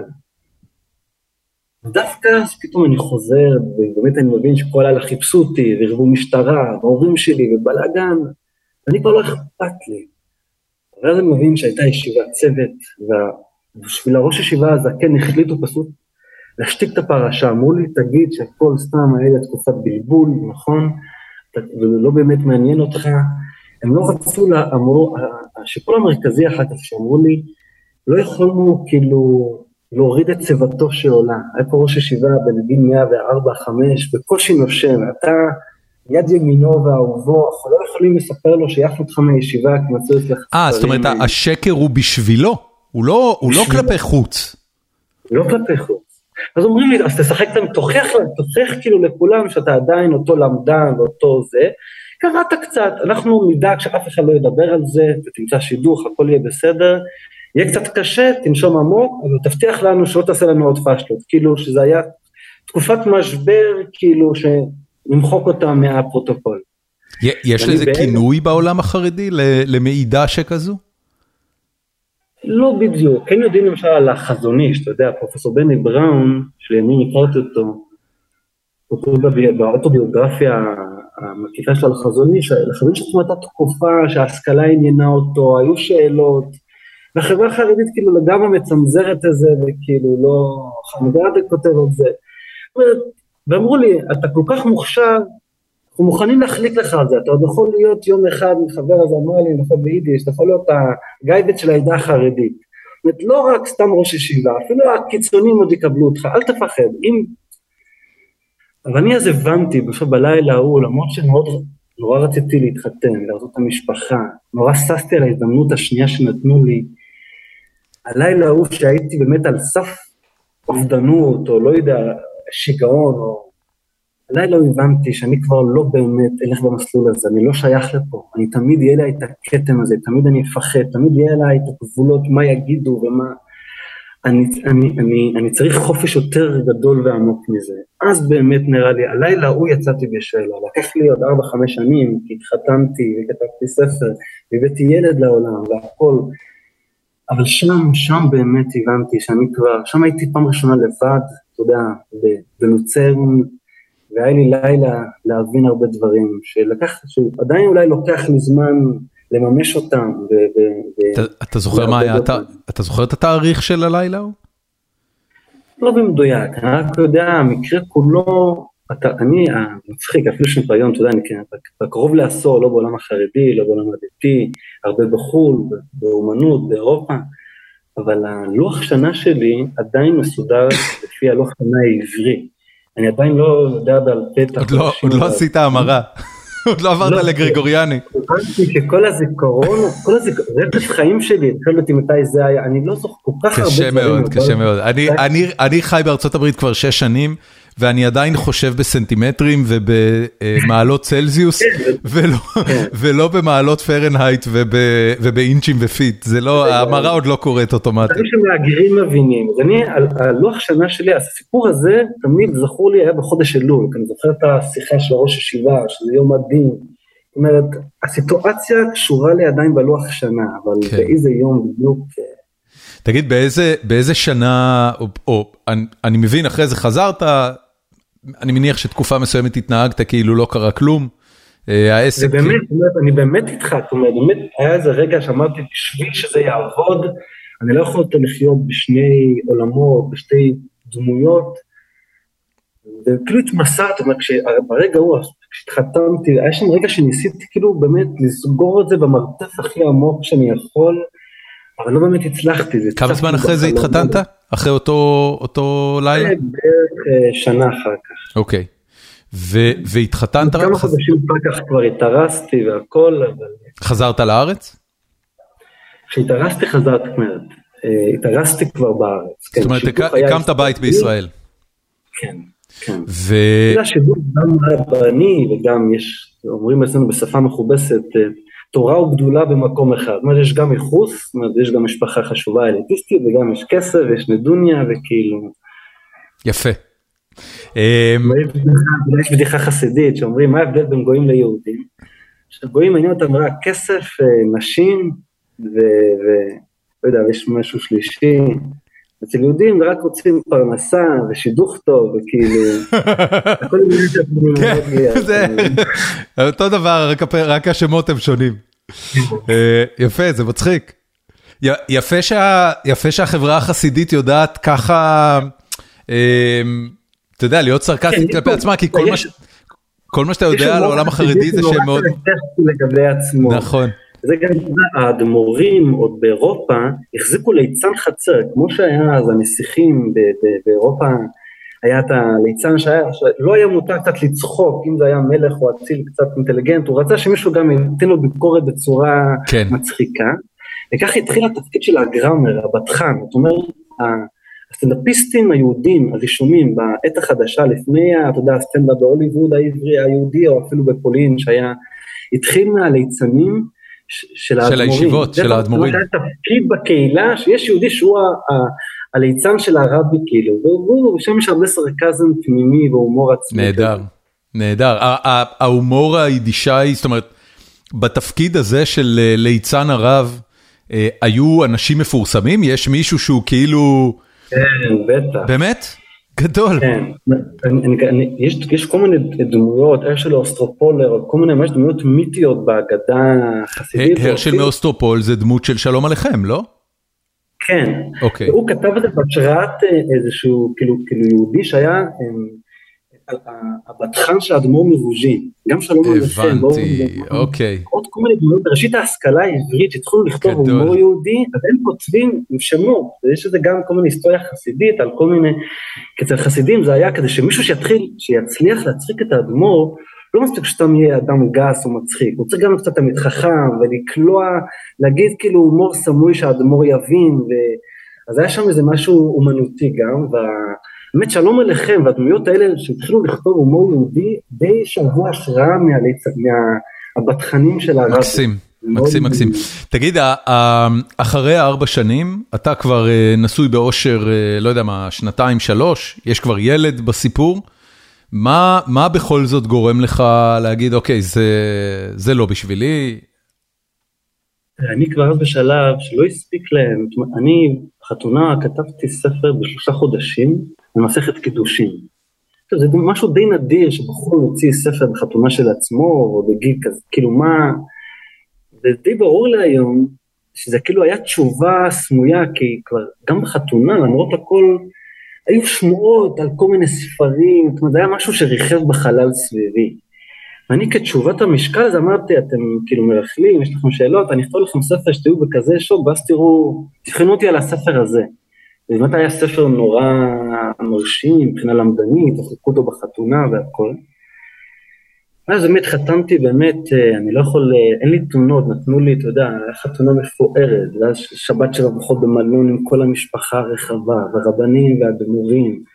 דווקא אז פתאום אני חוזר, ובאמת אני מבין שכל לילה חיפשו אותי, והרבו משטרה, וההורים שלי, ובלאגן, אני כבר לא אכפת לי. אבל אני מבין שהייתה ישיבת צוות, ובשביל הראש ישיבה הזה, כן, החליטו פשוט להשתיק את הפרשה, אמרו לי, תגיד שהכל סתם היה תקופת בלבול, נכון? ולא באמת מעניין אותך, הם לא רצו, אמרו, השיקול המרכזי אחר כך שאמרו לי, לא יכולנו כאילו להוריד את צוותו של עולה, היה פה ראש ישיבה בגיל מאה וארבע חמש, בקושי נושם, אתה יד ימינו ואהובו, אנחנו לא יכולים לספר לו שיחנו אותך מהישיבה, כי מצאו את לך... אה, זאת אומרת, השקר הוא בשבילו, הוא לא כלפי חוץ. לא כלפי חוץ. אז אומרים לי, אז תשחק, תוכיח, תוכיח כאילו לכולם שאתה עדיין אותו למדן ואותו זה, קראת קצת, אנחנו נדאג שאף אחד לא ידבר על זה, ותמצא שידוך, הכל יהיה בסדר, יהיה קצת קשה, תנשום עמוק, אבל תבטיח לנו שלא תעשה לנו עוד פשלות, כאילו שזה היה תקופת משבר, כאילו שנמחוק אותה מהפרוטוקול. יש לזה כינוי בעולם החרדי, למעידה שכזו? לא בדיוק, כן יודעים למשל על החזוניש, אתה יודע, פרופסור בני בראון, שאני הכרתי אותו, אותו באוטוביוגרפיה המקיפה של החזוניש, לחזוניש עצמו הייתה תקופה שההשכלה עניינה אותו, היו שאלות, והחברה החרדית כאילו לגמרי מצמזרת את זה, וכאילו לא, חמגרדת כותב את זה, ואמרו לי, אתה כל כך מוכשר, אנחנו מוכנים להחליק לך על זה, אתה עוד יכול להיות יום אחד, מחבר הזה אמר לי, נכון ביידיש, אתה יכול להיות הגייבט של העדה החרדית. זאת אומרת, לא רק סתם ראש ישיבה, אפילו הקיצונים עוד יקבלו אותך, אל תפחד. אם... אבל אני אז הבנתי, בסוף בלילה ההוא, למרות שנורא נורא רציתי להתחתן, להרזות את המשפחה, נורא ססתי על ההזדמנות השנייה שנתנו לי, הלילה ההוא שהייתי באמת על סף אובדנות, או לא יודע, שיגעון, או... עליי לא הבנתי שאני כבר לא באמת אלך במסלול הזה, אני לא שייך לפה, אני תמיד יהיה לה את הקטם הזה, תמיד אני אפחד, תמיד יהיה לה את הגבולות, מה יגידו ומה, אני, אני, אני, אני צריך חופש יותר גדול ועמוק מזה, אז באמת נראה לי, הלילה הוא יצאתי בשאלה, לקח לי עוד ארבע חמש שנים, כי התחתנתי וכתבתי ספר, והבאתי ילד לעולם והכל, אבל שם, שם באמת הבנתי שאני כבר, שם הייתי פעם ראשונה לבד, אתה יודע, בנוצרן, והיה לי לילה להבין הרבה דברים, שלקח, שעדיין אולי לוקח לי זמן לממש אותם. אתה זוכר מה היה, אתה זוכר את התאריך של הלילה? לא במדויק, אני רק יודע, המקרה כולו, אני מצחיק, אפילו שפעיון, אתה יודע, אני קרוב לעשור, לא בעולם החרדי, לא בעולם הדתי, הרבה בחול, באומנות, באירופה, אבל הלוח שנה שלי עדיין מסודר לפי הלוח שנה העברי. אני עדיין לא יודע בעל פתח. עוד לא עשית המרה, עוד לא עברת לגרגוריאני. הבנתי שכל הזיכרון, כל הזיכרון, רפש חיים שלי, התחל אותי מתי זה היה, אני לא זוכר כל כך הרבה דברים. קשה מאוד, קשה מאוד. אני חי בארצות הברית כבר שש שנים, ואני עדיין חושב בסנטימטרים ובמעלות צלזיוס, ולא במעלות פרנהייט ובאינצ'ים ופיט. זה לא, המראה עוד לא קורית אוטומטית. אני שמהגרים מבינים. אז אני, על לוח שנה שלי, הסיפור הזה תמיד זכור לי, היה בחודש אלול, כי אני זוכר את השיחה של ראש הישיבה, שזה יום מדהים. זאת אומרת, הסיטואציה קשורה לי עדיין בלוח שנה, אבל באיזה יום בדיוק... תגיד, באיזה, באיזה שנה, או, או אני, אני מבין, אחרי זה חזרת, אני מניח שתקופה מסוימת התנהגת כאילו לא קרה כלום, העסק... באמת, אני באמת איתך, זאת אומרת, באמת היה איזה רגע שאמרתי, בשביל שזה יעבוד, אני לא יכולת לחיות בשני עולמות, בשתי דמויות, וכאילו התמסרת, זאת אומרת, ברגע הוא, כשהתחתמתי, היה שם רגע שניסיתי כאילו באמת לסגור את זה במרתף הכי עמוק שאני יכול, אבל לא באמת הצלחתי. כמה זמן אחרי זה התחתנת? אחרי אותו לילה? בערך שנה אחר כך. אוקיי. והתחתנת? כמה חודשים אחר כך כבר התארסתי והכל. חזרת לארץ? כשהתארסתי חזרתי, כמרת. התארסתי כבר בארץ. זאת אומרת, הקמת בית בישראל. כן, כן. זה השידור גם רבני, וגם יש, אומרים אצלנו בשפה מכובסת, תורה וגדולה במקום אחד. זאת אומרת, יש גם ייחוס, זאת אומרת, יש גם משפחה חשובה אליטיסטית, וגם יש כסף, ויש נדוניה, וכאילו... יפה. יש בדיחה חסידית, שאומרים, מה ההבדל בין גויים ליהודים? שגויים מעניין אותם רק כסף, נשים, ולא יודע, יש משהו שלישי. אצל יהודים רק רוצים פרנסה, ושידוך טוב, וכאילו... הכל עניין שאתם יודעים. אותו דבר, רק השמות הם שונים. יפה, זה מצחיק. יפה שהחברה החסידית יודעת ככה, אתה יודע, להיות סרקסטית כלפי עצמה, כי כל מה שאתה יודע על העולם החרדי זה שהם מאוד... לגבי עצמו. נכון. זה גם, האדמו"רים עוד באירופה החזיקו ליצן חצר, כמו שהיה אז הנסיכים באירופה, היה את הליצן שהיה, שלא היה מותר קצת לצחוק, אם זה היה מלך או אציל קצת אינטליגנט, הוא רצה שמישהו גם ייתן לו ביקורת בצורה כן. מצחיקה, וכך התחיל התפקיד של הגרמר, הבטחן, זאת אומרת, הסטנדאפיסטים היהודים הראשונים בעת החדשה, לפני, אתה יודע, הסטנדאפ בהוליווד העברי היהודי, או אפילו בפולין, שהיה, התחיל מהליצנים, של הישיבות, של האדמו"רים. זה תפקיד בקהילה, שיש יהודי שהוא הליצן של הרבי, כאילו, והוא שם יש הרבה סרקזם פנימי והומור עצמי. נהדר, נהדר. ההומור היידישאי, זאת אומרת, בתפקיד הזה של ליצן הרב, היו אנשים מפורסמים? יש מישהו שהוא כאילו... כן, בטח. באמת? גדול. כן, יש כל מיני דמויות, הרשל מאוסטרופולר, כל מיני ממש דמויות מיתיות בהגדה החסידית. הרשל מאוסטרופול זה דמות של שלום עליכם, לא? כן, והוא כתב את זה בהשראת איזשהו כאילו יהודי שהיה הבטחן של האדמו"ר מרוז'ין, גם שלום עליכם. הבנתי, אוקיי. עוד כל מיני דמויות, בראשית ההשכלה העברית שהתחילו לכתוב הומור יהודי, אז הם כותבים עם שמות, ויש לזה גם כל מיני היסטוריה חסידית, על כל מיני, אצל חסידים זה היה כדי שמישהו שיתחיל, שיצליח להצחיק את האדמו"ר, לא מספיק שתם יהיה אדם גס או מצחיק, הוא צריך גם קצת תמיד חכם, ולקלוע, להגיד כאילו הומור סמוי שהאדמו"ר יבין, אז היה שם איזה משהו אומנותי גם, באמת שלום עליכם, והדמויות האלה שהתחילו לכתוב הומור יהודי, די שבוע השראה מהבטחנים של הרב. מקסים, מקסים, מקסים. תגיד, אחרי ארבע שנים, אתה כבר נשוי באושר, לא יודע מה, שנתיים, שלוש, יש כבר ילד בסיפור, מה, מה בכל זאת גורם לך להגיד, אוקיי, זה, זה לא בשבילי? אני כבר אז בשלב שלא הספיק להם, אני חתונה כתבתי ספר בשלושה חודשים, במסכת קידושין. זה משהו די נדיר שבחור מוציא ספר בחתונה של עצמו, או בגיל כזה, כאילו מה, זה די ברור לי היום, שזה כאילו היה תשובה סמויה, כי כבר גם בחתונה, למרות הכל, היו שמועות על כל מיני ספרים, זאת אומרת, זה היה משהו שריחב בחלל סביבי. ואני כתשובת המשקל, אז אמרתי, אתם כאילו מרחלים, יש לכם שאלות, אני אכתוב לכם ספר שתהיו בכזה שוק, ואז תראו, תבחנו אותי על הספר הזה. ובאמת היה ספר נורא מרשים, מבחינה למדנית, תחלקו אותו בחתונה והכל. אז באמת חתמתי, באמת, אני לא יכול, אין לי תמונות, נתנו לי, אתה יודע, חתונה מפוארת, ואז שבת של ארוחות במלון עם כל המשפחה הרחבה, והרבנים והאדמו"רים,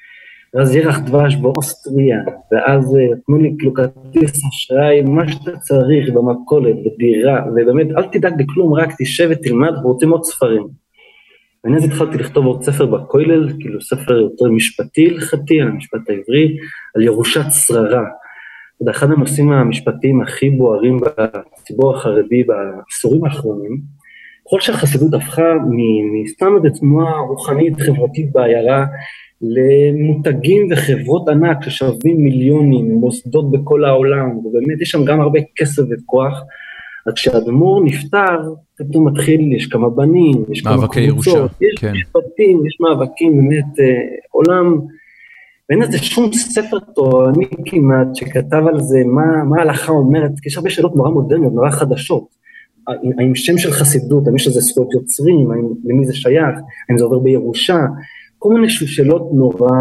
ואז ירח דבש באוסטריה, ואז תנו לי כאילו כרטיס אשראי, מה שאתה צריך במכולת, בדירה, ובאמת אל תדאג לכלום, רק תשב ותלמד, ורוצים עוד ספרים. ואני אז התחלתי לכתוב עוד ספר בכולל, כאילו ספר יותר משפטי הלכתי, על המשפט העברי, על ירושת שררה. זה אחד הנושאים המשפטיים הכי בוערים בציבור החרדי בעשורים האחרונים. כל שהחסידות הפכה מסתם איזו תנועה רוחנית חברתית בעיירה, למותגים וחברות ענק ששווים מיליונים, מוסדות בכל העולם, ובאמת יש שם גם הרבה כסף וכוח, אז כשהאדמו"ר נפטר, פתאום מתחיל, יש כמה בנים, יש כמה קבוצות, יש כן. משפטים, יש מאבקים, באמת אה, עולם, ואין איזה שום ספר תורני כמעט שכתב על זה, מה, מה ההלכה אומרת, כי יש הרבה שאלות נורא מודרניות, נורא חדשות, האם שם של חסידות, האם יש לזה זכויות יוצרים, האם, למי זה שייך, האם זה עובר בירושה, כל מיני שאלות נורא,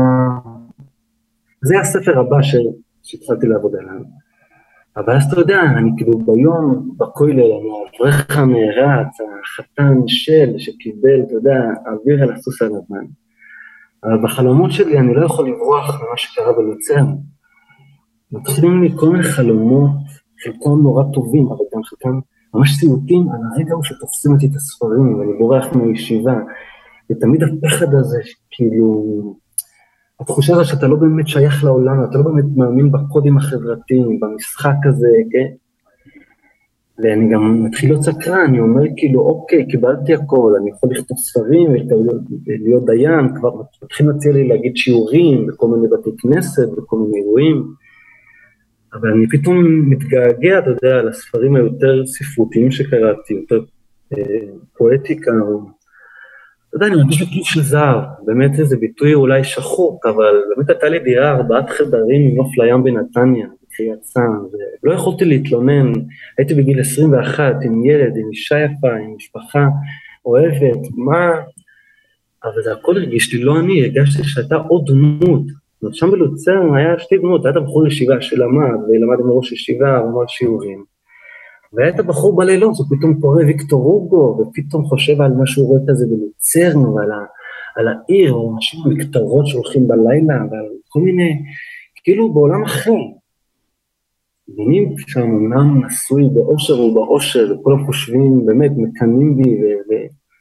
זה הספר הבא שהתחלתי לעבוד עליו. אבל אז אתה יודע, אני כאילו ביום, בכולל, אני אברך המערץ, החתן של שקיבל, אתה יודע, אוויר על הסוס הלבן. אבל בחלומות שלי אני לא יכול לברוח ממה שקרה בלוצר. מתחילים לי כל מיני חלומות, חלקם נורא טובים, אבל גם חלקם ממש סיוטים, על הרגע הוא שתופסים אותי את הספרים, ואני בורח מהישיבה, ותמיד הפחד הזה, כאילו, התחושה הזו שאתה לא באמת שייך לעולם, אתה לא באמת מאמין בקודים החברתיים, במשחק הזה, כן? ואני גם מתחיל להיות סקרן, אני אומר כאילו, אוקיי, קיבלתי הכל, אני יכול לכתוב ספרים, להיות דיין, כבר מתחיל להציע לי להגיד שיעורים, בכל מיני בתי כנסת, בכל מיני אירועים, אבל אני פתאום מתגעגע, אתה יודע, על הספרים היותר ספרותיים שקראתי, יותר אה, פואטיקה, או... אתה יודע, אני מרגיש בכיף של זהב, באמת איזה ביטוי אולי שחוק, אבל באמת הייתה לי דירה ארבעת חדרים עם נוף לים בנתניה, בקריית צאן, ולא יכולתי להתלונן, הייתי בגיל עשרים ואחת עם ילד, עם אישה יפה, עם משפחה אוהבת, מה... אבל זה הכל הרגיש לי, לא אני, הרגשתי שהייתה עוד דמות, שם בלוצר היה שתי דמות, הייתה בחור ישיבה שלמד, ולמד עם ראש ישיבה, ומד שיעורים, והיית בחור בלילות, הוא פתאום קורא ויקטור הוגו, ופתאום חושב על מה שהוא רואה כזה בלוצרן, ועל ה, על העיר, או משהו מקטרות שהולכים בלילה, ועל כל מיני, כאילו בעולם אחר. בנים שם אמנם נשוי באושר ובאושר, וכולם חושבים, באמת, מקנים בי, ו... ו...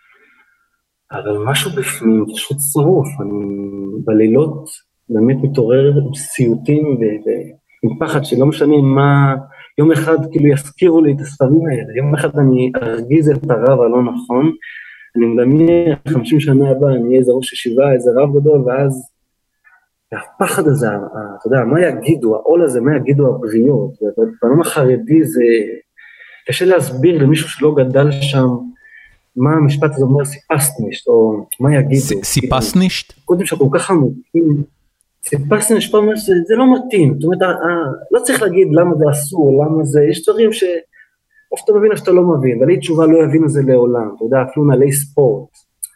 אבל משהו בפנים, פשוט שרוף, אני בלילות באמת מתעורר סיוטים, ו... ו... עם פחד שלא משנה מה... יום אחד כאילו יזכירו לי את הספרים האלה, יום אחד אני ארגיז את הרב הלא נכון, אני מדמיין חמישים שנה הבאה, אני אהיה איזה ראש ישיבה, איזה רב גדול, ואז הפחד הזה, אתה יודע, מה יגידו, העול הזה, מה יגידו הבריות, ובעולם החרדי זה, קשה להסביר למישהו שלא גדל שם, מה המשפט הזה אומר סיפסנישט, או מה יגידו. סיפסנישט? קודם שכל כך עמוקים, סיפסנו יש פעם שזה לא מתאים, זאת אומרת, לא צריך להגיד למה זה אסור, למה זה, יש דברים ש... או שאתה מבין או שאתה לא מבין, ואני תשובה לא יבין את זה לעולם, אתה יודע, אפילו נעלי ספורט.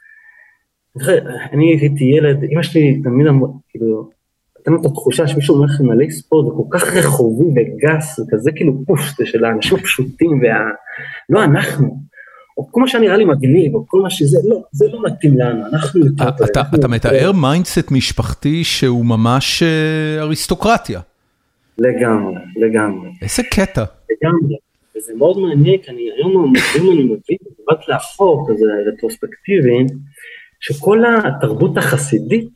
אני הייתי ילד, אמא שלי תמיד אמרו, כאילו, נתנו את התחושה שמישהו אומר לכם נעלי ספורט, זה כל כך רחובי וגס, וכזה כאילו פושט של האנשים פשוטים, לא אנחנו. או כל מה שנראה לי מגניב, או כל מה שזה, לא, זה לא מתאים לנו, אנחנו יותר... אתה מתאר מיינדסט משפחתי שהוא ממש אריסטוקרטיה. לגמרי, לגמרי. איזה קטע. לגמרי, וזה מאוד מעניין, כי אני היום המקרים אני מבין, רק לאחור, כזה רטרוספקטיבי, שכל התרבות החסידית,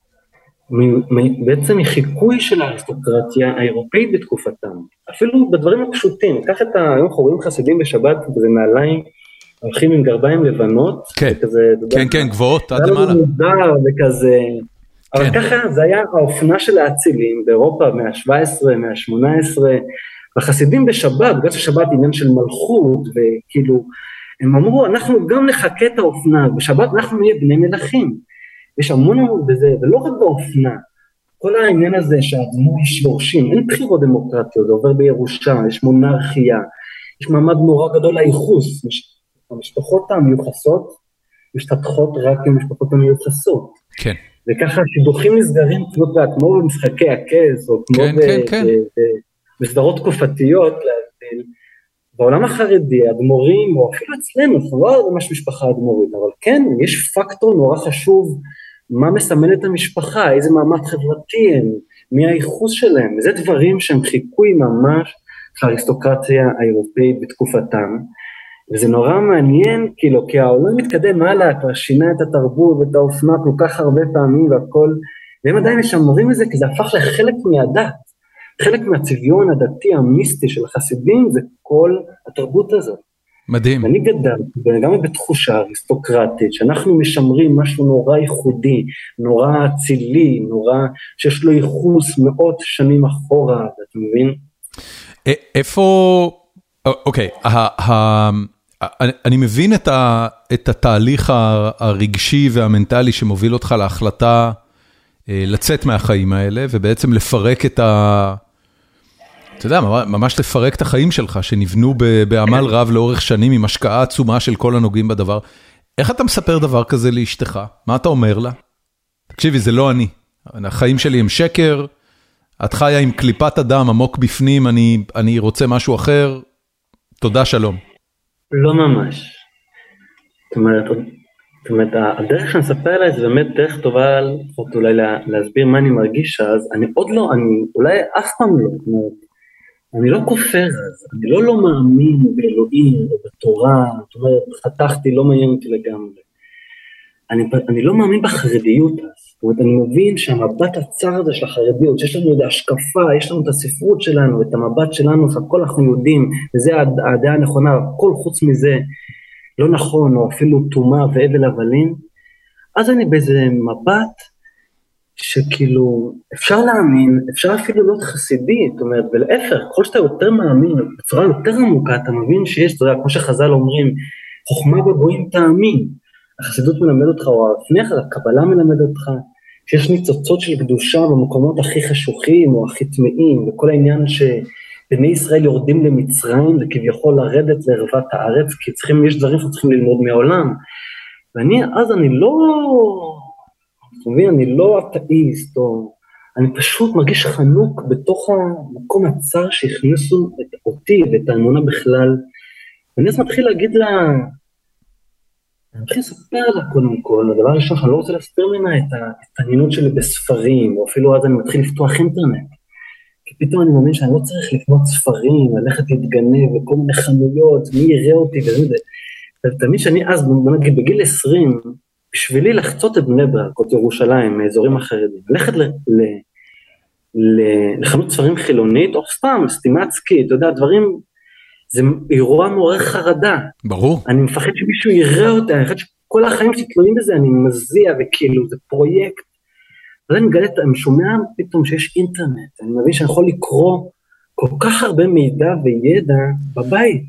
בעצם היא חיקוי של האריסטוקרטיה האירופאית בתקופתם, אפילו בדברים הפשוטים, קח את היום חורים חסידים בשבת, וזה נעליים, הולכים עם גרביים לבנות, כן, כן, כן, גבוהות, עד למעלה. וכזה, אבל ככה זה היה האופנה של האצילים, באירופה, מאה ה-שבע עשרה, מאה ה-שמונה עשרה, והחסידים בשבת, בגלל ששבת עניין של מלכות, וכאילו, הם אמרו, אנחנו גם נחכה את האופנה, בשבת אנחנו נהיה בני מלכים, יש המון המון בזה, ולא רק באופנה, כל העניין הזה שהדמו יש יורשים, אין בחירות דמוקרטיות, זה עובר בירושה, יש מונרכיה, יש מעמד נורא גדול לייחוס, המשפחות המיוחסות משתתחות רק עם משפחות המיוחסות. כן. וככה שידוכים נסגרים כמו במשחקי הכס, או כמו כן, כן, כן. בסדרות תקופתיות, בעולם החרדי, הדמורים, או אפילו אצלנו, אנחנו לא ממש משפחה הדמורית, אבל כן, יש פקטור נורא חשוב מה מסמל את המשפחה, איזה מעמד חברתי הם, מי הייחוס שלהם, וזה דברים שהם חיכוי ממש לאריסטוקרטיה האירופאית בתקופתם, וזה נורא מעניין, כאילו, כי העולם מתקדם הלאה, כבר שינה את התרבות ואת האופנה כל כך הרבה פעמים והכל, והם עדיין משמרים את זה, כי זה הפך לחלק מהדת, חלק מהצביון הדתי המיסטי של החסידים, זה כל התרבות הזאת. מדהים. ואני גדלתי, וגם בתחושה אריסטוקרטית, שאנחנו משמרים משהו נורא ייחודי, נורא אצילי, נורא שיש לו ייחוס מאות שנים אחורה, אתה מבין? איפה, אוקיי, אני מבין את התהליך הרגשי והמנטלי שמוביל אותך להחלטה לצאת מהחיים האלה, ובעצם לפרק את ה... אתה יודע, ממש לפרק את החיים שלך, שנבנו בעמל רב לאורך שנים, עם השקעה עצומה של כל הנוגעים בדבר. איך אתה מספר דבר כזה לאשתך? מה אתה אומר לה? תקשיבי, זה לא אני. החיים שלי הם שקר, את חיה עם קליפת אדם עמוק בפנים, אני, אני רוצה משהו אחר, תודה, שלום. לא ממש. זאת אומרת, זאת אומרת, הדרך שאני אספר לה, זה באמת דרך טובה, לפחות אולי להסביר מה אני מרגיש אז, אני עוד לא, אני אולי אף פעם לא, זאת אומרת, אני לא כופר אז, אני לא לא מאמין באלוהים או בתורה, זאת אומרת, חתכתי, לא מעניין אותי לגמרי. אני, אני לא מאמין בחרדיות אז, זאת אומרת, אני מבין שהמבט הצר הזה של החרדיות, שיש לנו את ההשקפה, יש לנו את הספרות שלנו, את המבט שלנו, הכל אנחנו יודעים, וזה הדעה הנכונה, הכל חוץ מזה לא נכון, או אפילו תומה והבל הבלים, אז אני באיזה מבט, שכאילו אפשר להאמין, אפשר אפילו להיות חסידי, זאת אומרת, ולהפך, ככל שאתה יותר מאמין, בצורה יותר עמוקה, אתה מבין שיש, אתה יודע, כמו שחז"ל אומרים, חוכמה בגויים תאמין, החסידות מלמד אותך, או לפני, הקבלה מלמד אותך, שיש ניצוצות של קדושה במקומות הכי חשוכים, או הכי טמאים, וכל העניין שבני ישראל יורדים למצרים, וכביכול לרדת לערוות הארץ, כי צריכים, יש דברים שצריכים ללמוד מהעולם, ואני, אז אני לא... אתה מבין, אני לא אתאיסט, או... אני פשוט מרגיש חנוק בתוך המקום הצר שהכניסו אותי ואת האמונה בכלל, ואני אז מתחיל להגיד לה, אני מתחיל לספר לה קודם כל, הדבר הראשון, אני לא רוצה לספר ממנה את העניינות שלי בספרים, או אפילו אז אני מתחיל לפתוח אינטרנט, כי פתאום אני מאמין שאני לא צריך לקנות ספרים, ללכת להתגנב וכל מיני חנויות, מי יראה אותי וזה, ותמיד שאני אז, נגיד בגיל עשרים, בשבילי לחצות את בני ברק, או את ירושלים, מאזורים אחרים, ללכת ל, ל, ל, לחנות ספרים חילונית, או סתם, סטימצקי, אתה יודע, דברים, זה אירוע מעורר חרדה. ברור. אני מפחד שמישהו יראה אותה, אני מפחד שכל החיים שתלויים בזה, אני מזיע, וכאילו, זה פרויקט. אז אני מגלה, אני שומע פתאום שיש אינטרנט, אני מבין שאני יכול לקרוא כל כך הרבה מידע וידע בבית.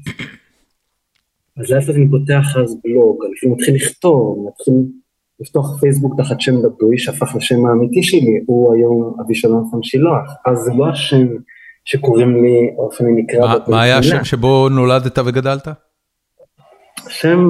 אז לאט אני פותח אז בלוג, לפעמים מתחיל לכתוב, מתחיל לפתוח פייסבוק תחת שם בדוי, שהפך לשם האמיתי שלי, הוא היום אבישלום פון שילוח, אז זה לא השם שקוראים לי, או שאני נקרא... מה היה השם שבו נולדת וגדלת? השם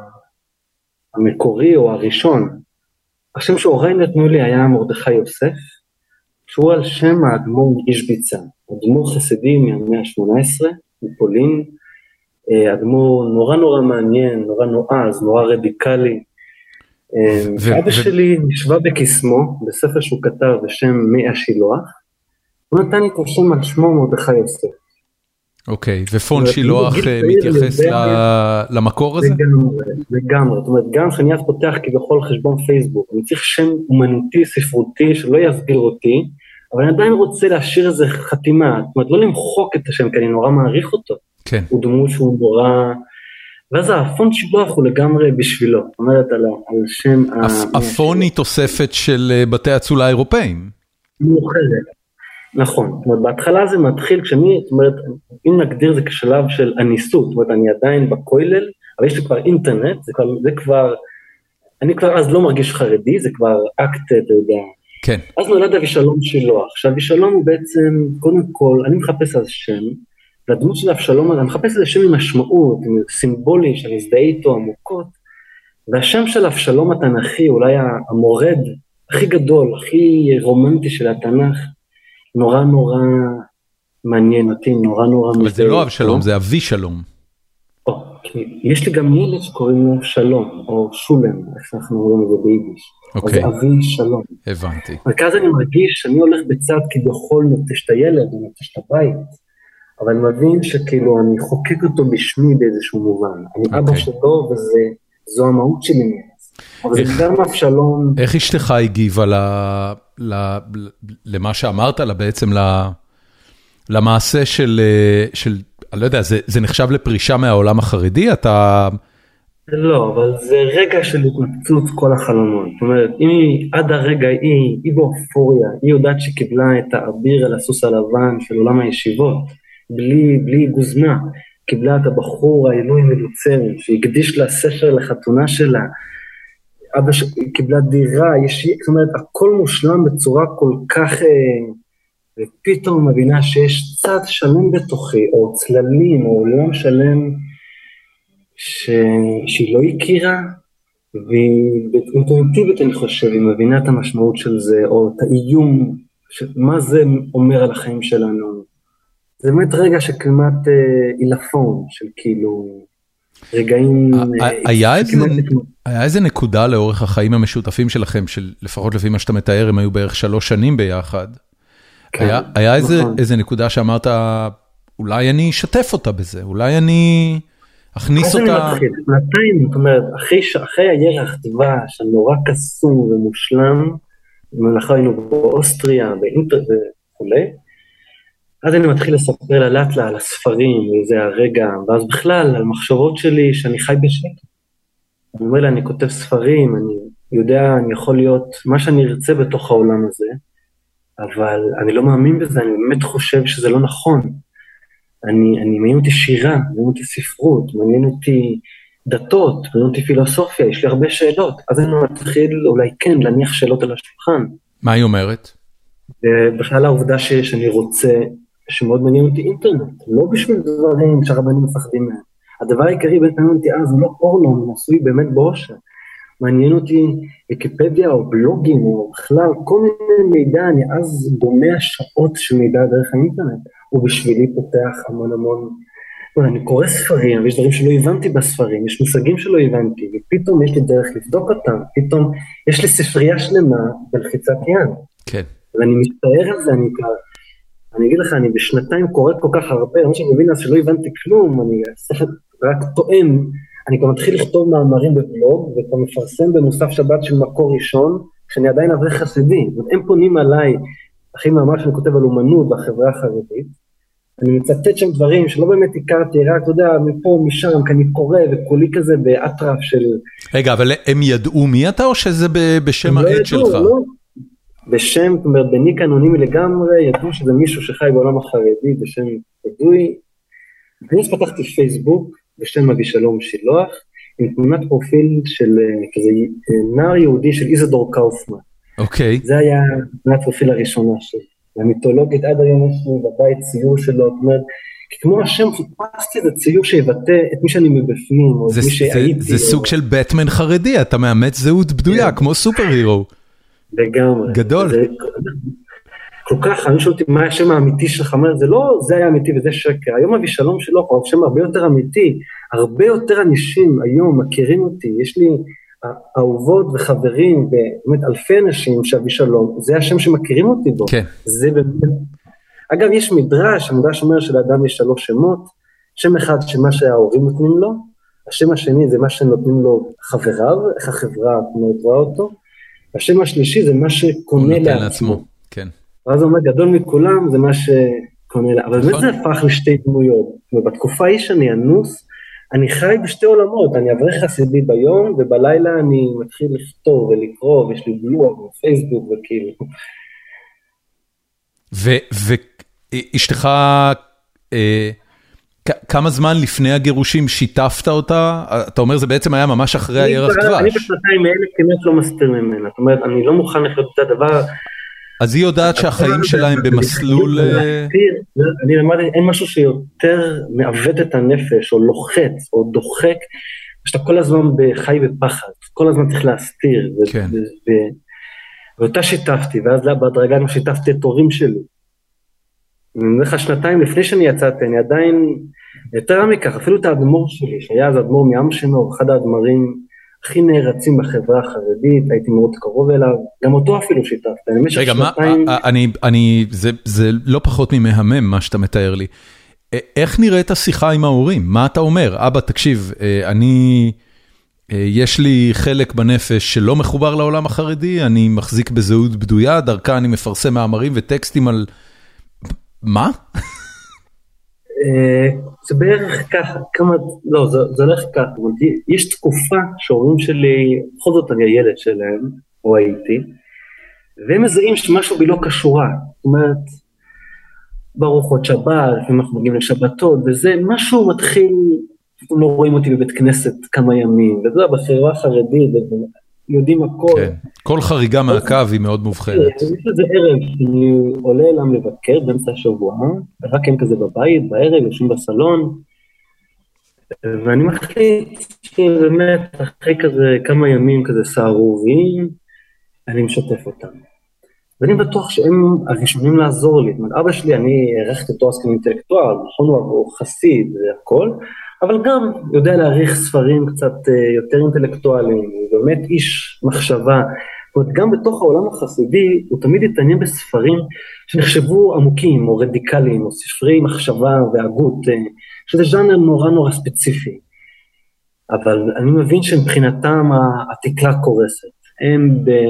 המקורי או הראשון, השם שהוריי נתנו לי היה מרדכי יוסף, שהוא על שם האדמו"ר אישביצה, אדמו"ר חסידי מהמאה ה-שמונה עשרה, מפולין, אדמו"ר נורא נורא מעניין, נורא נועז, נורא רדיקלי. אבא שלי נשבע בקסמו, בספר שהוא כתב בשם מי השילוח, הוא נתן לי את השם על שמו מרדכי יוסף. אוקיי, ופון שילוח מתייחס למקור הזה? לגמרי, לגמרי, זאת אומרת, גם שאני אז פותח כבכל חשבון פייסבוק, אני צריך שם אומנותי, ספרותי, שלא יסביר אותי, אבל אני עדיין רוצה להשאיר איזה חתימה, זאת אומרת, לא למחוק את השם, כי אני נורא מעריך אותו. כן. הוא דמות שהוא נורא... ואז הפון שילוח הוא לגמרי בשבילו, זאת אומרת, על, על שם... הפון היא תוספת של בתי אצולה האירופאים. מאוחרת, נכון. זאת אומרת, בהתחלה זה מתחיל, כשאני, זאת אומרת, אם נגדיר זה כשלב של אניסות, זאת אומרת, אני עדיין בכולל, אבל יש לי כבר אינטרנט, זה כבר, זה כבר, אני כבר אז לא מרגיש חרדי, זה כבר אקט, אתה יודע. כן. אז נולד אבישלום שילוח. עכשיו, אבישלום הוא בעצם, קודם כל, אני מחפש אז שם, והדמות של אבשלום, אני מחפש איזה שם עם משמעות, עם סימבולי של הזדהה איתו עמוקות, והשם של אבשלום התנ"כי, אולי המורד הכי גדול, הכי רומנטי של התנ"ך, נורא נורא מעניין אותי, נורא נורא... אבל זה לא אבשלום, זה אבישלום. או, יש לי גם ילד שקוראים לו אבשלום, או שולם, איך אנחנו אומרים את זה ביידיש. אוקיי. אז אבי שלום. הבנתי. וכאז אני מרגיש שאני הולך בצד כביכול נוטש את הילד, או נוטש את הבית, אבל אני מבין שכאילו אני חוקק אותו בשמי באיזשהו מובן. אני אבא שלו, וזו המהות שלי. אבל זה גם אבשלום. איך אשתך הגיבה למה שאמרת לה, בעצם למעשה של, אני לא יודע, זה נחשב לפרישה מהעולם החרדי? אתה... לא, אבל זה רגע של התנצלות כל החלומות. זאת אומרת, אם היא, עד הרגע היא, היא באופוריה, היא יודעת שקיבלה את האביר על הסוס הלבן של עולם הישיבות, בלי, בלי גוזמה, קיבלה את הבחור האלוהי מלוצר, שהקדיש לה ספר לחתונה שלה, אבא ש... קיבלה דירה, יש... זאת אומרת, הכל מושלם בצורה כל כך, ופתאום מבינה שיש צד שלם בתוכי, או צללים, או עולם שלם, ש... שהיא לא הכירה, ואינטואיטיבית אני חושב, היא מבינה את המשמעות של זה, או את האיום, ש... מה זה אומר על החיים שלנו. זה באמת רגע שכמעט אילפון, של כאילו, רגעים... היה איזה, היה איזה נקודה לאורך החיים המשותפים שלכם, של לפחות לפי מה שאתה מתאר, הם היו בערך שלוש שנים ביחד. כן, היה, היה איזה, נכון. איזה נקודה שאמרת, אולי אני אשתף אותה בזה, אולי אני... הכניס אותה... אז אני מתחיל, שנתיים, זאת אומרת, אחרי, אחרי הירח דבש, הנורא קסום ומושלם, אנחנו היינו באוסטריה, באינטר וכולי, אז אני מתחיל לספר לה לאט לה על הספרים, וזה הרגע, ואז בכלל, על מחשבות שלי, שאני חי בשקט. אני אומר לה, אני כותב ספרים, אני יודע, אני יכול להיות מה שאני ארצה בתוך העולם הזה, אבל אני לא מאמין בזה, אני באמת חושב שזה לא נכון. אני, אני מעניין אותי שירה, מעניין אותי ספרות, מעניין אותי דתות, מעניין אותי פילוסופיה, יש לי הרבה שאלות. אז אני מתחיל אולי כן להניח שאלות על השולחן. מה היא אומרת? ובכלל העובדה שאני רוצה, שמאוד מעניין אותי אינטרנט, לא בשביל דברים שהרבנים מפחדים מהם. הדבר העיקרי באמת מעניין אותי אז, הוא לא פורנו, הוא נשוי באמת באושר. מעניין אותי ויקיפדיה או בלוגים או בכלל, כל מיני מידע, אני אז גומע שעות של מידע דרך האינטרנט. ובשבילי פותח המון המון, אני קורא ספרים, ויש דברים שלא הבנתי בספרים, יש מושגים שלא הבנתי, ופתאום יש לי דרך לבדוק אותם, פתאום יש לי ספרייה שלמה בלחיצת יד. כן. ואני מסתער על זה, אני כבר, אני אגיד לך, אני בשנתיים קורא כל כך הרבה, אני שמבין אז שלא הבנתי כלום, אני רק טועם, אני כבר מתחיל לכתוב מאמרים בבלוג, וכבר מפרסם במוסף שבת של מקור ראשון, שאני עדיין אברך חסידי, והם פונים עליי, הכי מאמר שאני כותב על אומנות בחברה החרדית, אני מצטט שם דברים שלא באמת הכרתי, רק, אתה יודע, מפה, משם, כי אני קורא וכולי כזה באטרף של... רגע, אבל הם ידעו מי אתה או שזה בשם העד שלך? לא, לא. בשם, זאת אומרת, בניק אנונימי לגמרי, ידעו שזה מישהו שחי בעולם החרדי, בשם ידועי. ואני פתחתי פייסבוק, בשם אבישלום שילוח, עם תמונת פרופיל של כזה נער יהודי של איזדור קאופמן. אוקיי. זה היה תמונת פרופיל הראשונה שלי. המיתולוגית עד היום יש לי בבית ציור שלו, זאת אומרת, כמו השם חיפשתי את הציור שיבטא את מי שאני מבפנים, או את מי שהייתי. זה סוג של בטמן חרדי, אתה מאמץ זהות בדויה, כמו סופר הירו. לגמרי. גדול. כל כך, אני שואל אותי מה השם האמיתי שלך, זה לא, זה היה אמיתי וזה שקר, היום אבישלום שלו, הוא שם הרבה יותר אמיתי, הרבה יותר אנשים היום מכירים אותי, יש לי אהובות וחברים, באמת אלפי אנשים שאבישלום, זה השם שמכירים אותי בו. כן. זה באמת, אגב, יש מדרש, המדרש אומר שלאדם יש שלוש שמות, שם אחד שמה שההורים נותנים לו, השם השני זה מה שנותנים לו חבריו, איך החברה רואה אותו, השם השלישי זה מה שקונה לעצמו. כן. ואז הוא אומר, גדול מכולם זה מה שקונה לעצמו, אבל באמת זה הפך לשתי דמויות, ובתקופה היא שאני אנוס, אני חי בשתי עולמות, אני אברך חסידי ביום, ובלילה אני מתחיל לכתוב ולקרוא, ויש לי בלוג ופייסבוק וכאילו. ואשתך, כמה זמן לפני הגירושים שיתפת אותה? אתה אומר, זה בעצם היה ממש אחרי הירח דבש. אני בשנתיים האלה כמעט לא מסתיר ממנה, זאת אומרת, אני לא מוכן לחיות את הדבר. אז היא יודעת שהחיים שלהם במסלול... אני למדתי, אין משהו שיותר מעוות את הנפש, או לוחץ, או דוחק, שאתה כל הזמן חי בפחד, כל הזמן צריך להסתיר. כן. ואותה שיתפתי, ואז בהדרגה גם שיתפתי את הורים שלי. אני אומר לך שנתיים לפני שאני יצאתי, אני עדיין, יותר מכך, אפילו את האדמו"ר שלי, שהיה אז אדמו"ר מים שנור, אחד האדמו"רים הכי נערצים בחברה החרדית, הייתי מאוד קרוב אליו, גם אותו אפילו שיתפת. רגע, מה, אני, אני, זה, זה לא פחות ממהמם מה שאתה מתאר לי. איך נראית השיחה עם ההורים? מה אתה אומר? אבא, תקשיב, אני, יש לי חלק בנפש שלא מחובר לעולם החרדי, אני מחזיק בזהות בדויה, דרכה אני מפרסם מאמרים וטקסטים על... מה? זה בערך ככה, כמה, לא, זה הולך ככה, יש תקופה שההורים שלי, בכל זאת אני הילד שלהם, או הייתי, והם מזהים שמשהו בי לא קשורה, זאת אומרת, בארוחות שבת, לפעמים אנחנו מגיעים לשבתות, וזה משהו מתחיל, אתם לא רואים אותי בבית כנסת כמה ימים, וזה בחברה החרדית, יודעים הכל. כן, כל חריגה מהקו היא מאוד מובחנת. יש איזה ערב, אני עולה אליהם לבקר באמצע השבוע, רק הם כזה בבית, בערב, יושבים בסלון, ואני מחליט שבאמת, אחרי כזה כמה ימים כזה סערובים, אני משתף אותם. ואני בטוח שהם הראשונים לעזור לי. זאת אומרת, אבא שלי, אני ערכתי תואר סכם אינטלקטואל, נכון, הוא חסיד והכל, אבל גם יודע להעריך ספרים קצת יותר אינטלקטואליים, הוא באמת איש מחשבה. זאת אומרת, גם בתוך העולם החסידי, הוא תמיד התעניין בספרים שנחשבו עמוקים או רדיקליים, או ספרי מחשבה והגות, שזה ז'אנר נורא נורא ספציפי. אבל אני מבין שמבחינתם התקלה קורסת. הם ב...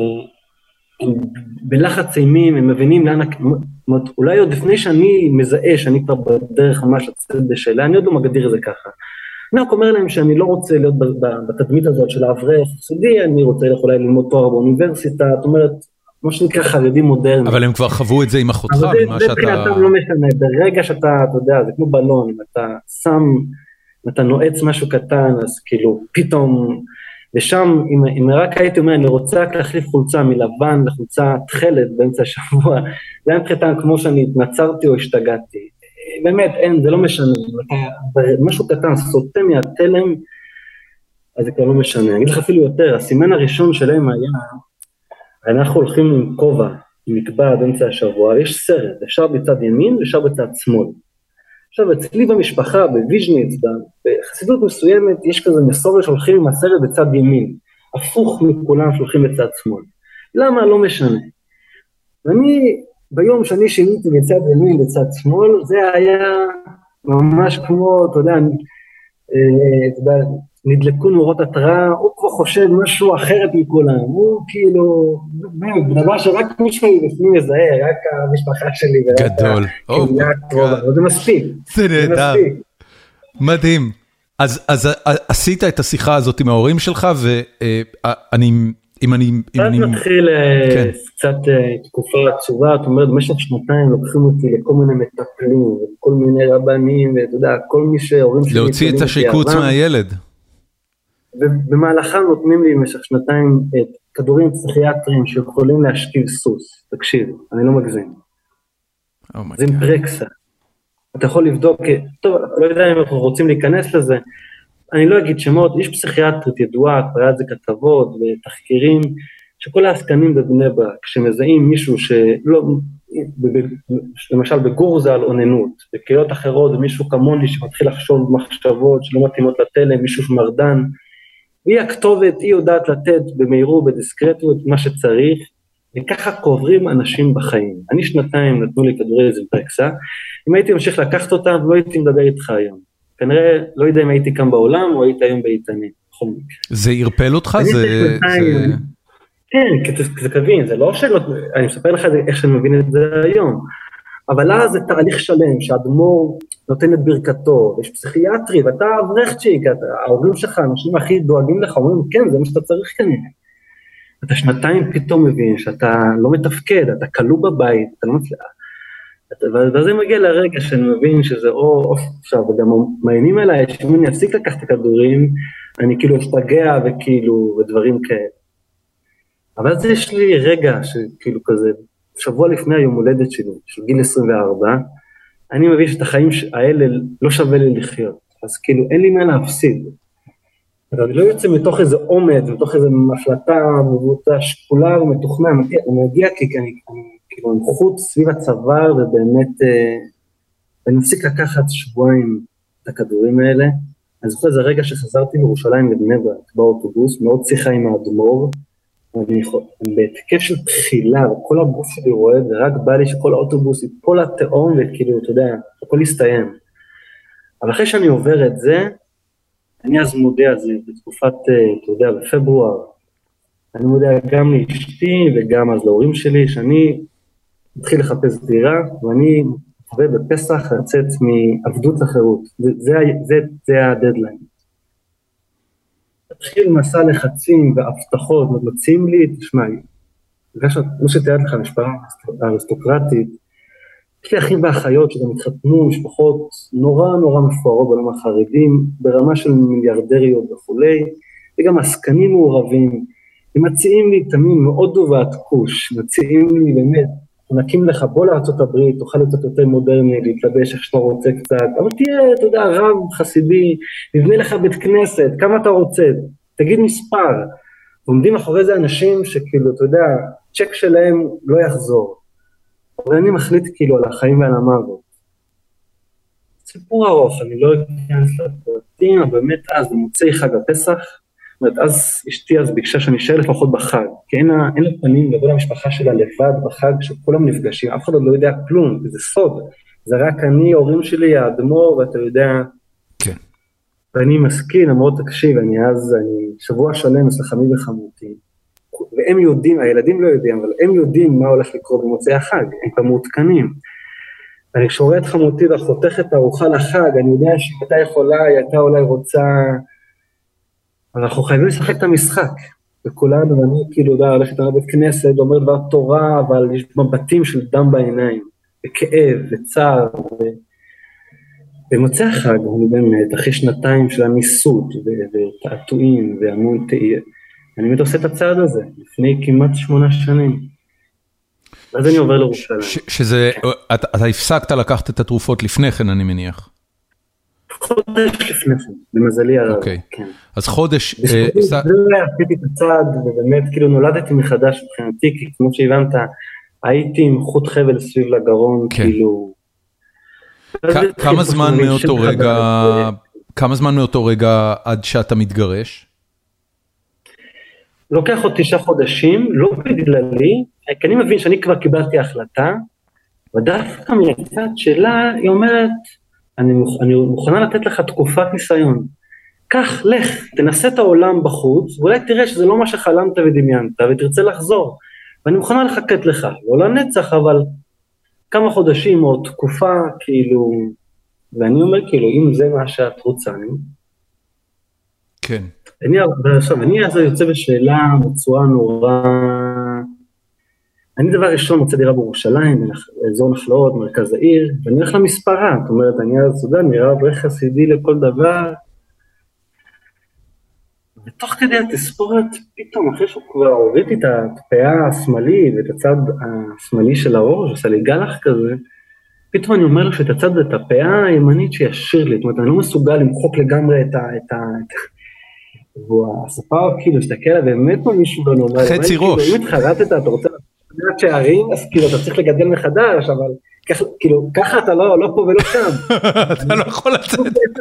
בלחץ אימים, הם מבינים לאן, אולי עוד לפני שאני מזהה, שאני כבר בדרך ממש לצאת בשאלה, אני עוד לא מגדיר את זה ככה. אני רק אומר להם שאני לא רוצה להיות בתדמית הזאת של האברך חסידי, אני רוצה אולי ללמוד תואר באוניברסיטה, זאת אומרת, מה שנקרא חרדי מודרני. אבל הם כבר חוו את זה עם אחותך, ממה שאתה... אבל זה מבחינתם לא משנה, ברגע שאתה, אתה יודע, זה כמו בלון, אם אתה שם, אם אתה נועץ משהו קטן, אז כאילו פתאום... ושם, אם, אם רק הייתי אומר, אני רוצה רק להחליף חולצה מלבן לחולצה תחלת באמצע השבוע, זה היה מבחינתם כמו שאני התנצרתי או השתגעתי. באמת, אין, זה לא משנה. משהו קטן, סוטה מהתלם, אז זה כבר לא משנה. אני אגיד לך אפילו יותר, הסימן הראשון שלהם היה, אנחנו הולכים עם כובע, עם מקבע באמצע השבוע, יש סרט, אפשר בצד ימין ואפשר בצד שמאל. עכשיו, אצלי במשפחה, בוויז'ניץ, בחסידות מסוימת, יש כזה מסורת שהולכים עם הסרט בצד ימין, הפוך מכולם שהולכים בצד שמאל. למה? לא משנה. ואני, ביום שאני שיניתי בצד ימין בצד שמאל, זה היה ממש כמו, אתה יודע, אתה יודע, נדלקו נורות התראה, הוא כבר חושב משהו אחרת מכולם, הוא כאילו, בדבר שרק מישהו בפנים מזהה, רק המשפחה שלי, גדול, זה מספיק, זה נהדר, מדהים. אז עשית את השיחה הזאת עם ההורים שלך, ואני, אם אני... אז מתחיל קצת תקופה עצובה, את אומרת, במשך שנתיים לוקחים אותי לכל מיני מטפלים, וכל מיני רבנים, ואתה יודע, כל מי שהורים שלי... להוציא את השיקוץ מהילד. ובמהלכם נותנים לי במשך שנתיים את כדורים פסיכיאטריים שיכולים להשכיב סוס, תקשיב, אני לא מגזים. זה עם פרקסה. אתה יכול לבדוק, טוב, לא יודע אם אנחנו רוצים להיכנס לזה, אני לא אגיד שמות, יש פסיכיאטרית ידועה, כבר היה זה כתבות ותחקירים, שכל העסקנים בבני ברק, כשמזהים מישהו שלא, למשל בגורזה על אוננות, בקהילות אחרות, מישהו כמוני שמתחיל לחשוב מחשבות שלא מתאימות לתלם, מישהו שמרדן, והיא הכתובת, היא יודעת לתת במהירות, בדיסקרטיות, מה שצריך, וככה קוברים אנשים בחיים. אני שנתיים נתנו לי כדורי זימפרקסה, אם הייתי ממשיך לקחת אותם, לא הייתי מדבר איתך היום. כנראה, לא יודע אם הייתי כאן בעולם, או הייתי היום באיתנים. זה ירפל אותך? זה... כן, זה כבין, זה לא שאלות, אני מספר לך איך שאני מבין את זה היום, אבל אז זה תהליך שלם, שהאדמו"ר נותן את ברכתו, ויש פסיכיאטרי, ואתה אברכצ'יק, ההורים שלך, האנשים הכי דואגים לך, אומרים, כן, זה מה שאתה צריך כנראה. אתה שנתיים פתאום מבין שאתה לא מתפקד, אתה כלוא בבית, אתה לא מצליח. וזה מגיע לרגע שאני מבין שזה או, עכשיו, וגם מעיינים אליי, שאם אני אפסיק לקחת את הכדורים, אני כאילו אשתגע וכאילו, ודברים כאלה. אבל אז יש לי רגע שכאילו כזה, שבוע לפני היום הולדת שלי, של גיל עשרים וארבע, אני מבין שאת החיים האלה לא שווה לי לחיות, אז כאילו אין לי מה להפסיד. אבל אני לא יוצא מתוך איזה עומד, מתוך איזה מפלטה, מבוטה שקולה ומתוכנן, אני מגיע כי אני כאילו חוץ סביב הצוואר, ובאמת, אני מפסיק לקחת שבועיים את הכדורים האלה, אני זוכר איזה רגע שחזרתי מירושלים לבני ברק באוטובוס, מאוד שיחה עם האדמו"ר, ואני בהתקף של תחילה, וכל הגוף שלי רועד, ורק בא לי שכל האוטובוס ייפול לתהום, וכאילו, אתה יודע, הכל יסתיים. אבל אחרי שאני עובר את זה, אני אז מודה, זה בתקופת, אתה יודע, בפברואר, אני מודה גם לאשתי וגם אז להורים שלי, שאני מתחיל לחפש דירה, ואני מתחיל בפסח לצאת מעבדות לחירות. זה, זה, זה, זה הדדליין. התחיל מסע לחצים והבטחות, מציעים לי, תשמע, כמו שתיארת לך, משפחה אריסטוקרטית, יש לי אחים ואחיות שגם התחתנו, משפחות נורא נורא מפוארות בעולם החרדים, ברמה של מיליארדריות וכולי, וגם עסקנים מעורבים, הם מציעים לי תמיד מאוד דובת כוש, מציעים לי באמת, נקים לך, בוא לארצות הברית, תוכל להיות יותר מודרני, להתלבש איך שאתה רוצה קצת, אבל תהיה, אתה יודע, רב חסידי, נבנה לך בית כנסת, כמה אתה רוצה, תגיד מספר, ועומדים אחרי זה אנשים שכאילו, אתה יודע, צ'ק שלהם לא יחזור, אבל אני מחליט כאילו על החיים ועל המוות. סיפור ארוך, אני לא אכנס לפרטים, אבל באמת אז, במוצאי חג הפסח, זאת אומרת, אז אשתי אז ביקשה שאני אשאר לפחות בחג, כי אין לה, אין לה פנים לבוא למשפחה שלה לבד בחג, שכולם נפגשים, אף אחד עוד לא יודע כלום, זה סוד, זה רק אני, ההורים שלי, האדמו"ר, ואתה יודע, כן. ואני מסכים, למרות תקשיב, אני אז, אני שבוע שלם אצל חמי וחמותי, והם יודעים, הילדים לא יודעים, אבל הם יודעים מה הולך לקרות במוצאי החג, הם כבר מעודכנים. אני כשרואה את חמותי וחותך את הארוחה לחג, אני יודע שהיא הייתה יכולה, היא הייתה אולי רוצה, אנחנו חייבים לשחק את המשחק, וכולנו, ואני כאילו יודע, הולכת לבית כנסת, אומר דבר תורה, אבל יש מבטים של דם בעיניים, וכאב, וצער, ו... במוצאי החג, אני באמת, אחרי שנתיים של הניסות, ותעתועים, והמון תאי, אני באמת עושה את הצעד הזה, לפני כמעט שמונה שנים. אז אני עובר לירושלים. שזה, אתה הפסקת לקחת את התרופות לפני כן, אני מניח. חודש לפני כן, במזלי הרב. אוקיי, אז חודש... זה עשיתי את הצעד, ובאמת כאילו נולדתי מחדש מבחינתי, כי כמו שהבנת, הייתי עם חוט חבל סביב לגרון, כאילו... כמה זמן מאותו רגע, כמה זמן מאותו רגע עד שאתה מתגרש? לוקח עוד תשעה חודשים, לא בגללי, כי אני מבין שאני כבר קיבלתי החלטה, ודווקא מהצד שלה, היא אומרת, אני, אני מוכנה לתת לך תקופת ניסיון. כך, לך, תנסה את העולם בחוץ, ואולי תראה שזה לא מה שחלמת ודמיינת, ותרצה לחזור. ואני מוכנה לחכת לך, לא לנצח, אבל כמה חודשים או תקופה, כאילו, ואני אומר, כאילו, אם זה מה שאת רוצה, אני... כן. אני, עכשיו, אני אז יוצא בשאלה בצורה נורא... אני דבר ראשון מוצא דירה בירושלים, אזור נחלאות, מרכז העיר, ואני הולך למספרה, זאת אומרת, אני אז, אתה יודע, נראה אברך חסידי לכל דבר, ותוך כדי התספורת, פתאום, אחרי שהוא כבר הוריד את הפאה השמאלי, ואת הצד השמאלי של הראש, עושה לי גלח כזה, פתאום אני אומר לו שאת הצד, את הפאה הימנית שישיר לי, זאת אומרת, אני לא מסוגל למחוק לגמרי את ה... את ה... והספר כאילו, שתקל לה, באמת מה מישהו לא נאמר, חצי ראש. אם התחרטת, אתה רוצה לדעת שערים, אז כאילו, אתה צריך לגדל מחדש, אבל כאילו, ככה אתה לא פה ולא שם. אתה לא יכול לצאת.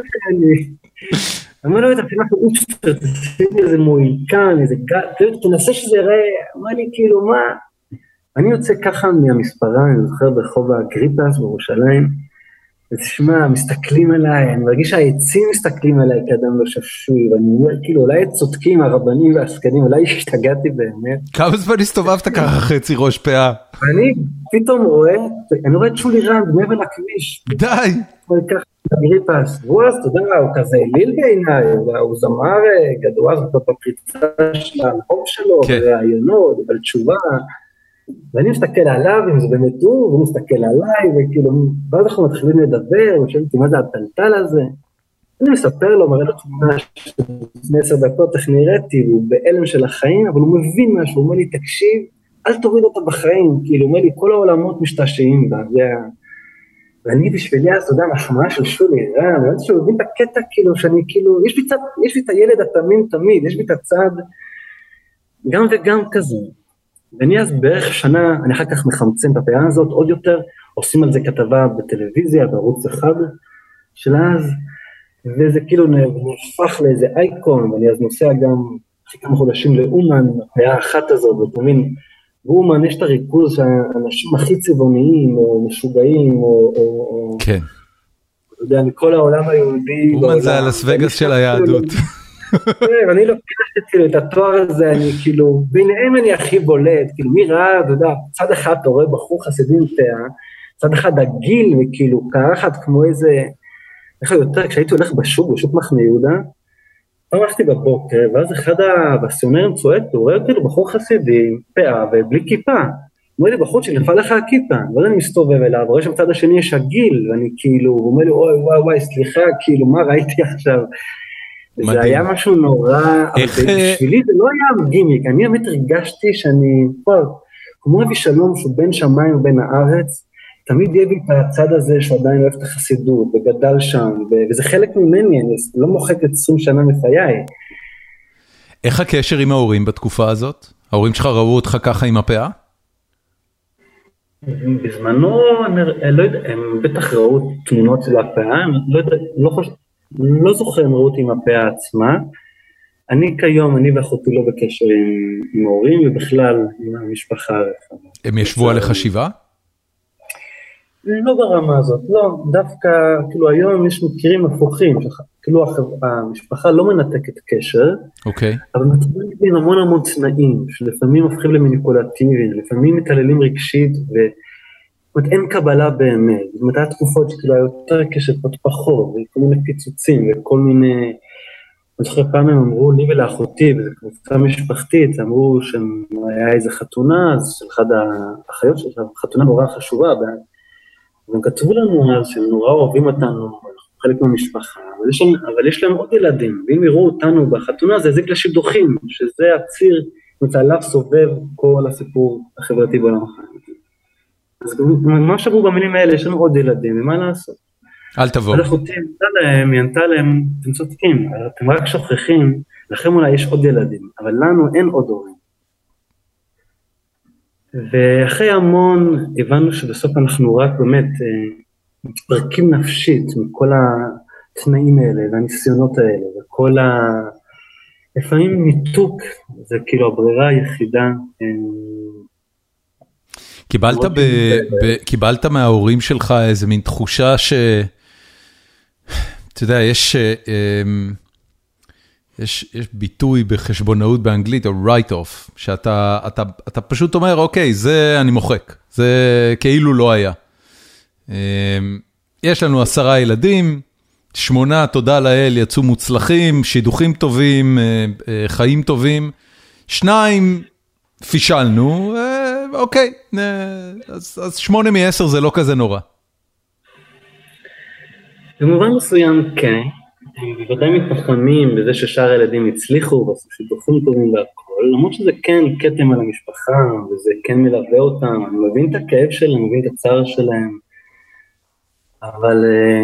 אני אומר לו, אתה תלך לאופסטר, תשימי איזה מועיקן, איזה גל, תנסה שזה יראה, אמר לי כאילו, מה? אני יוצא ככה מהמספרה, אני זוכר ברחוב הגריפס בירושלים, ותשמע, מסתכלים עליי, אני מרגיש שהעצים מסתכלים עליי כאדם לא שפוי, ואני אומר, כאילו, אולי צודקים הרבנים והעסקנים, אולי השתגעתי באמת. כמה זמן הסתובבת ככה חצי ראש פאה? ואני פתאום רואה, אני רואה את שולי רנד, מעבר לכביש. די! הוא ככה בגריפס, והוא אז, אתה יודע, הוא כזה אליל בעיניי, הוא זמר גדול, בפריצה של הרחוב שלו, ברעיונות, על תשובה, ואני מסתכל עליו, אם זה באמת הוא, והוא מסתכל עליי, וכאילו, ואז אנחנו מתחילים לדבר, הוא שואל אותי, מה זה הטלטל הזה? אני מספר לו, מראה לו תמונה לפני עשר דקות, איך נראיתי, הוא באלם של החיים, אבל הוא מבין משהו, הוא אומר לי, תקשיב, אל תוריד אותה בחיים, כאילו, הוא אומר לי, כל העולמות משתעשעים בה, ואני בשבילי, אז אתה יודע, מחמאה של שולי, רן, ואני שהוא מבין את הקטע, כאילו, שאני כאילו, יש לי קצת, יש לי את הילד התמים תמיד, יש לי את הצד, גם וגם כזה. ואני אז בערך שנה, אני אחר כך מחמצן את הפעיה הזאת, עוד יותר, עושים על זה כתבה בטלוויזיה, בערוץ אחד של אז, וזה כאילו נהפך לאיזה אייקון, ואני אז נוסע גם אחרי כמה חודשים לאומן, היה אחת הזאת, ואתה מבין, באומן יש את הריכוז שהאנשים הכי צבעוניים, או משוגעים, או, או, כן. אתה יודע, מכל העולם היהודי. אומן זה הלס וגאס של היהדות. כן, אני לוקחת כאילו את התואר הזה, אני כאילו, ביניהם אני הכי בולט, כאילו מי ראה, אתה יודע, צד אחד אתה רואה בחור חסידים פאה, צד אחד הגיל, וכאילו קרחת כמו איזה, איך יותר, כשהייתי הולך בשוק, בשוק מחנה יהודה, פעם הלכתי בבוקר, ואז אחד הבסיונרים צועק, הוא רואה כאילו בחור חסידים, פאה ובלי כיפה, הוא אומר לי, בחור שנפל לך הכיפה, ואז אני מסתובב אליו, רואה שבצד השני יש הגיל, ואני כאילו, הוא אומר לי, אוי וואי וואי, סליחה, כאילו, מה ראיתי עכשיו? זה היה משהו נורא, אבל בשבילי זה לא היה גימיק, אני באמת הרגשתי שאני, כמו אבי שלום שהוא בין שמיים ובין הארץ, תמיד יהיה בי את הצד הזה שהוא עדיין אוהב את החסידות, וגדל שם, וזה חלק ממני, אני לא מוחק את עשרים שנה מחיי. איך הקשר עם ההורים בתקופה הזאת? ההורים שלך ראו אותך ככה עם הפאה? בזמנו, אני לא יודע, הם בטח ראו תמונות של הפאה, לא יודע, לא חושב, לא זוכר אם ראו אותי עם הפאה עצמה, אני כיום, אני ואחותי לא בקשר עם, עם ההורים, ובכלל עם המשפחה. הם ישבו עליך שבעה? לא ברמה הזאת, לא, דווקא, כאילו היום יש מקרים הפוכים, כאילו המשפחה לא מנתקת קשר, אוקיי. אבל מצבים המון המון תנאים, שלפעמים הופכים למניפולטיביים, לפעמים מתעללים רגשית, זאת אומרת, אין קבלה באמת, זאת אומרת, היה תקופות שכאילו היה יותר קשר, פחות, וכל מיני פיצוצים, וכל מיני, אני זוכר פעם הם אמרו לי ולאחותי, וזו קבוצה משפחתית, אמרו שהיה איזו חתונה, אז של אחד האחיות שלה, חתונה נורא חשובה, והם כתבו לנו אז שהם נורא אוהבים אותנו, חלק מהמשפחה, אבל יש, להם, אבל יש להם עוד ילדים, ואם יראו אותנו בחתונה, זה יזיק לשידוכים, שזה הציר, זאת אומרת, עליו סובב כל הסיפור החברתי בעולם החיים. אז מה שאמרו במילים האלה, יש לנו עוד ילדים, ומה לעשות? אל תבוא. אז אחותי ענתה להם, היא ענתה להם, אתם צודקים, אתם רק שוכחים, לכם אולי יש עוד ילדים, אבל לנו אין עוד הורים. ואחרי המון הבנו שבסוף אנחנו רק באמת מתפרקים נפשית מכל התנאים האלה והניסיונות האלה וכל ה... לפעמים ניתוק, זה כאילו הברירה היחידה. קיבלת, ב... ב... קיבלת מההורים שלך איזה מין תחושה ש... אתה יודע, יש... יש, יש ביטוי בחשבונאות באנגלית, או write-off, שאתה אתה, אתה פשוט אומר, אוקיי, זה אני מוחק, זה כאילו לא היה. יש לנו עשרה ילדים, שמונה, תודה לאל, יצאו מוצלחים, שידוכים טובים, חיים טובים, שניים, פישלנו, אוקיי, אז, אז שמונה מעשר זה לא כזה נורא. במובן מסוים, כן. הם בוודאי מתנחמים בזה ששאר הילדים הצליחו, ועשו שידוכים טובים והכל, למרות שזה כן כתם על המשפחה, וזה כן מלווה אותם, אני מבין את הכאב שלהם, אני מבין את הצער שלהם, אבל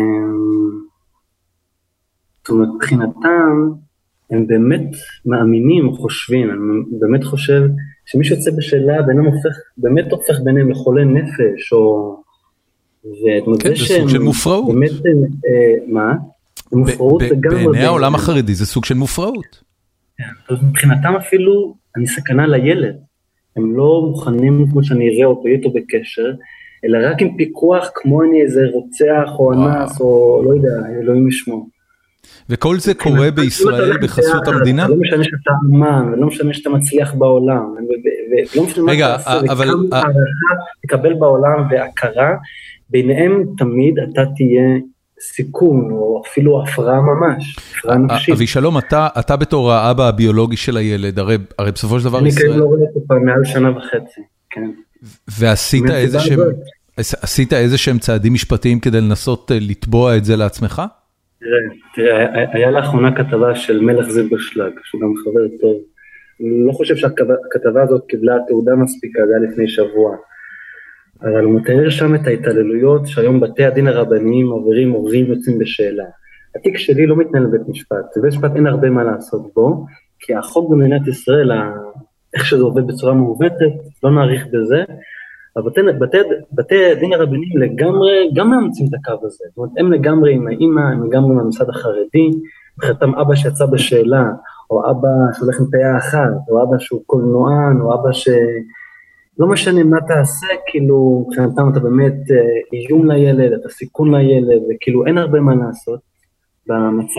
מבחינתם, הם באמת מאמינים, חושבים, אני באמת חושב שמי שיוצא בשאלה, ביניהם הופך, באמת הופך ביניהם לחולי נפש, או... כן, זה סוג של מופרעות. באמת, מה? בעיני העולם החרדי זה סוג של מופרעות. מבחינתם אפילו אני סכנה לילד, הם לא מוכנים כמו שאני אראה אותו, איתו בקשר, אלא רק עם פיקוח כמו אני איזה רוצח או אנס או לא יודע, אלוהים ישמור. וכל זה קורה בישראל בחסות המדינה? לא משנה שאתה אמן, ולא משנה שאתה מצליח בעולם, ולא משנה מה אתה עושה, וכמה הערכה תקבל בעולם והכרה, ביניהם תמיד אתה תהיה סיכון, או אפילו הפרעה ממש, הפרעה נפשית. אבי שלום, אתה, אתה בתור האבא הביולוגי של הילד, הרי, הרי בסופו של דבר אני ישראל... אני כן לא רואה אותו פעם מעל שנה וחצי, כן. ועשית איזה שהם, עשית איזה שהם צעדים משפטיים כדי לנסות לתבוע את זה לעצמך? תראה, תראה, היה לאחרונה כתבה של מלך זיו בשלג, שהוא גם חבר טוב. אני לא חושב שהכתבה הזאת קיבלה תעודה מספיקה, זה היה לפני שבוע. אבל הוא מתאר שם את ההתעללויות שהיום בתי הדין הרבניים עוברים הורים יוצאים בשאלה. התיק שלי לא מתנהל בבית משפט, בבית משפט אין הרבה מה לעשות בו, כי החוק במדינת ישראל, איך שזה עובד בצורה מעוותת, לא נעריך בזה, בתי הדין הרבניים לגמרי, גם מאמצים את הקו הזה, זאת אומרת, הם לגמרי עם האמא, הם לגמרי מהממסד החרדי, מבחינתם אבא שיצא בשאלה, או אבא שהולך עם פיה אחת, או אבא שהוא קולנוען, או אבא ש... לא משנה מה תעשה, כאילו, מבחינתם אתה באמת איום לילד, אתה סיכון לילד, וכאילו אין הרבה מה לעשות במצב,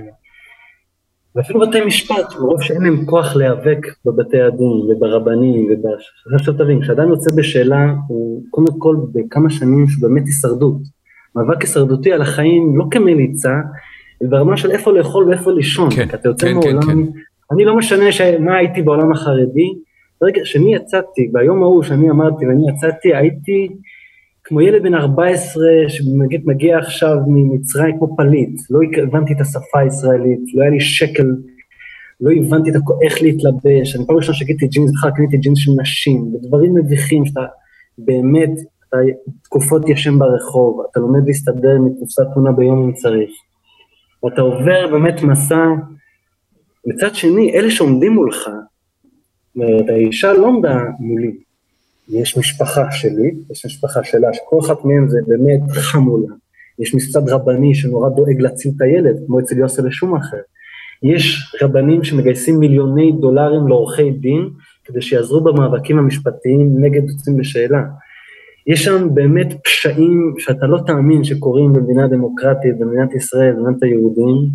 ואפילו בתי משפט, מרוב שאין להם כוח להיאבק בבתי הדין וברבנים ובשותפים, כשאדם יוצא בשאלה, הוא קודם כל בכמה שנים שבאמת הישרדות, מאבק הישרדותי על החיים לא כמליצה, אלא ברמה של איפה לאכול ואיפה לישון, כן, כי אתה יוצא כן, מעולם, כן, כן. אני לא משנה מה הייתי בעולם החרדי, ברגע שאני יצאתי, ביום ההוא שאני אמרתי ואני יצאתי, הייתי כמו ילד בן ארבע עשרה שמגיע עכשיו ממצרים כמו פליט, לא הבנתי את השפה הישראלית, לא היה לי שקל, לא הבנתי איך להתלבש, אני פעם ראשונה שגיתי ג'ינס, בכלל קניתי ג'ינס של נשים, ודברים מביכים שאתה באמת, אתה תקופות ישן ברחוב, אתה לומד להסתדר מקופסת תמונה ביום אם צריך, ואתה עובר באמת מסע, מצד שני, אלה שעומדים מולך, האישה לא עומדה מולי, יש משפחה שלי, יש משפחה שלה, שכל אחת מהם זה באמת חמולה, יש מסד רבני שנורא דואג להציל את הילד, כמו אצל יוסי לשום אחר, יש רבנים שמגייסים מיליוני דולרים לעורכי דין, כדי שיעזרו במאבקים המשפטיים נגד יוצאים בשאלה, יש שם באמת פשעים שאתה לא תאמין שקורים במדינה דמוקרטית, במדינת ישראל, במדינת היהודים,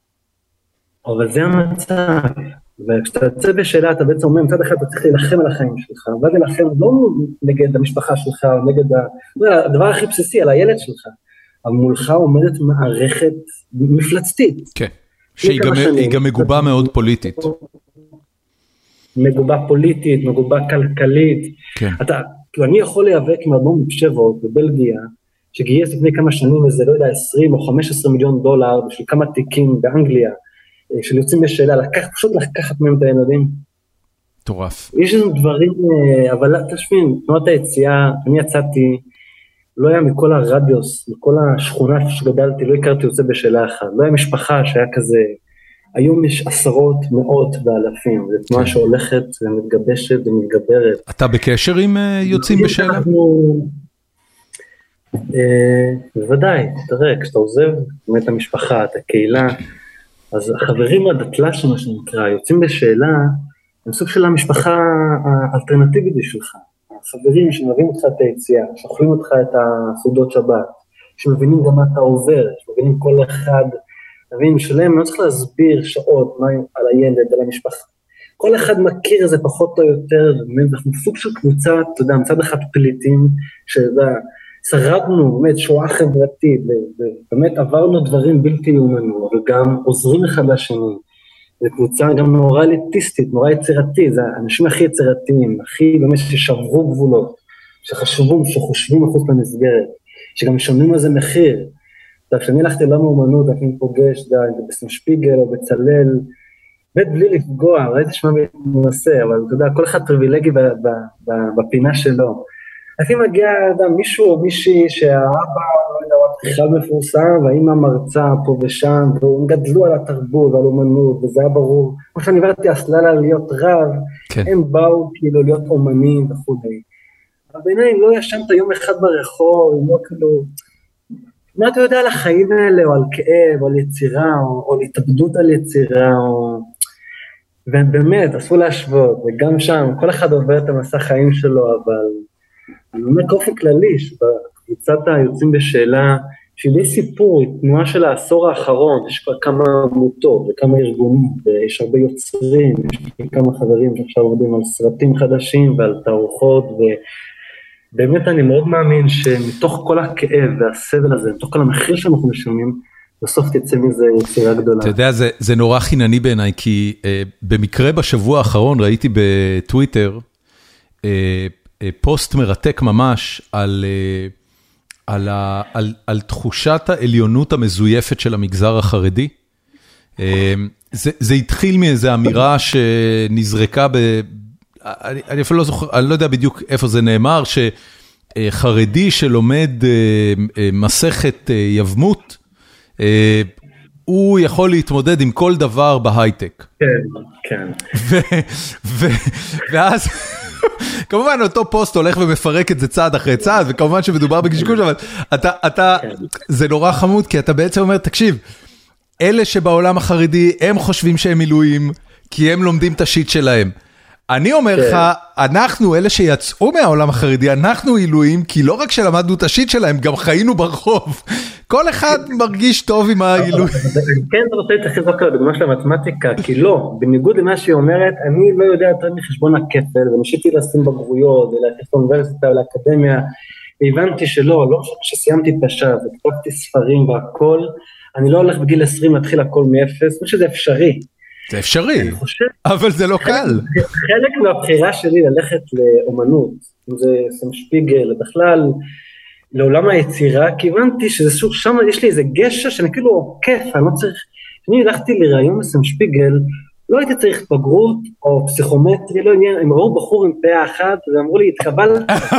אבל זה המצב, וכשאתה יוצא בשאלה, אתה בעצם אומר, מצד אחד אתה צריך להילחם על החיים שלך, ואז להילחם לא נגד המשפחה שלך, או נגד הדבר הכי בסיסי, על הילד שלך, אבל מולך עומדת מערכת מפלצתית. כן, שהיא גם מגובה מאוד פוליטית. מגובה פוליטית, מגובה כלכלית. כן. אתה, כאילו אני יכול להיאבק עם אדמון בפשבות בבלגיה, שגייס לפני כמה שנים איזה, לא יודע, עשרים או חמישה עשר מיליון דולר, בשביל כמה תיקים באנגליה, של יוצאים בשאלה, לקח, פשוט לקחת מהם את הילדים. טורף. יש לנו דברים, אבל תשמין, תנועת היציאה, אני יצאתי, לא היה מכל הרדיוס, מכל השכונה שגדלתי, לא הכרתי יוצא בשאלה אחת, לא היה משפחה שהיה כזה, היום יש עשרות, מאות ואלפים, זו תנועה שהולכת ומתגבשת ומתגברת. אתה בקשר עם יוצאים בשאלה? בוודאי, תראה, כשאתה עוזב, באמת המשפחה, את הקהילה, אז החברים הדתל"ש, מה שנקרא, יוצאים בשאלה, הם סוג של המשפחה האלטרנטיבית שלך. החברים שמבינים אותך את היציאה, שוכלים אותך את הסעודות שבת, שמבינים גם מה אתה עובר, שמבינים כל אחד, מבינים שלהם, לא צריך להסביר שעות מה על הילד, על המשפחה. כל אחד מכיר איזה פחות או יותר, אנחנו סוג של קבוצה, אתה יודע, מצד אחד פליטים, שאתה שרדנו באמת שואה חברתית, ובאמת עברנו דברים בלתי יאומנו, וגם עוזרים אחד לשני. זו קבוצה גם נורא אליטיסטית, נורא יצירתית, זה האנשים הכי יצירתיים, הכי באמת ששברו גבולות, שחשבו, שחושבים מחוץ למסגרת, שגם שומעים איזה מחיר. כשאני הלכתי לעולם האומנות, אני פוגש, בסם שפיגל או בצלל, באמת בלי לפגוע, ראיתי שמה מנסה, אבל אתה יודע, כל אחד פריבילגי בפינה שלו. לפעמים מגיע אדם, מישהו או מישהי שהאבא, לא יודע, הוא בכלל מפורסם, והאמא מרצה פה ושם, והם גדלו על התרבות ועל אומנות, וזה היה ברור. כמו שאני עברתי הסללה להיות רב, כן. הם באו כאילו להיות אומנים וכו'. אבל בעיניי לא ישנת יום אחד ברחוב, לא כאילו, מה אתה יודע על החיים האלה, או על כאב, או על יצירה, או, או על התאבדות על יצירה, או... ובאמת, אסור להשוות, וגם שם, כל אחד עובר את המסע חיים שלו, אבל... אני אומר באופן כללי, שבקבוצת היוצאים בשאלה, שהיא די סיפור, היא תנועה של העשור האחרון, יש כבר כמה עמותות וכמה ארגונים, ויש הרבה יוצרים, יש כמה חברים שעכשיו עובדים על סרטים חדשים ועל תערוכות, ובאמת אני מאוד מאמין שמתוך כל הכאב והסבל הזה, מתוך כל המחיר שאנחנו משלמים, בסוף תצא מזה יצירה גדולה. אתה יודע, זה, זה נורא חינני בעיניי, כי uh, במקרה בשבוע האחרון ראיתי בטוויטר, uh, פוסט מרתק ממש על, על, על, על תחושת העליונות המזויפת של המגזר החרדי. זה, זה התחיל מאיזו אמירה שנזרקה ב... אני, אני אפילו לא זוכר, אני לא יודע בדיוק איפה זה נאמר, שחרדי שלומד מסכת יבמות, הוא יכול להתמודד עם כל דבר בהייטק. כן, כן. ו, ו, ואז... כמובן אותו פוסט הולך ומפרק את זה צעד אחרי צעד, וכמובן שמדובר בקשקוש, אבל אתה, אתה, זה נורא חמוד, כי אתה בעצם אומר, תקשיב, אלה שבעולם החרדי, הם חושבים שהם מילואים, כי הם לומדים את השיט שלהם. אני אומר לך, אנחנו, אלה שיצאו מהעולם החרדי, אנחנו עילויים, כי לא רק שלמדנו את השיט שלהם, גם חיינו ברחוב. כל אחד מרגיש טוב עם העילוי. כן, אתה רוצה להתייחס רק לדוגמה של המתמטיקה, כי לא, בניגוד למה שהיא אומרת, אני לא יודע יותר מחשבון הכפל, וניסיתי לשים בגרויות, ולהכניס לאוניברסיטה ולאקדמיה, והבנתי שלא, לא כשסיימתי את השעה, וכתבתי ספרים והכל, אני לא הולך בגיל עשרים להתחיל הכל מאפס, כמו שזה אפשרי. זה אפשרי, אבל זה לא קל. חלק מהבחירה שלי ללכת לאומנות, אם זה סמשפיגל, בכלל, לעולם היצירה, כי הבנתי שזה סוג, שם יש לי איזה גשר שאני כאילו עוקף, אני לא צריך, כשאני הלכתי לראיון בסמשפיגל, לא הייתי צריך בגרות או פסיכומטרי, לא עניין, הם ראו בחור עם פאה אחת, ואמרו לי, התקבלת,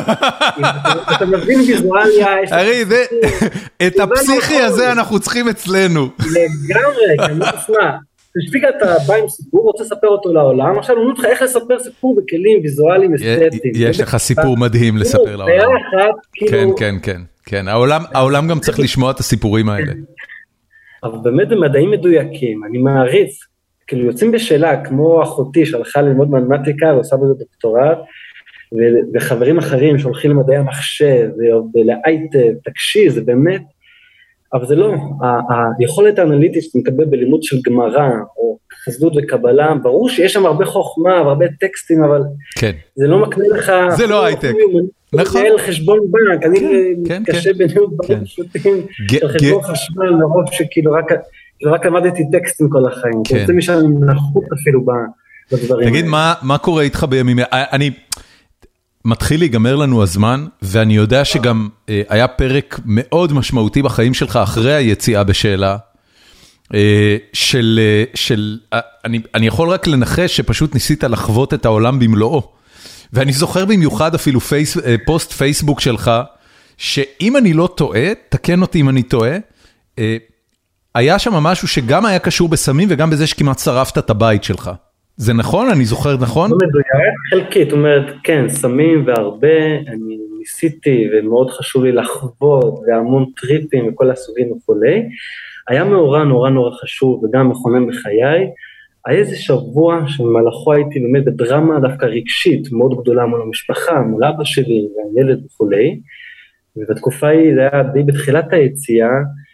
אתה מבין ויזואליה, הרי את הפסיכי הזה אנחנו צריכים אצלנו. לגמרי, אני לא אשמע. תשפיג אתה בא עם סיפור, רוצה לספר אותו לעולם, עכשיו אני אומר לך איך לספר סיפור בכלים ויזואליים אסתטיים. יש לך סיפור מדהים לספר לעולם. כן, כן, כן, כן. העולם גם צריך לשמוע את הסיפורים האלה. אבל באמת במדעים מדויקים, אני מעריץ, כאילו יוצאים בשאלה, כמו אחותי שהלכה ללמוד מתמטיקה ועושה בזה דוקטורט, וחברים אחרים שהולכים למדעי המחשב, ולאייטב, תקשיב, זה באמת, אבל זה לא, היכולת האנליטית שאתה מקבל בלימוד של גמרא, או חסידות וקבלה, ברור שיש שם הרבה חוכמה, והרבה טקסטים, אבל זה לא מקנה לך, זה לא הייטק, נכון, זה חשבון בנק, אני קשה בניהול דברים פשוטים, של חשבון חשמל, מרוב שכאילו רק למדתי טקסטים כל החיים, אתה רוצה משם עם נחות אפילו בדברים. תגיד, מה קורה איתך בימים, אני... מתחיל להיגמר לנו הזמן, ואני יודע שגם אה, היה פרק מאוד משמעותי בחיים שלך, אחרי היציאה בשאלה, אה, של, אה, של אה, אני, אני יכול רק לנחש שפשוט ניסית לחוות את העולם במלואו, ואני זוכר במיוחד אפילו פייס, אה, פוסט פייסבוק שלך, שאם אני לא טועה, תקן אותי אם אני טועה, אה, היה שם משהו שגם היה קשור בסמים, וגם בזה שכמעט שרפת את הבית שלך. זה נכון? אני זוכר נכון? לא מדויק, חלקית, זאת אומרת, כן, סמים והרבה, אני ניסיתי ומאוד חשוב לי לחוות, והמון טריפים וכל הסוגים וכולי, היה מאורע נורא נורא חשוב וגם מכונן בחיי, היה איזה שבוע שמהלכו הייתי באמת בדרמה דווקא רגשית מאוד גדולה מול המשפחה, מול אבא שלי והילד וכולי, ובתקופה היא זה היה די בתחילת היציאה,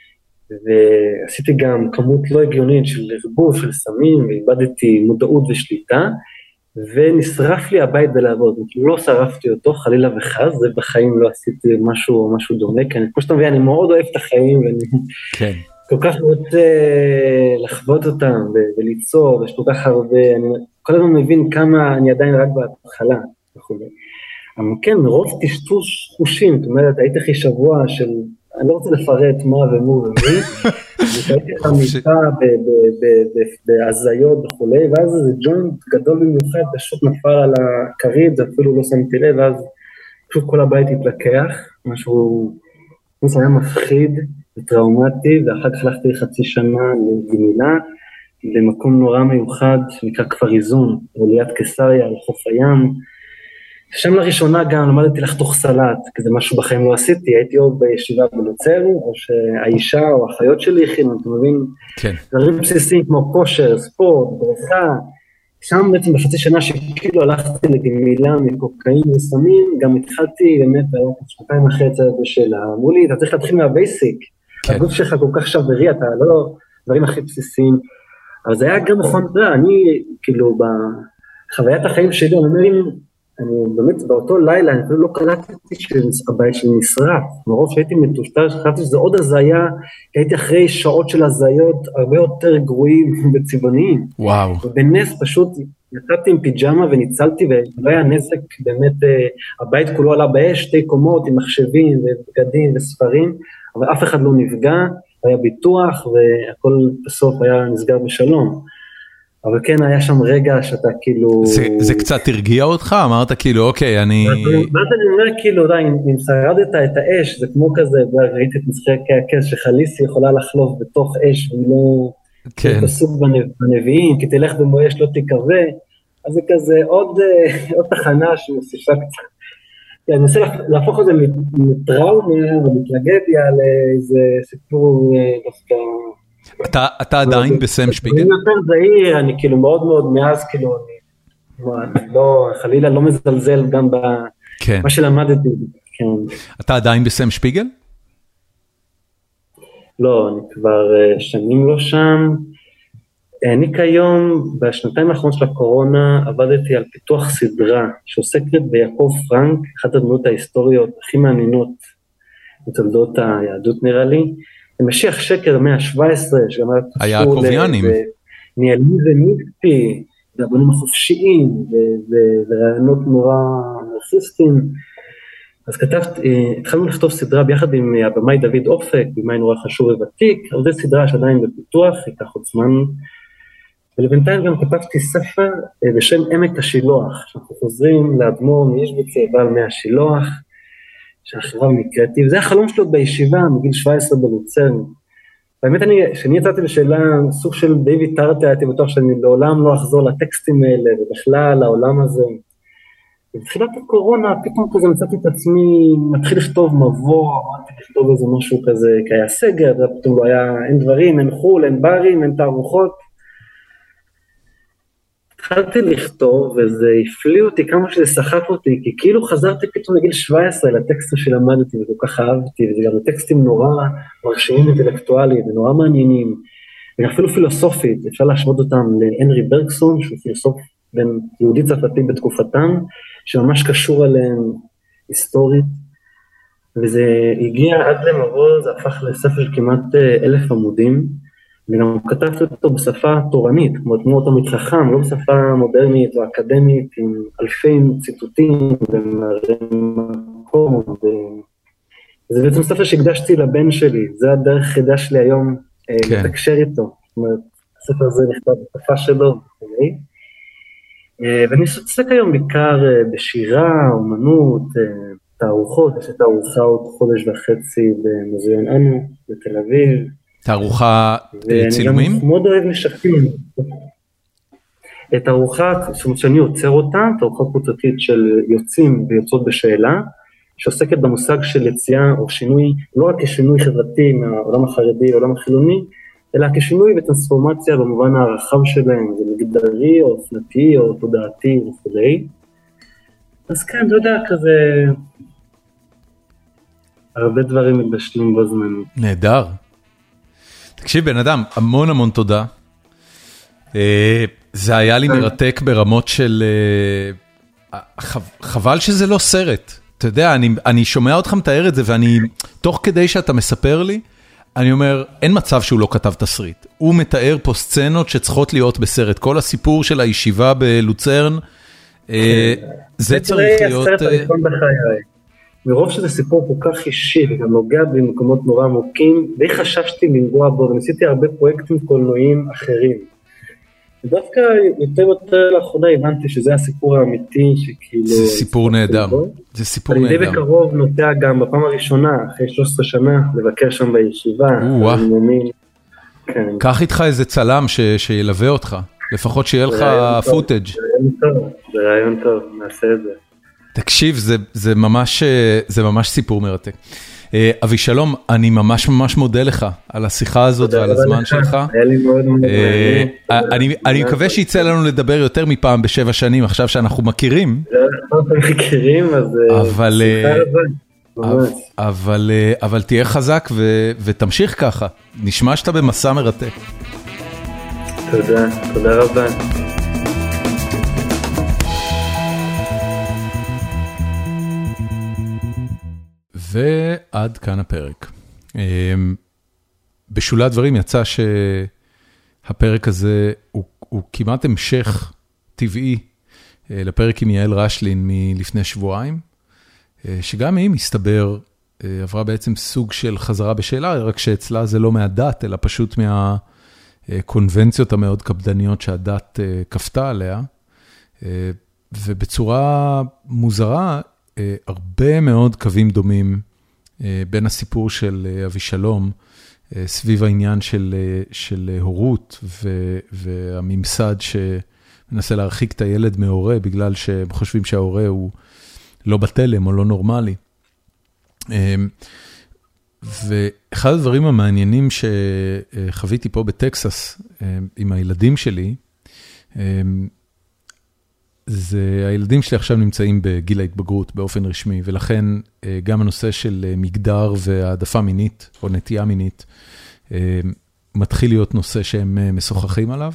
ועשיתי גם כמות לא הגיונית של רבוב של סמים, ואיבדתי מודעות ושליטה, ונשרף לי הבית בלעבוד, לא שרפתי אותו, חלילה וחז, זה בחיים לא עשיתי משהו, משהו דומה, כי אני, כמו שאתה מבין, אני מאוד אוהב את החיים, ואני כן. כל כך רוצה לחוות אותם, וליצור, ויש כל כך הרבה, אני כל הזמן מבין כמה אני עדיין רק בהתחלה, וכו'. אבל כן, רוב טשטוש חושים, זאת אומרת, הייתי אחרי שבוע של, אני לא רוצה לפרט מה ומו ומי, והייתי חמישה בהזיות וכולי, ואז איזה ג'וינט גדול במיוחד, פשוט נפל על הכרית, זה אפילו לא שמתי לב, ואז פשוט כל הבית התלקח, משהו, זה היה מפחיד וטראומטי, ואחר כך הלכתי חצי שנה לגמילה, למקום נורא מיוחד, שנקרא כפר איזון, ליד קיסריה, על חוף הים, שם לראשונה גם למדתי לחתוך סלט, כי זה משהו בחיים לא עשיתי, הייתי עוד בישיבה בלוצר, או שהאישה או האחיות שלי הכינו, אתה מבין? כן. דברים בסיסיים כמו כושר, ספורט, בריכה, שם בעצם בחצי שנה שכאילו הלכתי לגמילה מקוקאין וסמים, גם התחלתי באמת, שנתיים אחרי את זה בשאלה, אמרו לי, אתה צריך להתחיל מהבייסיק, הגוף שלך כל כך שברי, אתה לא, דברים הכי בסיסיים, אבל זה היה גם נכון, אני כאילו בחוויית החיים שלי, אני אומר, אני באמת באותו לילה, אני לא קלטתי שהבית שלי נשרף, מרוב שהייתי מטושטש, חשבתי שזה עוד הזיה, הייתי אחרי שעות של הזיות הרבה יותר גרועים וצבעוניים. וואו. ובנס פשוט יצאתי עם פיג'מה וניצלתי, ולא היה נזק, באמת הבית כולו עלה באש, שתי קומות עם מחשבים ובגדים וספרים, אבל אף אחד לא נפגע, היה ביטוח והכל בסוף היה נסגר בשלום. אבל כן, היה שם רגע שאתה כאילו... זה, זה קצת הרגיע אותך? אמרת כאילו, אוקיי, אני... ואז אני אומר כאילו, די, אם שרדת את האש, זה כמו כזה, ראיתי את משחקי הכס, שחליסי יכולה לחלוף בתוך אש, והיא לא... כן. תסוג בנביאים, כי תלך במו אש לא תקווה, אז זה כזה עוד, עוד תחנה שמוסיפה קצת. אני מנסה להפוך את זה מטראומה ומטרגדיה לאיזה סיפור דווקא. אתה, אתה עדיין בסם שפיגל? אני יותר זהיר, אני כאילו מאוד מאוד מאז כאילו, אני לא, חלילה לא מזלזל גם במה שלמדתי. כן. אתה עדיין בסם שפיגל? לא, אני כבר שנים לא שם. אני כיום, בשנתיים האחרונות של הקורונה, עבדתי על פיתוח סדרה שעוסקת ביעקב פרנק, אחת הדמויות ההיסטוריות הכי מעניינות בתולדות היהדות נראה לי. משיח שקר המאה ה-שבע עשרה, שגם היה היעקוביאנים. ניאליזם מיסטי, והבונים החופשיים, ורעיונות נורא אנרכיסטיים. אז כתבתי, התחלנו לכתוב סדרה ביחד עם הבמאי דוד אופק, במאי נורא חשוב וותיק, אבל זו סדרה שעדיין בפיתוח, ייקח עוד זמן. ולבינתיים גם כתבתי ספר בשם עמק השילוח, שאנחנו חוזרים לאדמו"ר מישבצר בעל מי השילוח, שהחברה נקראתי, וזה החלום שלו בישיבה מגיל שבע עשרה בלוצרן. באמת אני, כשאני יצאתי לשאלה, סוג של די ויתרתי, הייתי בטוח שאני לעולם לא אחזור לטקסטים האלה, ובכלל לעולם הזה. ובתחילת הקורונה, פתאום כזה מצאתי את עצמי, מתחיל לכתוב מבוא, אמרתי לכתוב איזה משהו כזה, כי היה סגר, פתאום לא היה, אין דברים, אין חול, אין ברים, אין תערוכות. התחלתי לכתוב, וזה הפליא אותי כמה שזה סחף אותי, כי כאילו חזרתי פתאום לגיל שבע עשרה לטקסטים שלמדתי, וכל כך אהבתי, וזה גם טקסטים נורא מרשימים אינטלקטואליים, ונורא מעניינים, ואפילו פילוסופית, אפשר להשוות אותם להנרי ברגסון, שהוא פילוסוף בין יהודי צרפתי בתקופתם, שממש קשור אליהם היסטורית, וזה הגיע עד למבוא, זה הפך לספר של כמעט אלף עמודים, וגם כתבתי אותו בשפה תורנית, כמו תמות המתחכם, לא בשפה מודרנית או אקדמית, עם אלפי ציטוטים ומראה מקום, וזה בעצם ספר שהקדשתי לבן שלי, זה הדרך חידה שלי היום כן. לתקשר איתו, זאת אומרת, הספר הזה נכתב בשפה שלו, ואני עוסק היום בעיקר בשירה, אומנות, תערוכות, יש את הארוחה עוד חודש וחצי במוזיאון אנו, בתל אביב, תערוכה צילומים? ואני גם מאוד אוהב משחקים. את הארוחה, זאת אומרת שאני יוצר אותה, תערוכה קבוצתית של יוצאים ויוצאות בשאלה, שעוסקת במושג של יציאה או שינוי, לא רק כשינוי חברתי מהעולם החרדי, העולם החילוני, אלא כשינוי וטרנספורמציה במובן הרחב שלהם, זה מגדרי או אופנתי או תודעתי וכו'. אז כן, אתה יודע, כזה, הרבה דברים מתבשלים בזמן. נהדר. תקשיב, בן אדם, המון המון תודה. זה היה לי מרתק ברמות של... חבל שזה לא סרט. אתה יודע, אני, אני שומע אותך מתאר את זה, ואני, תוך כדי שאתה מספר לי, אני אומר, אין מצב שהוא לא כתב תסריט. הוא מתאר פה סצנות שצריכות להיות בסרט. כל הסיפור של הישיבה בלוצרן, זה צריך להיות... מרוב שזה סיפור כל כך אישי, וגם נוגע במקומות נורא עמוקים, די חששתי לנגוע בו, וניסיתי הרבה פרויקטים קולנועיים אחרים. ודווקא יותר יותר לאחרונה הבנתי שזה הסיפור האמיתי, שכאילו... זה סיפור נהדר, זה סיפור נהדר. אני די בקרוב נוטע גם בפעם הראשונה, אחרי שלוש עשרה שנה, לבקר שם בישיבה. קח איתך איזה צלם שילווה אותך, לפחות שיהיה לך פוטאג'. זה רעיון טוב, זה רעיון טוב, נעשה את זה. תקשיב, זה, זה ממש, זה ממש סיפור מרתק. אבי שלום, אני ממש ממש מודה לך על השיחה הזאת ועל הזמן שלך. היה לי מאוד מאוד אני, אני מקווה שיצא לנו לדבר יותר מפעם בשבע שנים, עכשיו שאנחנו מכירים. אנחנו מכירים, אז אבל, אבל, אבל תהיה חזק ו, ותמשיך ככה. נשמע שאתה במסע מרתק. תודה, תודה רבה. ועד כאן הפרק. בשולי הדברים יצא שהפרק הזה הוא, הוא כמעט המשך טבעי לפרק עם יעל רשלין מלפני שבועיים, שגם היא מסתבר עברה בעצם סוג של חזרה בשאלה, רק שאצלה זה לא מהדת, אלא פשוט מהקונבנציות המאוד קפדניות שהדת כפתה עליה, ובצורה מוזרה, הרבה מאוד קווים דומים בין הסיפור של אבישלום, סביב העניין של, של הורות והממסד מנסה להרחיק את הילד מההורה, בגלל שהם חושבים שההורה הוא לא בתלם או לא נורמלי. ואחד הדברים המעניינים שחוויתי פה בטקסס עם הילדים שלי, זה הילדים שלי עכשיו נמצאים בגיל ההתבגרות באופן רשמי, ולכן גם הנושא של מגדר והעדפה מינית או נטייה מינית, מתחיל להיות נושא שהם משוחחים עליו.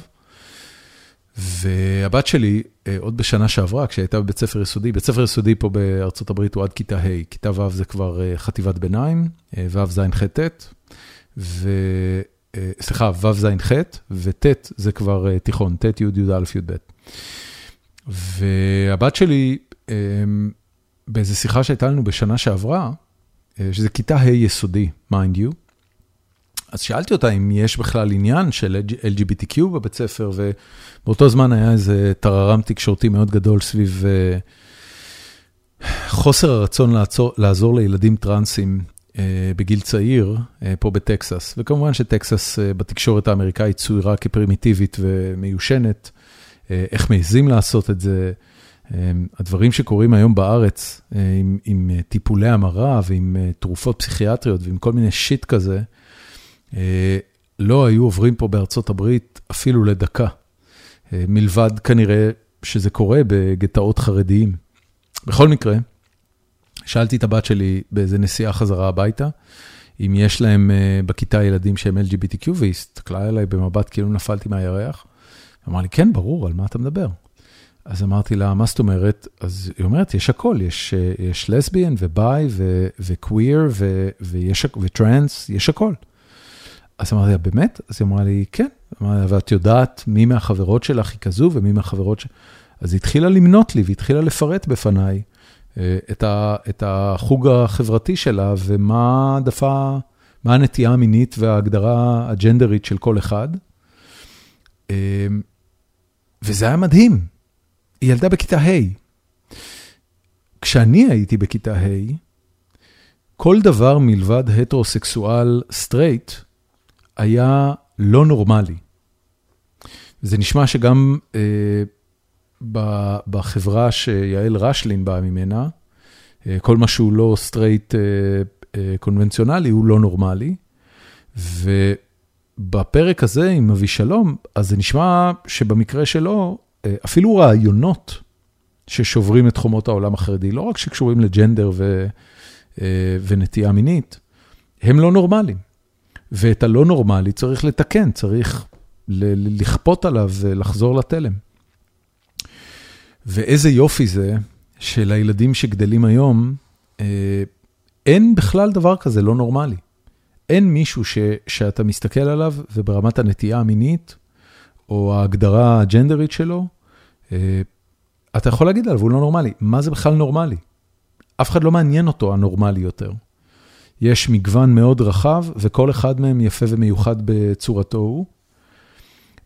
והבת שלי, עוד בשנה שעברה, כשהייתה בבית ספר יסודי, בית ספר יסודי פה בארצות הברית הוא עד כיתה ה', כיתה ו' זה כבר חטיבת ביניים, ו' ז' ח' ט', ו... סליחה, ו' ז' ח', וט' זה כבר תיכון, ט' י' י' א' י' ב'. והבת שלי, באיזו שיחה שהייתה לנו בשנה שעברה, שזה כיתה ה' יסודי, mind you, אז שאלתי אותה אם יש בכלל עניין של אל ג'י בי טי קיו בבית ספר, ובאותו זמן היה איזה טררם תקשורתי מאוד גדול סביב חוסר הרצון לעזור, לעזור לילדים טרנסים בגיל צעיר פה בטקסס, וכמובן שטקסס בתקשורת האמריקאית צוירה כפרימיטיבית ומיושנת, איך מעזים לעשות את זה, הדברים שקורים היום בארץ עם, עם טיפולי המרה ועם תרופות פסיכיאטריות ועם כל מיני שיט כזה, לא היו עוברים פה בארצות הברית אפילו לדקה, מלבד כנראה שזה קורה בגטאות חרדיים. בכל מקרה, שאלתי את הבת שלי באיזה נסיעה חזרה הביתה, אם יש להם בכיתה ילדים שהם אל ג'י בי טי קיו, והיא הסתכלה אליי במבט כאילו נפלתי מהירח, אמרה לי, כן, ברור, על מה אתה מדבר? אז אמרתי לה, מה זאת אומרת? אז היא אומרת, יש הכל, יש, יש לסביאן וביי וקוויר וטרנס, יש הכל. אז אמרתי לה, באמת? אז היא אמרה לי, כן. אמרה, ואת יודעת מי מהחברות שלך היא כזו ומי מהחברות שלך? אז היא התחילה למנות לי והתחילה לפרט בפניי את, ה, את החוג החברתי שלה ומה העדפה, מה הנטייה המינית וההגדרה הג'נדרית של כל אחד. וזה היה מדהים. היא ילדה בכיתה ה'. כשאני הייתי בכיתה ה', כל דבר מלבד הטרוסקסואל סטרייט, היה לא נורמלי. זה נשמע שגם אה, ב, בחברה שיעל רשלין באה ממנה, אה, כל מה שהוא לא סטרייט אה, אה, קונבנציונלי, הוא לא נורמלי. ובפרק הזה עם אבישלום, אז זה נשמע שבמקרה שלו, אה, אפילו רעיונות ששוברים את חומות העולם החרדי, לא רק שקשורים לג'נדר ו, אה, ונטייה מינית, הם לא נורמליים. ואת הלא נורמלי צריך לתקן, צריך לכפות עליו ולחזור לתלם. ואיזה יופי זה שלילדים שגדלים היום, אין בכלל דבר כזה לא נורמלי. אין מישהו ש, שאתה מסתכל עליו וברמת הנטייה המינית, או ההגדרה הג'נדרית שלו, אתה יכול להגיד עליו, הוא לא נורמלי. מה זה בכלל נורמלי? אף אחד לא מעניין אותו הנורמלי יותר. יש מגוון מאוד רחב, וכל אחד מהם יפה ומיוחד בצורתו הוא,